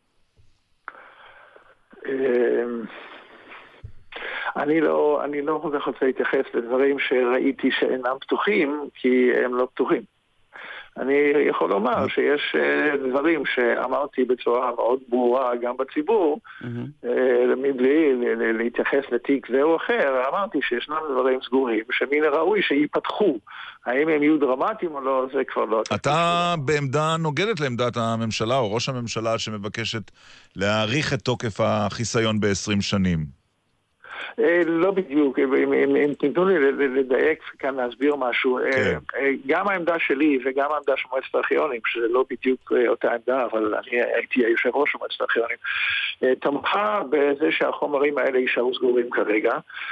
אני לא כל כך רוצה להתייחס לדברים שראיתי שאינם פתוחים, כי הם לא פתוחים. אני יכול לומר שיש דברים שאמרתי בצורה מאוד ברורה גם בציבור, מבלי להתייחס לתיק זה או אחר, אמרתי שישנם דברים סגורים שמן הראוי שיפתחו. האם הם יהיו דרמטיים או לא, זה כבר לא... אתה בעמדה נוגדת לעמדת הממשלה או ראש הממשלה שמבקשת להאריך את תוקף החיסיון ב-20 שנים. לא בדיוק, אם תיתנו לי לדייק כאן להסביר משהו, גם העמדה שלי וגם העמדה של מועצת הארכיונים, שזה לא בדיוק אותה עמדה, אבל אני הייתי היושב ראש של מועצת הארכיונים, תמכה בזה שהחומרים האלה יישארו סגורים כרגע.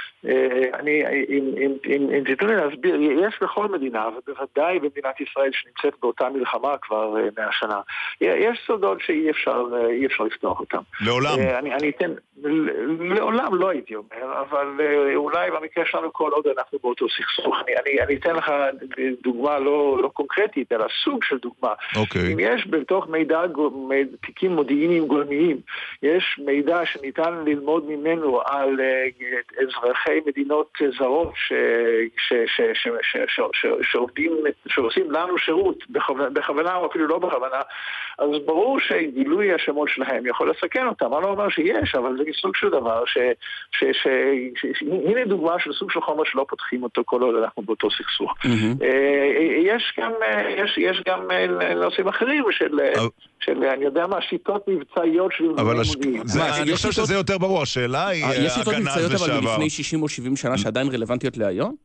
אם תיתנו לי להסביר, יש בכל מדינה, ובוודאי במדינת ישראל שנמצאת באותה מלחמה כבר 100 שנה, יש סודות שאי אפשר לפתוח אותם. לעולם. לעולם לא הייתי אומר, אבל אולי במקרה שלנו כל עוד אנחנו באותו סכסוך. אני אתן לך דוגמה לא קונקרטית, אלא סוג של דוגמה. אם יש בתוך תיקים מודיעיניים גולמיים, יש מידע שניתן ללמוד ממנו על אזרחי מדינות זרות שעושים לנו שירות בכוונה או אפילו לא בכוונה, אז ברור שגילוי השמות שלהם יכול לסכן אותם. אני לא אומר שיש, אבל זה סוג של דבר הנה דוגמה של סוג של חומר שלא פותחים אותו כל עוד אנחנו באותו סכסוך. יש גם נושאים אחרים של אני יודע מה, שיטות מבצעיות של מודיעין. אני חושב שזה יותר ברור, השאלה היא יש שיטות מבצעיות אבל מלפני 60 או 70 שנה שעדיין רלוונטיות להיום?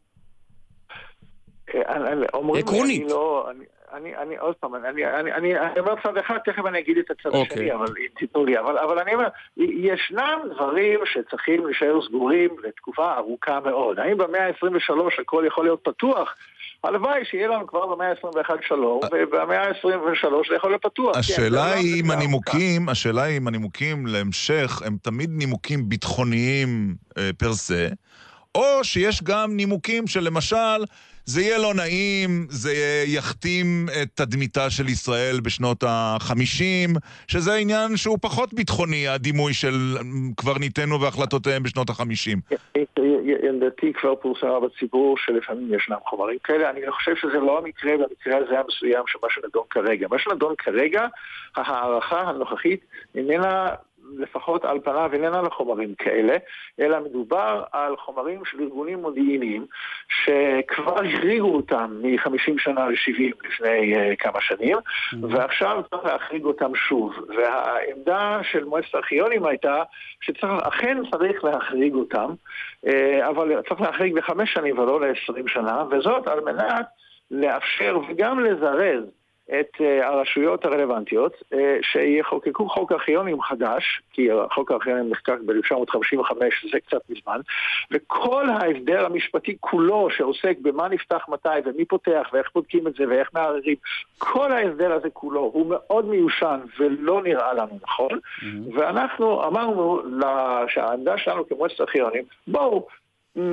עקרונית. אני עוד פעם, אני אומר צד אחד, תכף אני אגיד את הצד השני, אבל תיתנו לי, אבל אני אומר, ישנם דברים שצריכים להישאר סגורים לתקופה ארוכה מאוד. האם במאה ה-23 הכל יכול להיות פתוח? הלוואי שיהיה לנו כבר במאה ה-21 שלום, ובמאה ה-23 זה יכול להיות פתוח. השאלה היא אם הנימוקים להמשך הם תמיד נימוקים ביטחוניים פר סה, או שיש גם נימוקים שלמשל זה יהיה לא נעים, זה יכתים את תדמיתה של ישראל בשנות ה-50, שזה עניין שהוא פחות ביטחוני, הדימוי של קברניטינו והחלטותיהם בשנות ה-50. עמדתי כבר פורסמה בציבור שלפעמים ישנם חומרים כאלה. אני חושב שזה לא המקרה, במקרה הזה המסוים שמה שנדון כרגע. מה שנדון כרגע, ההערכה הנוכחית איננה לפחות על פניו איננה לחומרים כאלה, אלא מדובר על חומרים של ארגונים מודיעיניים שכבר החריגו אותם מ-50 שנה ל-70 לפני כמה שנים, ועכשיו צריך להחריג אותם שוב. והעמדה של מועצת הארכיונים הייתה שאכן צריך להחריג אותם, אבל צריך להחריג ב5 שנים ולא ל-20 שנה, וזאת על מנת לאפשר וגם לזרז את הרשויות הרלוונטיות שיחוקקו חוק הארכיונים חדש, כי חוק הארכיונים נחקק ב-1955, זה קצת מזמן, וכל ההסדר המשפטי כולו שעוסק במה נפתח מתי ומי פותח ואיך בודקים את זה ואיך מערערים, כל ההסדר הזה כולו הוא מאוד מיושן ולא נראה לנו נכון, ואנחנו אמרנו שהעמדה שלנו כמועצת הארכיונים, בואו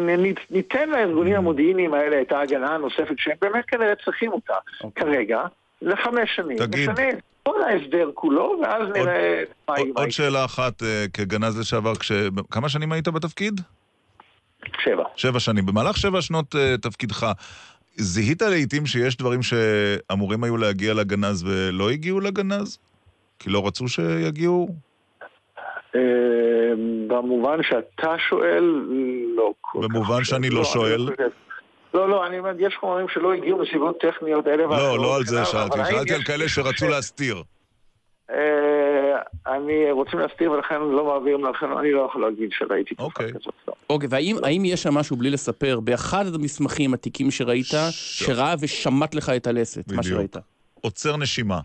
ניתן לארגונים המודיעיניים האלה את ההגנה הנוספת שהם באמת כנראה צריכים אותה כרגע, ל5 שנים. תגיד. נשנה את כל ההסדר כולו, ואז נראה מה יהיה. עוד שאלה אחת, כגנז לשעבר, כמה שנים היית בתפקיד? 7. 7 שנים. במהלך 7 שנות תפקידך, זיהית לעתים שיש דברים שאמורים היו להגיע לגנז ולא הגיעו לגנז? כי לא רצו שיגיעו? במובן שאתה שואל, לא כל כך. במובן שאני לא שואל? לא, אני אומר, יש חומרים שלא הגיעו מסיבות טכניות אלה ואחרות. לא על זה שאלתי. שאלתי על כאלה שרצו להסתיר. אני רוצים להסתיר ולכן לא מעבירים לכן, אני לא יכול להגיד שראיתי תופעה כזאת. אוקיי, והאם יש שם משהו בלי לספר, באחד המסמכים התיקים שראית, שראה ושמט לך את הלסת, מה שראית? עוצר נשימה.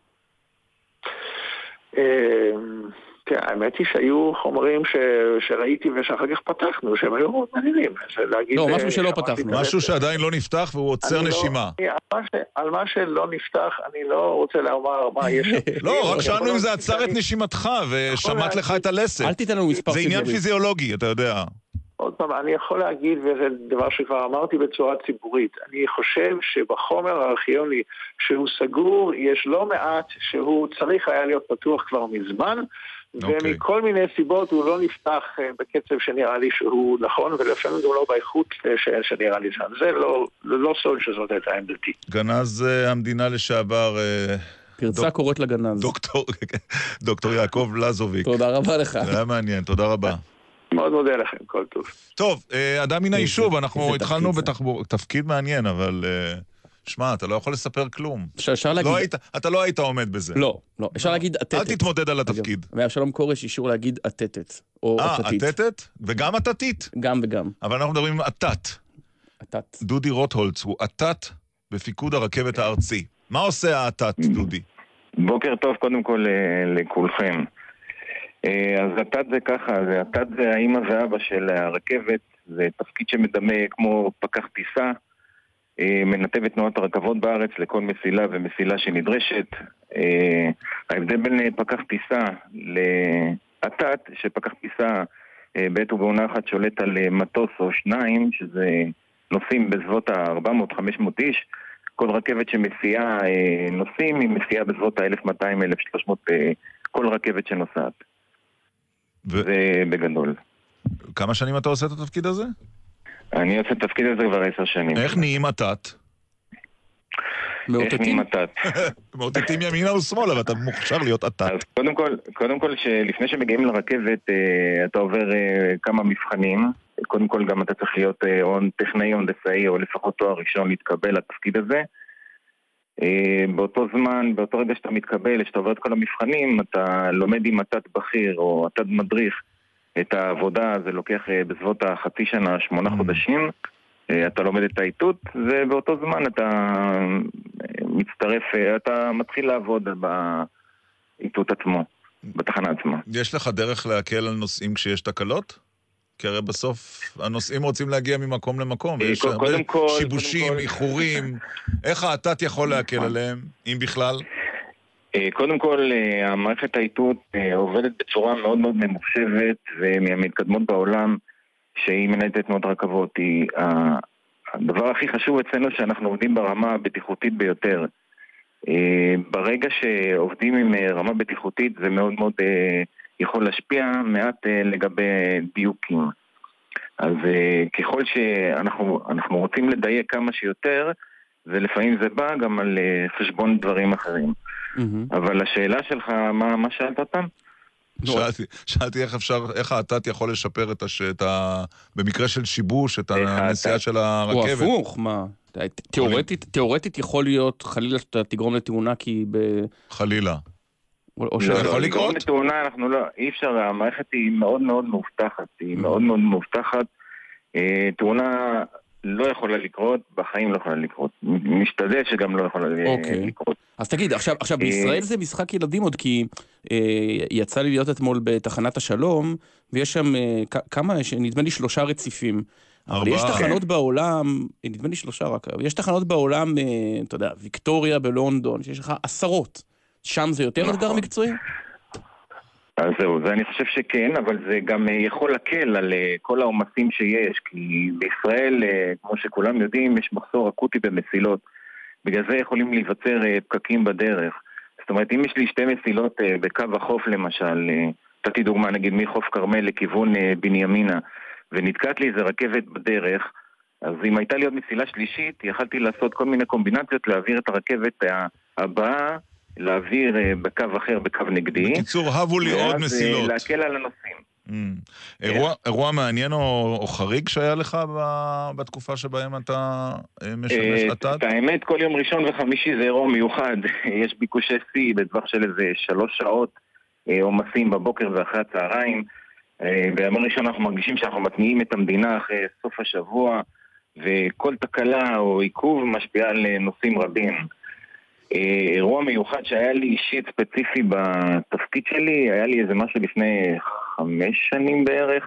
כן, האמת היא שהיו חומרים שראיתי ושאחר כך פתחנו, שהם היו מאוד מעניינים. לא, משהו שלא פתחנו. משהו שעדיין לא נפתח והוא עוצר נשימה. על מה שלא נפתח, אני לא רוצה לומר מה יש. לא, רק שאלנו אם זה עצר את נשימתך ושמט לך את הלסת. אל תיתן לנו מספר זה עניין פיזיולוגי, אתה יודע. עוד פעם, אני יכול להגיד, וזה דבר שכבר אמרתי בצורה ציבורית, אני חושב שבחומר הארכיוני שהוא סגור, יש לא מעט שהוא צריך היה להיות פתוח כבר מזמן, ומכל מיני סיבות הוא לא נפתח בקצב שנראה לי שהוא נכון, ולפעמים הוא לא באיכות שנראה לי שם. זה לא סוד שזאת הייתה עמדתי. גנז המדינה לשעבר... פרצה קוראת לגנז. דוקטור יעקב לזוביק. תודה רבה לך. זה היה מעניין, תודה רבה. מאוד מודה לכם, כל טוב. טוב, אדם מן היישוב, אנחנו התחלנו בתחבור... תפקיד מעניין, אבל... שמע, אתה לא יכול לספר כלום. אפשר להגיד... אתה לא היית עומד בזה. לא. אפשר להגיד עטטת. אל תתמודד על התפקיד. ואבשלום קורש אישור להגיד עטטת. או עטתית. עטטת? וגם עטתית? גם וגם. אבל אנחנו מדברים עם עטת. עטת. דודי רוטהולץ הוא עטת בפיקוד הרכבת הארצי. מה עושה העטת, דודי? בוקר טוב קודם כל לכולכם. אז עטת זה ככה, עטת זה האמא ואבא של הרכבת, זה תפקיד שמדמה כמו פקח טיסה, מנתב את תנועת הרכבות בארץ לכל מסילה ומסילה שנדרשת. ההבדל בין פקח טיסה לעטת, שפקח טיסה בעת ובעונה אחת שולט על מטוס או שניים, שזה נוסעים בסביבות ה-400-500 איש, כל רכבת שמסיעה נוסעים היא מסיעה בסביבות ה-1200-1300 כל רכבת שנוסעת. זה בגדול. כמה שנים אתה עושה את התפקיד הזה? אני עושה את התפקיד הזה כבר 10 שנים. איך נהיים עטת? איך נהיים עטת? מאותתים ימינה ושמאלה, ואתה מוכשר להיות עטת. אז קודם כל, שלפני שמגיעים לרכבת, אתה עובר כמה מבחנים. קודם כל גם אתה צריך להיות או טכנאי או הנדסאי, או לפחות תואר ראשון להתקבל לתפקיד הזה. באותו זמן, באותו רגע שאתה מתקבל, שאתה עובר את כל המבחנים, אתה לומד עם עטת בכיר או עטת מדריך את העבודה, זה לוקח בסביבות החצי שנה, 8 חודשים, אתה לומד את האיתות, ובאותו זמן אתה מצטרף, אתה מתחיל לעבוד באיתות עצמו, בתחנה עצמה. יש לך דרך להקל על נוסעים כשיש תקלות? כי הרי בסוף הנוסעים רוצים להגיע ממקום למקום, ויש שיבושים, איחורים, איך העטת יכול להקל עליהם, אם בכלל? קודם כל, המערכת האיתות עובדת בצורה מאוד מאוד ממוחשבת ומהמתקדמות בעולם, שהיא מנהלת את תנועת הרכבות. הדבר הכי חשוב אצלנו שאנחנו עובדים ברמה הבטיחותית ביותר. ברגע שעובדים עם רמה בטיחותית זה מאוד מאוד יכול להשפיע מעט לגבי דיוקים. אז ככל שאנחנו רוצים לדייק כמה שיותר, ולפעמים זה בא גם על חשבון דברים אחרים. אבל השאלה שלך, מה שאלת אותם? שאלתי איך העטת יכול לשפר במקרה של שיבוש את הנסיעה של הרכבת. הוא הפוך, מה? תיאורטית יכול להיות חלילה שאתה תגרום לתאונה כי חלילה. או שיכול לקרות? לתאונה אנחנו לא, אי אפשר, המערכת היא מאוד מאוד מאובטחת, היא מאוד מאוד מאובטחת. תאונה לא יכולה לקרות, בחיים לא יכולה לקרות. משתדל שגם לא יכולה לקרות. אז תגיד, עכשיו בישראל זה משחק ילדים עוד, כי יצא לי להיות אתמול בתחנת השלום, ויש שם כמה, נדמה לי 3 רציפים. אבל יש תחנות בעולם, נדמה לי 3 רק, יש תחנות בעולם, אתה יודע, ויקטוריה בלונדון, שיש לך 10. שם זה יותר אתגר מקצועי? אז זהו, זה אני חושב שכן, אבל זה גם יכול לקל על כל העומסים שיש, כי בישראל, כמו שכולם יודעים, יש מחסור אקוטי במסילות. בגלל זה יכולים להיווצר פקקים בדרך. זאת אומרת, אם יש לי 2 מסילות בקו החוף למשל, נתתי דוגמה נגיד מחוף כרמל לכיוון בנימינה, ונתקעת לי איזה רכבת בדרך, אז אם הייתה לי עוד מסילה שלישית, יכלתי לעשות כל מיני קומבינציות, להעביר את הרכבת הבאה, להעביר בקו אחר, בקו נגדי. בקיצור, הבו לי עוד מסילות. ואז להקל על הנוסעים. אירוע מעניין או חריג שהיה לך בתקופה שבהם אתה משמש אתת? האמת, כל יום ראשון וחמישי זה אירוע מיוחד. יש ביקושי שיא בטווח של איזה 3 שעות עומסים בבוקר ואחרי הצהריים. ביום ראשון אנחנו מרגישים שאנחנו מתניעים את המדינה אחרי סוף השבוע, וכל תקלה או עיכוב משפיע על נושאים רבים. אירוע מיוחד שהיה לי אישית ספציפי בתפקיד שלי, היה לי איזה משהו לפני 5 שנים בערך.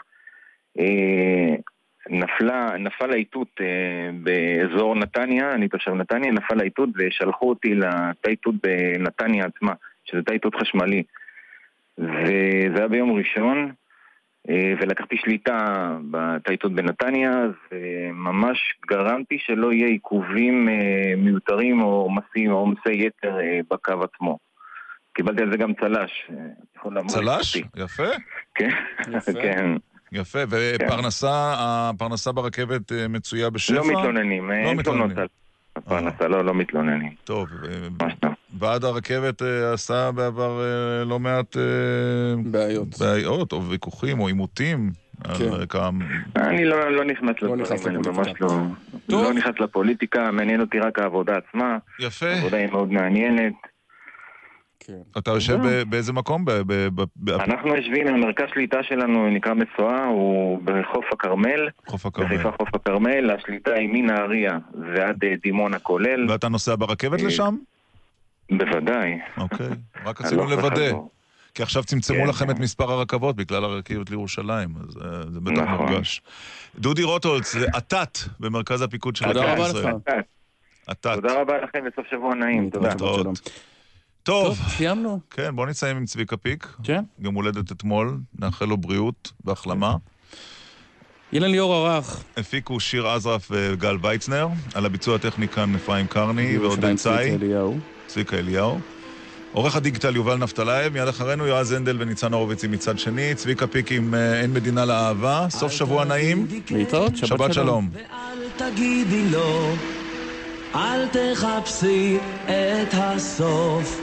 נפל האיתות באזור נתניה, אני תושב נתניה, נפל האיתות ושלחו אותי לתאיתות בנתניה עצמה, שזה תאיתות חשמלי. וזה היה ביום ראשון, ולקחתי שליטה בתאיתות בנתניה, וממש גרמתי שלא יהיה עיכובים מיותרים או עומסים או עומסי יתר בקו עצמו. קיבלתי על זה גם צל"ש. צל"ש? יפה. כן, כן. יפה, והפרנסה ברכבת מצויה בשפע? לא מתלוננים, אין תלונות על הפרנסה, לא מתלוננים. טוב, ועד הרכבת עשה בעבר לא מעט בעיות, או ויכוחים, או עימותים. אני לא נכנס לדברים, ממש לא נכנס לפוליטיקה, מעניין אותי רק העבודה עצמה. יפה. העבודה היא מאוד מעניינת. אתה יושב באיזה מקום? אנחנו יושבים, המרכז שליטה שלנו נקרא מסועה, הוא בחוף הכרמל. בחיפה חוף הכרמל, השליטה היא מנהריה ועד דימונה כולל. ואתה נוסע ברכבת לשם? בוודאי. אוקיי, רק רצינו לוודא. כי עכשיו צמצמו לכם את מספר הרכבות בגלל הרכבת לירושלים, אז זה בטח מורגש. דודי רוטהולץ, זה אתת במרכז הפיקוד של תודה רבה לך. תודה רבה לכם וסוף שבוע נעים. תודה. טוב, סיימנו. כן, בוא נסיים עם צביקה פיק. גם הולדת אתמול, נאחל לו בריאות והחלמה. אילן ליאור ערך. הפיקו שיר עזרף וגל ויצנר, על הביצוע הטכני כאן אפרים קרני ועודד צאי. צביקה אליהו. עורך הדיגיטל יובל נפתלייב, מיד אחרינו יועז הנדל וניצן הורוביץ מצד שני, צביקה פיק עם אין מדינה לאהבה, סוף שבוע נעים. להתראות, שבת שלום. ואל תגידי לו, אל תחפשי את הסוף.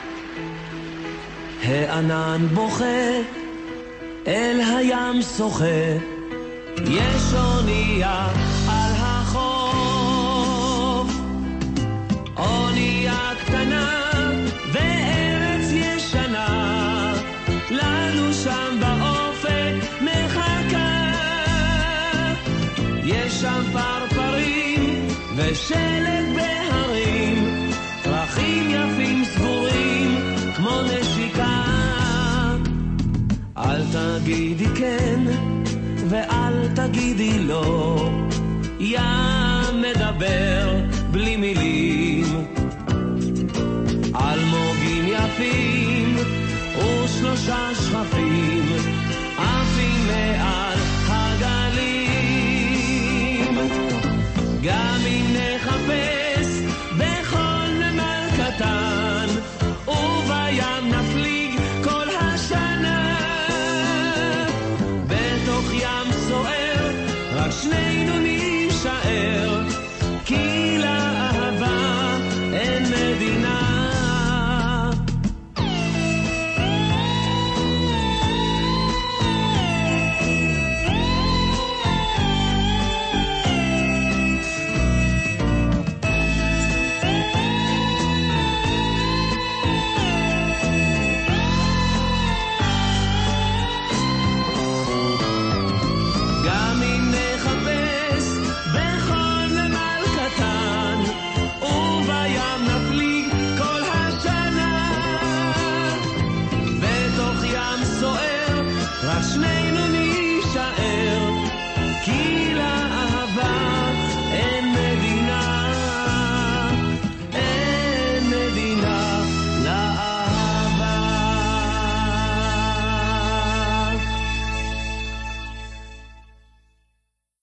הענן בוכה, אל הים שוחה, יש אונייה על החוף. אונייה קטנה וארץ ישנה, לנו שם באופק מחכה. יש שם פרפרים ושלג בהרים, פרחים יפים סגורים כמו נשיקה. אל תגידי כן ואל תגידי לא, ים מדבר בלי מילים.